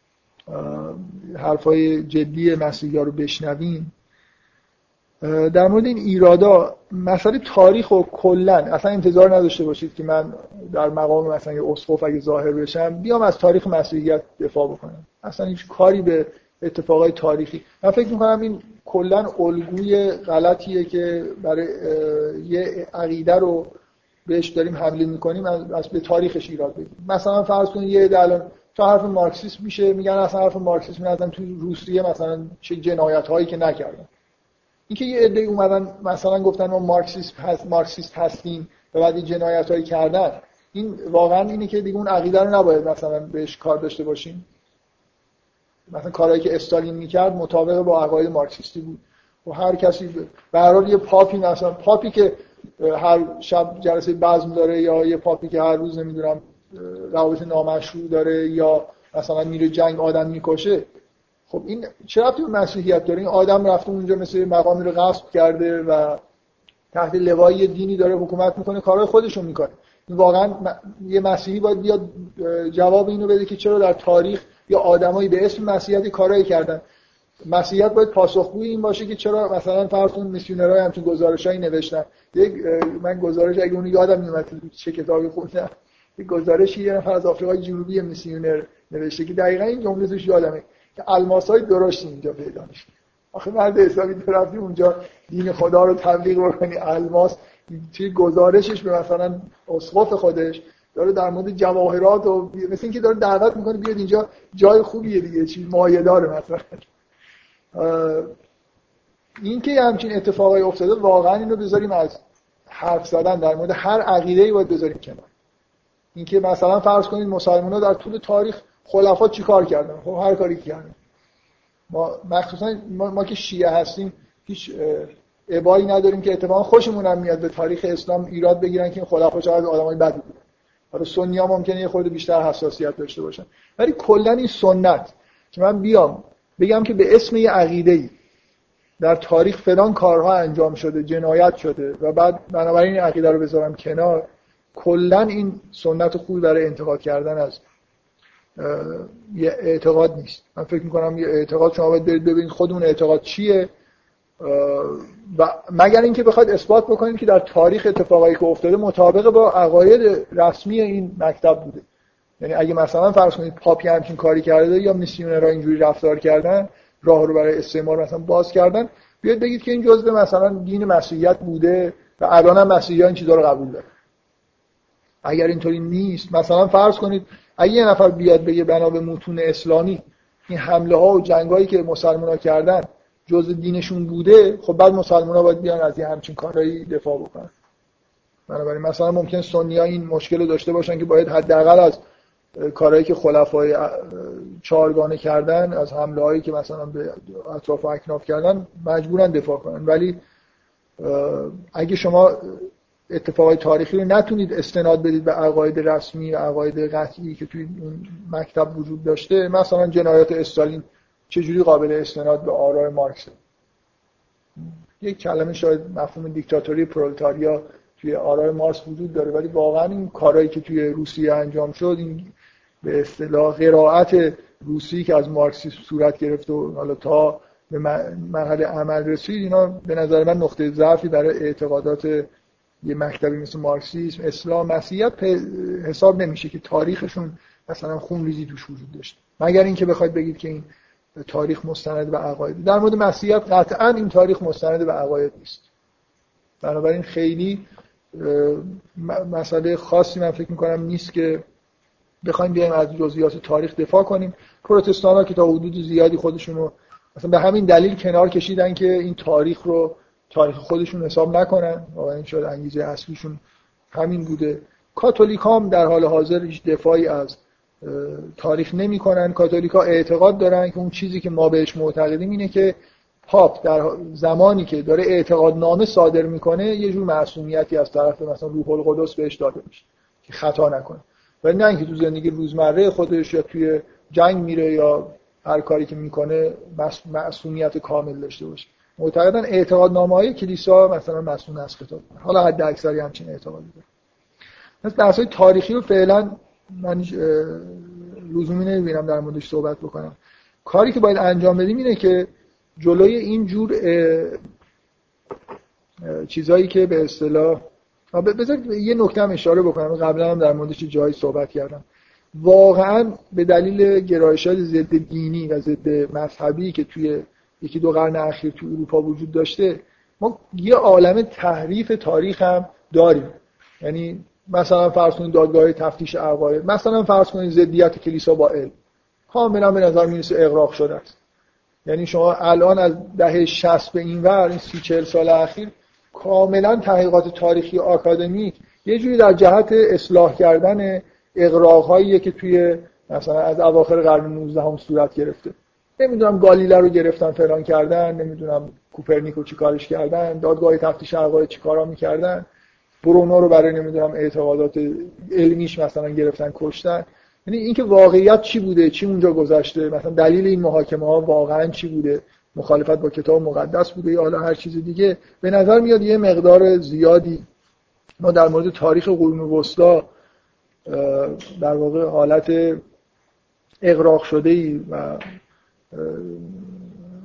حرفای جدی مسیحی‌ها رو بشنویم، در مورد این ایرادا مسئله تاریخ و کلن اصلا انتظار نداشته باشید که من در مقام مثلا یه اسقف اگه ظاهر بشم بیام از تاریخ مسیحیت دفاع بکنم، اصلا هیچ کاری به اتفاقای تاریخی. من فکر میکنم این کلن الگوی غلطیه که برای یه عقیده رو بهش داریم حمله میکنیم از به تاریخش ایراد بگیریم. مثلا فرض کنید یه الان تا حرف مارکسیسم میشه، میگن اصلا حرف مارکسیسم اصلا تو روسیه مثلا چه جنایت‌هایی که نکردن. اینکه یه عده‌ای اومدن مثلا گفتن ما مارکسیست هست مارکسیست هستیم و بعد جنایت‌هایی کردن، این واقعا اینه که دیگه اون عقیده رو نباید مثلا بهش کار داشته باشیم. مثلا کارهایی که استالین میکرد مطابق با عقاید مارکسیستی بود و هر کسی به هر حال یه پاپی مثلا پاپی که هر شب جلسه بزم داره یا یه پاپی که هر روز نمیدونم روابط نامشروع داره یا مثلا میره جنگ آدم میکشه، خب این چه ربطی به مسیحیت داره؟ این آدم رفته اونجا مثل مقامی رو غصب کرده و تحت لوای دینی داره حکومت میکنه، کارهای خودشون میکنه. واقعا یه مسیحی باید بیاد جواب اینو بده که چرا در تاریخ یا آدمایی به اسم مسیحیت کارایی کردن. مسیحیت باید پاسخگوی این باشه که چرا مثلا فرض کن میسیونرای همچین گزارشایی نوشتن. یک من گزارش اگه اون یادم میاد چه کتابی خوندم، یک گزارشی یه نفر از آفریقای جنوبی میسیونر نوشته که دقیقاً این جمله توش یادمه که الماسای درشتی اینجا پیدا میشه. آخه مرد حسابی تو رفتی اونجا دین خدا رو تبلیغ بکنی، الماس توی گزارشش به مثلا اسقف خودش داره در مورد جواهرات و مثل اینکه داره دعوت میکنه بیاد اینجا جای خوبیه دیگه، چیز مایه داره مثلا. این که همچین اتفاقای افتاده واقعا اینو بذاریم از حرف زدن در مورد هر عقیده‌ای باید بذاریم کنار. این که مثلا فرض کنید مسلمان‌ها در طول تاریخ خلفا چیکار کردن؟ خب هر کاری کردن. ما مخصوصا ما, ما که شیعه هستیم هیچ ابایی نداریم که اتفاقا خوشمون هم میاد به تاریخ اسلام ایراد بگیرن که این خلفا چقدر آدمای بدی بودن. حالا سنی‌ها ممکنه یه خورده بیشتر حساسیت داشته باشن، ولی کلا این سنت که من بیام بگم که به اسم یه عقیده‌ای در تاریخ فلان کارها انجام شده، جنایت شده و بعد بنابراین این عقیده رو بذارم کنار، کلا این سنت خوبی برای انتقاد کردن از یه اعتقاد نیست. من فکر می‌کنم یه اعتقاد شما باید برید ببینید خود اون اعتقاد چیه و مگر اینکه بخواید اثبات بکنید که در تاریخ اتفاقایی که افتاده مطابق با عقاید رسمی این مکتب بوده. یعنی اگه مثلا فرض کنید پاپی همچین کاری کرده یا میسیونرها اینجوری رفتار کردن، راه رو برای استعمار مثلا باز کردن، بیاید بگید که این جزء مثلا دین مسیحیت بوده و الان هم مسیحیان این چیزا رو قبول دارن. اگر اینطوری نیست، مثلا فرض کنید اگه یه نفر بیاد بگه بنا به متون اسلامی این حمله ها و جنگایی که مسلمان‌ها کردن جزء دینشون بوده، خب بعد مسلمان‌ها باید بیان از این همچین کارهایی دفاع بکنن. بنابراین مثلا ممکن سنی‌ها این مشکل رو داشته باشن که باید حداقل از کارهایی که خلفای چهارگانه کردن، از حمله هایی که مثلا به اطراف و اکناف کردن مجبورن دفاع کنن. ولی اگه شما اتفاقای تاریخی رو نتونید استناد بدید به عقاید رسمی و عقاید قطعی که توی اون مکتب وجود داشته، مثلا جنایات استالین چجوری قابل استناد به آراء مارکس؟ یک کلمه شاید مفهوم دیکتاتوری پرولتاریا توی آراء مارکس وجود داره، ولی واقعا این کارهایی که توی روسیه انجام شد، این به اصطلاح قرائت روسی که از مارکسیسم صورت گرفت و حالا تا به مرحله عمل رسید، اینا به نظر من نقطه ضعفی برای اعتقادات یه مکتبی مثل مارکسیسم، اسلام، مسیحیت حساب نمیشه که تاریخشون مثلا خونریزی توش وجود داشته، مگر اینکه بخواید بگید که این تاریخ مستند به عقاید. در مورد مسیحیت قطعا این تاریخ مستند به عقاید نیست. بنابراین خیلی مسئله خاصی من فکر می‌کنم نیست که بخوایم بیایم از جزئیات تاریخ دفاع کنیم. پروتستان‌ها که تا حدود زیادی خودشونو مثلا به همین دلیل کنار کشیدن که این تاریخ رو تاریخ خودشون حساب نکنن، واقعا این شاید انگیزه اصلیشون همین بوده. کاتولیک‌ها هم در حال حاضر هیچ دفاعی از تاریخ نمی‌کنن. کاتولیک‌ها اعتقاد دارن که اون چیزی که ما بهش معتقدیم اینه که پاپ در زمانی که داره اعتقادنامه صادر میکنه یه جور معصومیتی از طرف مثلا روح القدس بهش داده میشه که خطا نکنه، ولی نه اینکه تو زندگی روزمره خودش یا توی جنگ میره یا هر کاری که میکنه معصومیت کامل داشته باشه. معتقدن اعتقادنامه‌های کلیسا مثلا معصوم از خطا، حالا حد اکثری همچین اعتقادی داره. مثلا بحث‌های تاریخی رو فعلا من لزومی نمیبینم در موردش صحبت بکنم. کاری که باید انجام بدیم اینه که جلوی این جور چیزایی که به اصطلاح بذارید یه نکته هم اشاره بکنم، قبلا هم در موردش جایی صحبت کردم. واقعا به دلیل گرایشات ضد دینی و ضد مذهبی که توی یکی دو قرن اخیر توی اروپا وجود داشته، ما یه عالمه تحریف تاریخ هم داریم. یعنی مثلا فرض کنید دادگاه تفتیش عقاید، مثلا فرض کنید ضدیت کلیسا با علم، کاملا به نظر میرسه اغراق شده است. یعنی شما الان از دهه شصت به این ور، این سی چهل سال اخیر، کاملا تحقیقات تاریخی آکادمیک یه جوری در جهت اصلاح کردن اغراق‌هایی که توی مثلا از اواخر قرن نوزدهم صورت گرفته. نمیدونم گالیله رو گرفتن فلان کردن، نمیدونم کوپرنیکو چی کارش کردن، دادگاه تفتیش عقاید چی کارا میکردن، برونو رو برای نمیدونم اعتقادات علمیش مثلا گرفتن کشتن. یعنی اینکه واقعیت چی بوده، چی اونجا گذشته، مثلا دلیل این محاکمه ها واقعا چی بوده، مخالفت با کتاب مقدس بوده یا حالا هر چیز دیگه، به نظر میاد یه مقدار زیادی ما در مورد تاریخ قرون وسطا در واقع حالت اغراق شده‌ای و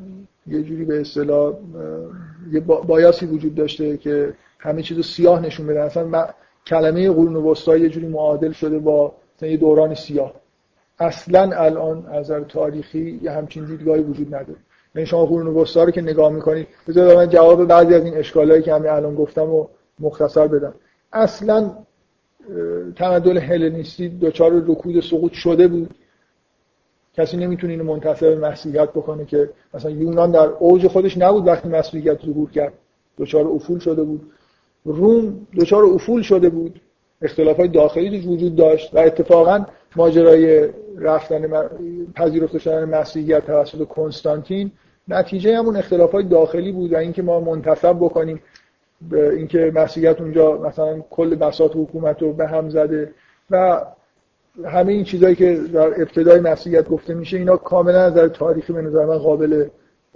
یه جوری به اصطلاح یه بایاسی وجود داشته که همه چیزو سیاه نشون بده. اصلا کلمه قرون وسطا یه جوری معادل شده با مثلا یه دوران سیاه. اصلا الان از نظر تاریخی یه همچین دیدگاهی وجود نداره. یعنی شما قرون وسطا رو که نگاه میکنید، بذارید من جواب بعضی از این اشکالایی که همین الان گفتم رو مختصر بدم. اصلا تمدن هلنیستی دچار رکود سقوط شده بود. کسی نمیتونه اینو منتسب به مسیحیت بکنه که مثلا یونان در اوج خودش نبود وقتی مسیحیت ظهور کرد، دچار افول شده بود. روم دچار افول شده بود، اختلافات داخلی توش وجود داشت و اتفاقا ماجرای رفتن پذیرفته شدن مسیحیت توسط کنستانتین نتیجه همون اختلافات داخلی بود و اینکه ما منتسب بکنیم به اینکه مسیحیت اونجا مثلا کل بساط حکومت رو به هم زده و همه این چیزایی که در ابتدای مسیحیت گفته میشه، اینا کاملا از نظر تاریخی به نظر من قابل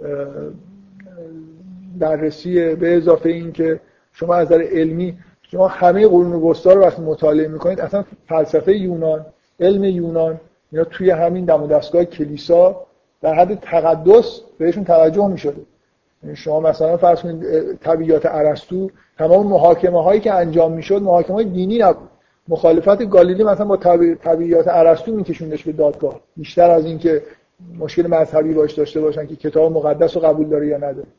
بررسیه. به اضافه این که شما از نظر علمی شما همه قرون وسطا رو وقتی مطالعه میکنید، اصلا فلسفه یونان، علم یونان، اینا توی همین دم و دستگاه کلیسا در حد تقدس بهشون توجه میشده. یعنی شما مثلا فرض کنید طبیعیات ارسطو، تمام محاکمه هایی که انجام میشد محاکمه های دینی نبود. مخالفت گالیله مثلا با طبیعیات ارسطو میکشوندش به دادگاه، بیشتر از این که مشکل مذهبی باش داشته باشن که کتاب مقدس رو قبول داره یا نداره.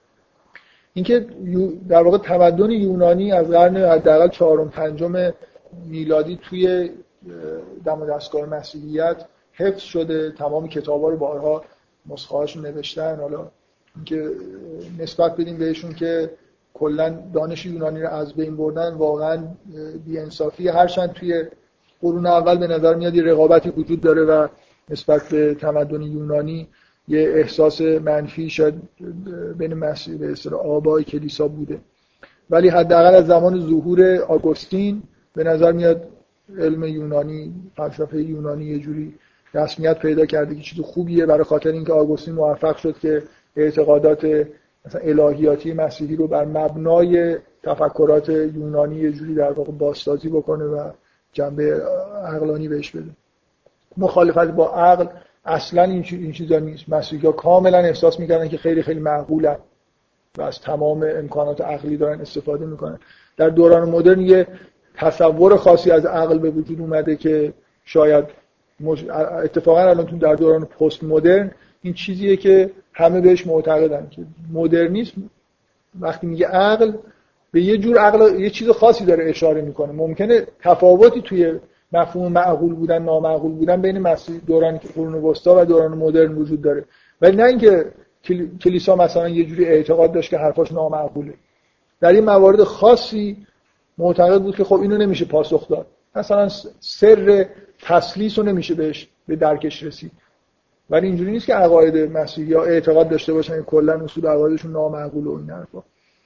اینکه در واقع تمدن یونانی از قرن حداقل چهارم پنجم میلادی توی دم و دستگاه مسیحیت حفظ شده، تمام کتابا رو بارها نسخه‌هاشون نوشتن. حالا اینکه نسبت بدیم بهشون که کلا دانش یونانی رو از بین بردن واقعا بی‌انصافی، هرچند توی قرون اول به نظر میاد رقابتی وجود داره و نسبت به تمدن یونانی یه احساس منفی شاید بین مسیح به اصطلاح آبای کلیسا بوده، ولی حداقل از زمان ظهور آگوستین به نظر میاد علم یونانی، فلسفه یونانی یه جوری رسمیت پیدا کرده که چیز خوبیه، برای خاطر اینکه آگوستین موفق شد که اعتقادات مثلا الهیاتی مسیحی رو بر مبنای تفکرات یونانی یه جوری در واقع بازسازی بکنه و جنبه عقلانی بهش بده. مخالفت با عقل اصلا این این چیزا نیست. مسیحی‌ها کاملا احساس می‌کردن که خیلی خیلی معقولن و از تمام امکانات عقلی دارن استفاده می‌کنن. در دوران مدرن یه تصور خاصی از عقل به وجود اومده که شاید مج... اتفاقا الان تو در دوران پست مدرن این چیزیه که همه بهش معتقدن که مدرنیسم وقتی میگه عقل به یه جور عقل یه چیز خاصی داره اشاره میکنه. ممکنه تفاوتی توی مفهوم معقول بودن نامعقول بودن بین مسیح دوران قرون وسطا و دوران مدرن وجود داره، ولی نه اینکه کلیسا مثلا یه جوری اعتقاد داشت که حرفاش نامعقوله. در این موارد خاصی معتقد بود که خب اینو نمیشه پاسخ داد، مثلا سر تثلیث رو نمیشه بهش به درکش رسید. ولی اینجوری نیست که عقاید مسیحی ها اعتقاد داشته باشن که کلا اصول عقایدشون نامعقول و این حرفا.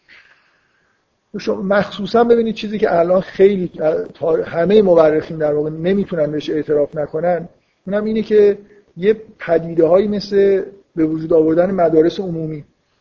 شما مخصوصا ببینید چیزی که الان خیلی همه مورخین در واقع نمیتونن بهش اعتراف نکنن، اونم اینه که یه پدیده‌هایی مثل به وجود آوردن مدارس عمومی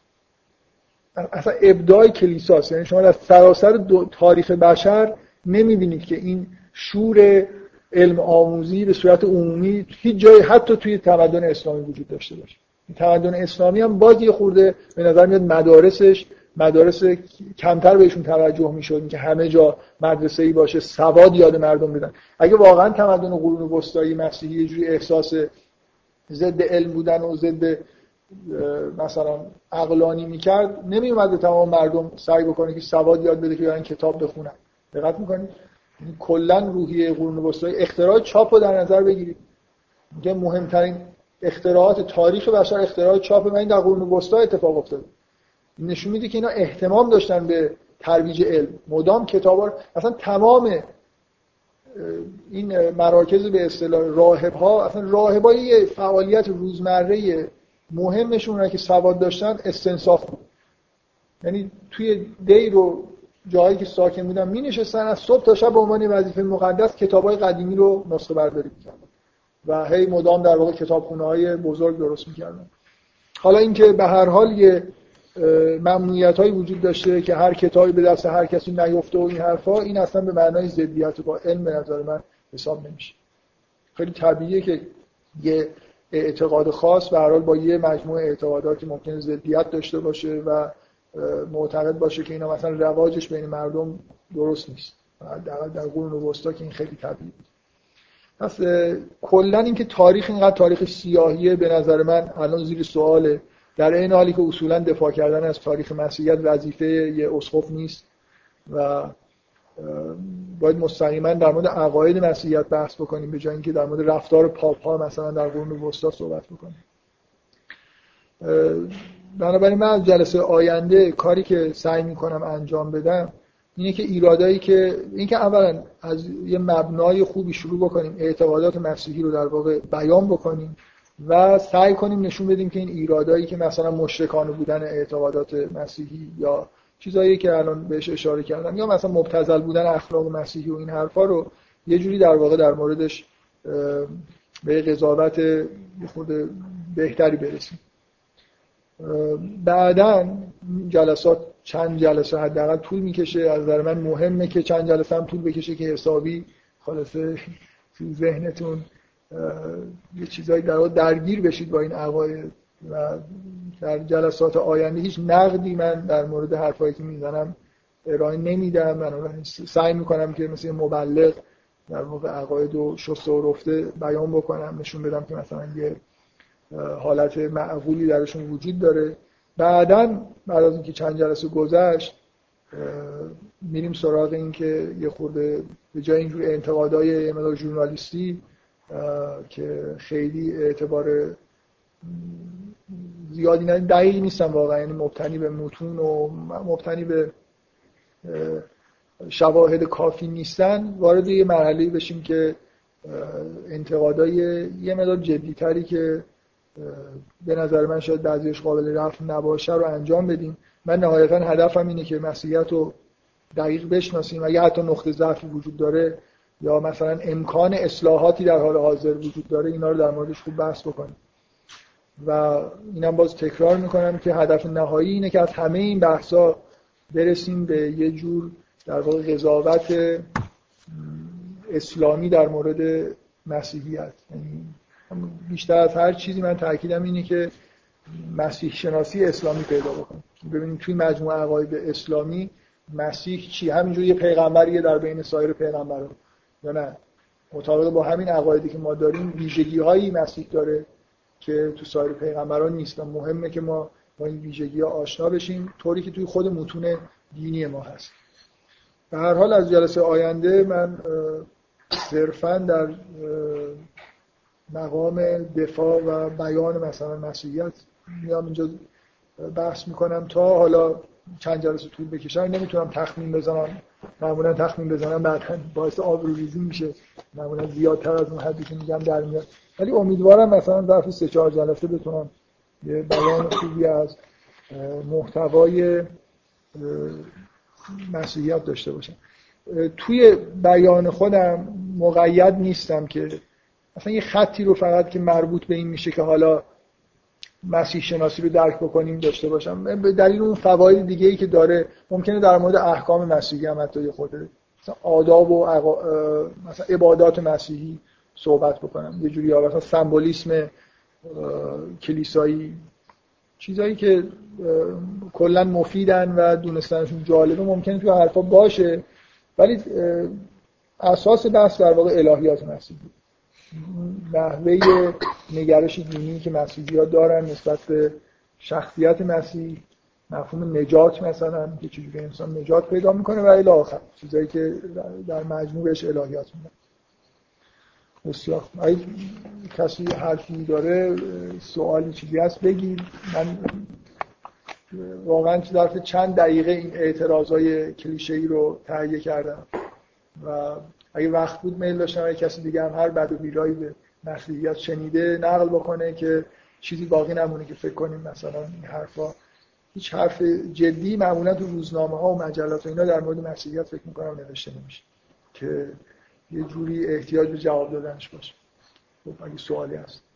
اصلا ابداع کلیساست. یعنی شما در سراسر تاریخ بشر نمیبینید که این شور علم آموزی به صورت عمومی هیچ جایی حتی توی تمدن اسلامی وجود داشته باشه. تمدن اسلامی هم باز یه خورده به نظر میاد مدارسش مدارس کمتر بهشون توجه میشد که همه جا مدرسه‌ای باشه سواد یاد مردم بدن. اگه واقعا تمدن قرون وسطایی مسیحی یه جوری احساس ضد علم بودن و ضد مثلا عقلانی میکرد، نمیومد به تمام مردم سعی بکنه که سواد یاد بده که برن کتاب بخونن. دقت میکنید؟ کلا روحیه قرون وسطایی اختراع چاپ رو در نظر بگیرید، میگه مهمترین اختراعات تاریخ بشر اختراع چاپ، من در قرون وسطا اتفاق افتاد. نشون میده که اینا اهتمام داشتن به ترویج علم، مدام کتابا، اصلا تمام این مراکز به اصطلاح راهب‌ها، اصلا راهب‌ها یه فعالیت روزمره مهمشون رو که سواد داشتن استنساخ بود. یعنی توی دیر و جایی که ساکن بودن می‌نشستن از صبح تا شب به عنوان وظیفه مقدس کتاب‌های قدیمی رو نسخه برداری می‌کردن و هی مدام در واقع کتابخونه‌های بزرگ درست می‌کردن. حالا اینکه به هر حال یه ممنوعیت‌هایی وجود داشته که هر کتابی به دست هر کسی نیفته و این حرفا، این اصلا به معنای ضدیت با علم به نظر من حساب نمیشه. خیلی طبیعیه که یه اعتقاد خاص به هر حال با یه مجموعه اعتقاداتی ممکنه ضدیت داشته باشه و معتقد باشه که اینا مثلا رواجش بین مردم درست نیست. حداقل در قرون وسطا که این خیلی طبیعی بود. پس کلا اینکه تاریخ اینقدر تاریخ سیاهیه به نظر من الان زیر سواله، در این حالی که اصولا دفاع کردن از تاریخ مسیحیت وظیفه یه اسقف نیست و باید مستقیما در مورد عقاید مسیحیت بحث بکنیم به جای اینکه در مورد رفتار پاپ ها مثلا در قرون وسطا صحبت بکنیم. بنابراین من از جلسه آینده کاری که سعی میکنم انجام بدم اینه که ایرادایی که اینکه اولا از یه مبنای خوبی شروع بکنیم، اعتقادات مسیحی رو در واقع بیان بکنیم و سعی کنیم نشون بدیم که این ایرادایی که مثلا مشرکانه بودن اعتقادات مسیحی یا چیزایی که الان بهش اشاره کردم یا مثلا مبتذل بودن اخلاق مسیحی و این حرفا رو یه جوری در واقع در موردش به قضاوت خود بهتری برسیم. بعداً جلسات چند جلسه حداقل طول میکشه، از نظر من مهمه که چند جلسه هم طول بکشه که حسابی خلاصه تو ذهنتون یه چیزایی در واقع درگیر بشید با این عقاید و در جلسات آینده هیچ نقدی من در مورد حرفایی که میزنم ارائه نمیدم. من سعی میکنم که مثل مبلغ در واقع عقاید و شسته و رفته بیان بکنم، نشون بدم که مثلا یه حالت معقولی درشون وجود داره. بعداً بعد از اینکه چند جلسه گذشت میریم سراغ این که یه خورده به جای اینجور انتقادهای یه مقدار ژورنالیستی که خیلی اعتبار زیادی نداره، دقیق نیستن واقعا، یعنی مبتنی به متون و مبتنی به شواهد کافی نیستن، وارد یه مرحله‌ای بشیم که انتقادهای یه مقدار جدی‌تری که به نظر من شاید بعضیش قابل رفع نباشه رو انجام بدیم. من نهایتا هدفم اینه که مسیحیت رو دقیق بشناسیم، اگه حتی نقطه ضعفی وجود داره یا مثلا امکان اصلاحاتی در حال حاضر وجود داره اینا رو در موردش خوب بحث بکنیم. و اینم باز تکرار میکنم که هدف نهایی اینه که از همه این بحثا برسیم به یه جور در واقع قضاوت اسلامی در مورد مسیحیت. یعنی بیشتر از هر چیزی من تأکیدم اینه که مسیح شناسی اسلامی پیدا بکنیم، ببینیم توی مجموعه عقاید اسلامی مسیح چی، همینجوری یه پیغمبریه در بین سایر پیغمبران یا نه مطابق با همین عقایدی که ما داریم ویژگی‌هایی مسیح داره که تو سایر پیغمبران نیست و مهمه که ما با این ویژگی‌ها آشنا بشیم طوری که توی خود متون دینی ما هست. به هر حال از جلسه آینده من صرفاً در مقام دفاع و بیان مثلا مسیحیت میام اینجا بحث میکنم تا حالا چند جلسه طول بکشه. نمیتونم تخمین بزنم، معمولا تخمین بزنم بعداً باعث آبروریزی میشه، معمولا زیادتر از اون حدی که میگم در میاد، ولی امیدوارم مثلا ظرف سه چهار جلسه بتونم یه بیان خوبی از محتوای مسیحیت داشته باشم. توی بیان خودم مقید نیستم که مثلا یه خطی رو فقط که مربوط به این میشه که حالا مسیح شناسی رو درک بکنیم داشته باشم. به دلیل اون فواید دیگه‌ای که داره ممکنه در مورد احکام مسیحی هم حتی خود مثلا آداب و اقا... مثلا عبادات مسیحی صحبت بکنم، یه جوری مثلا سمبولیسم کلیسایی، چیزایی که کلا مفیدن و دونستنشون جالبه ممکنه توی حرفا باشه، ولی اساس بحث در واقع الهیات مسیحی، نحوه نگرش دینی که مسیحی‌ها دارن نسبت به شخصیت مسیح، مفهوم نجات مثلا که چجوری انسان نجات پیدا میکنه و الی آخر چیزایی که در مجموع بهش الهیات میگن. بسیار اگه کسی حرفی داره سوالی چیزی هست بگید. من واقعا ظرف چند دقیقه این اعتراضای کلیشه‌ای رو تهیه کردم و اگه وقت بود میل داشتم اگه کسی دیگه هم هر بد و بیرایی به مسیحیت شنیده نقل بکنه که چیزی باقی نمونه که فکر کنیم مثلا این حرفا هیچ حرف جدی معمولا تو روزنامه ها و مجلات و اینا در مورد مسیحیت فکر میکنم نوشته نمیشه که یه جوری احتیاج به جواب دادنش باشه. خب اگه سوالی هست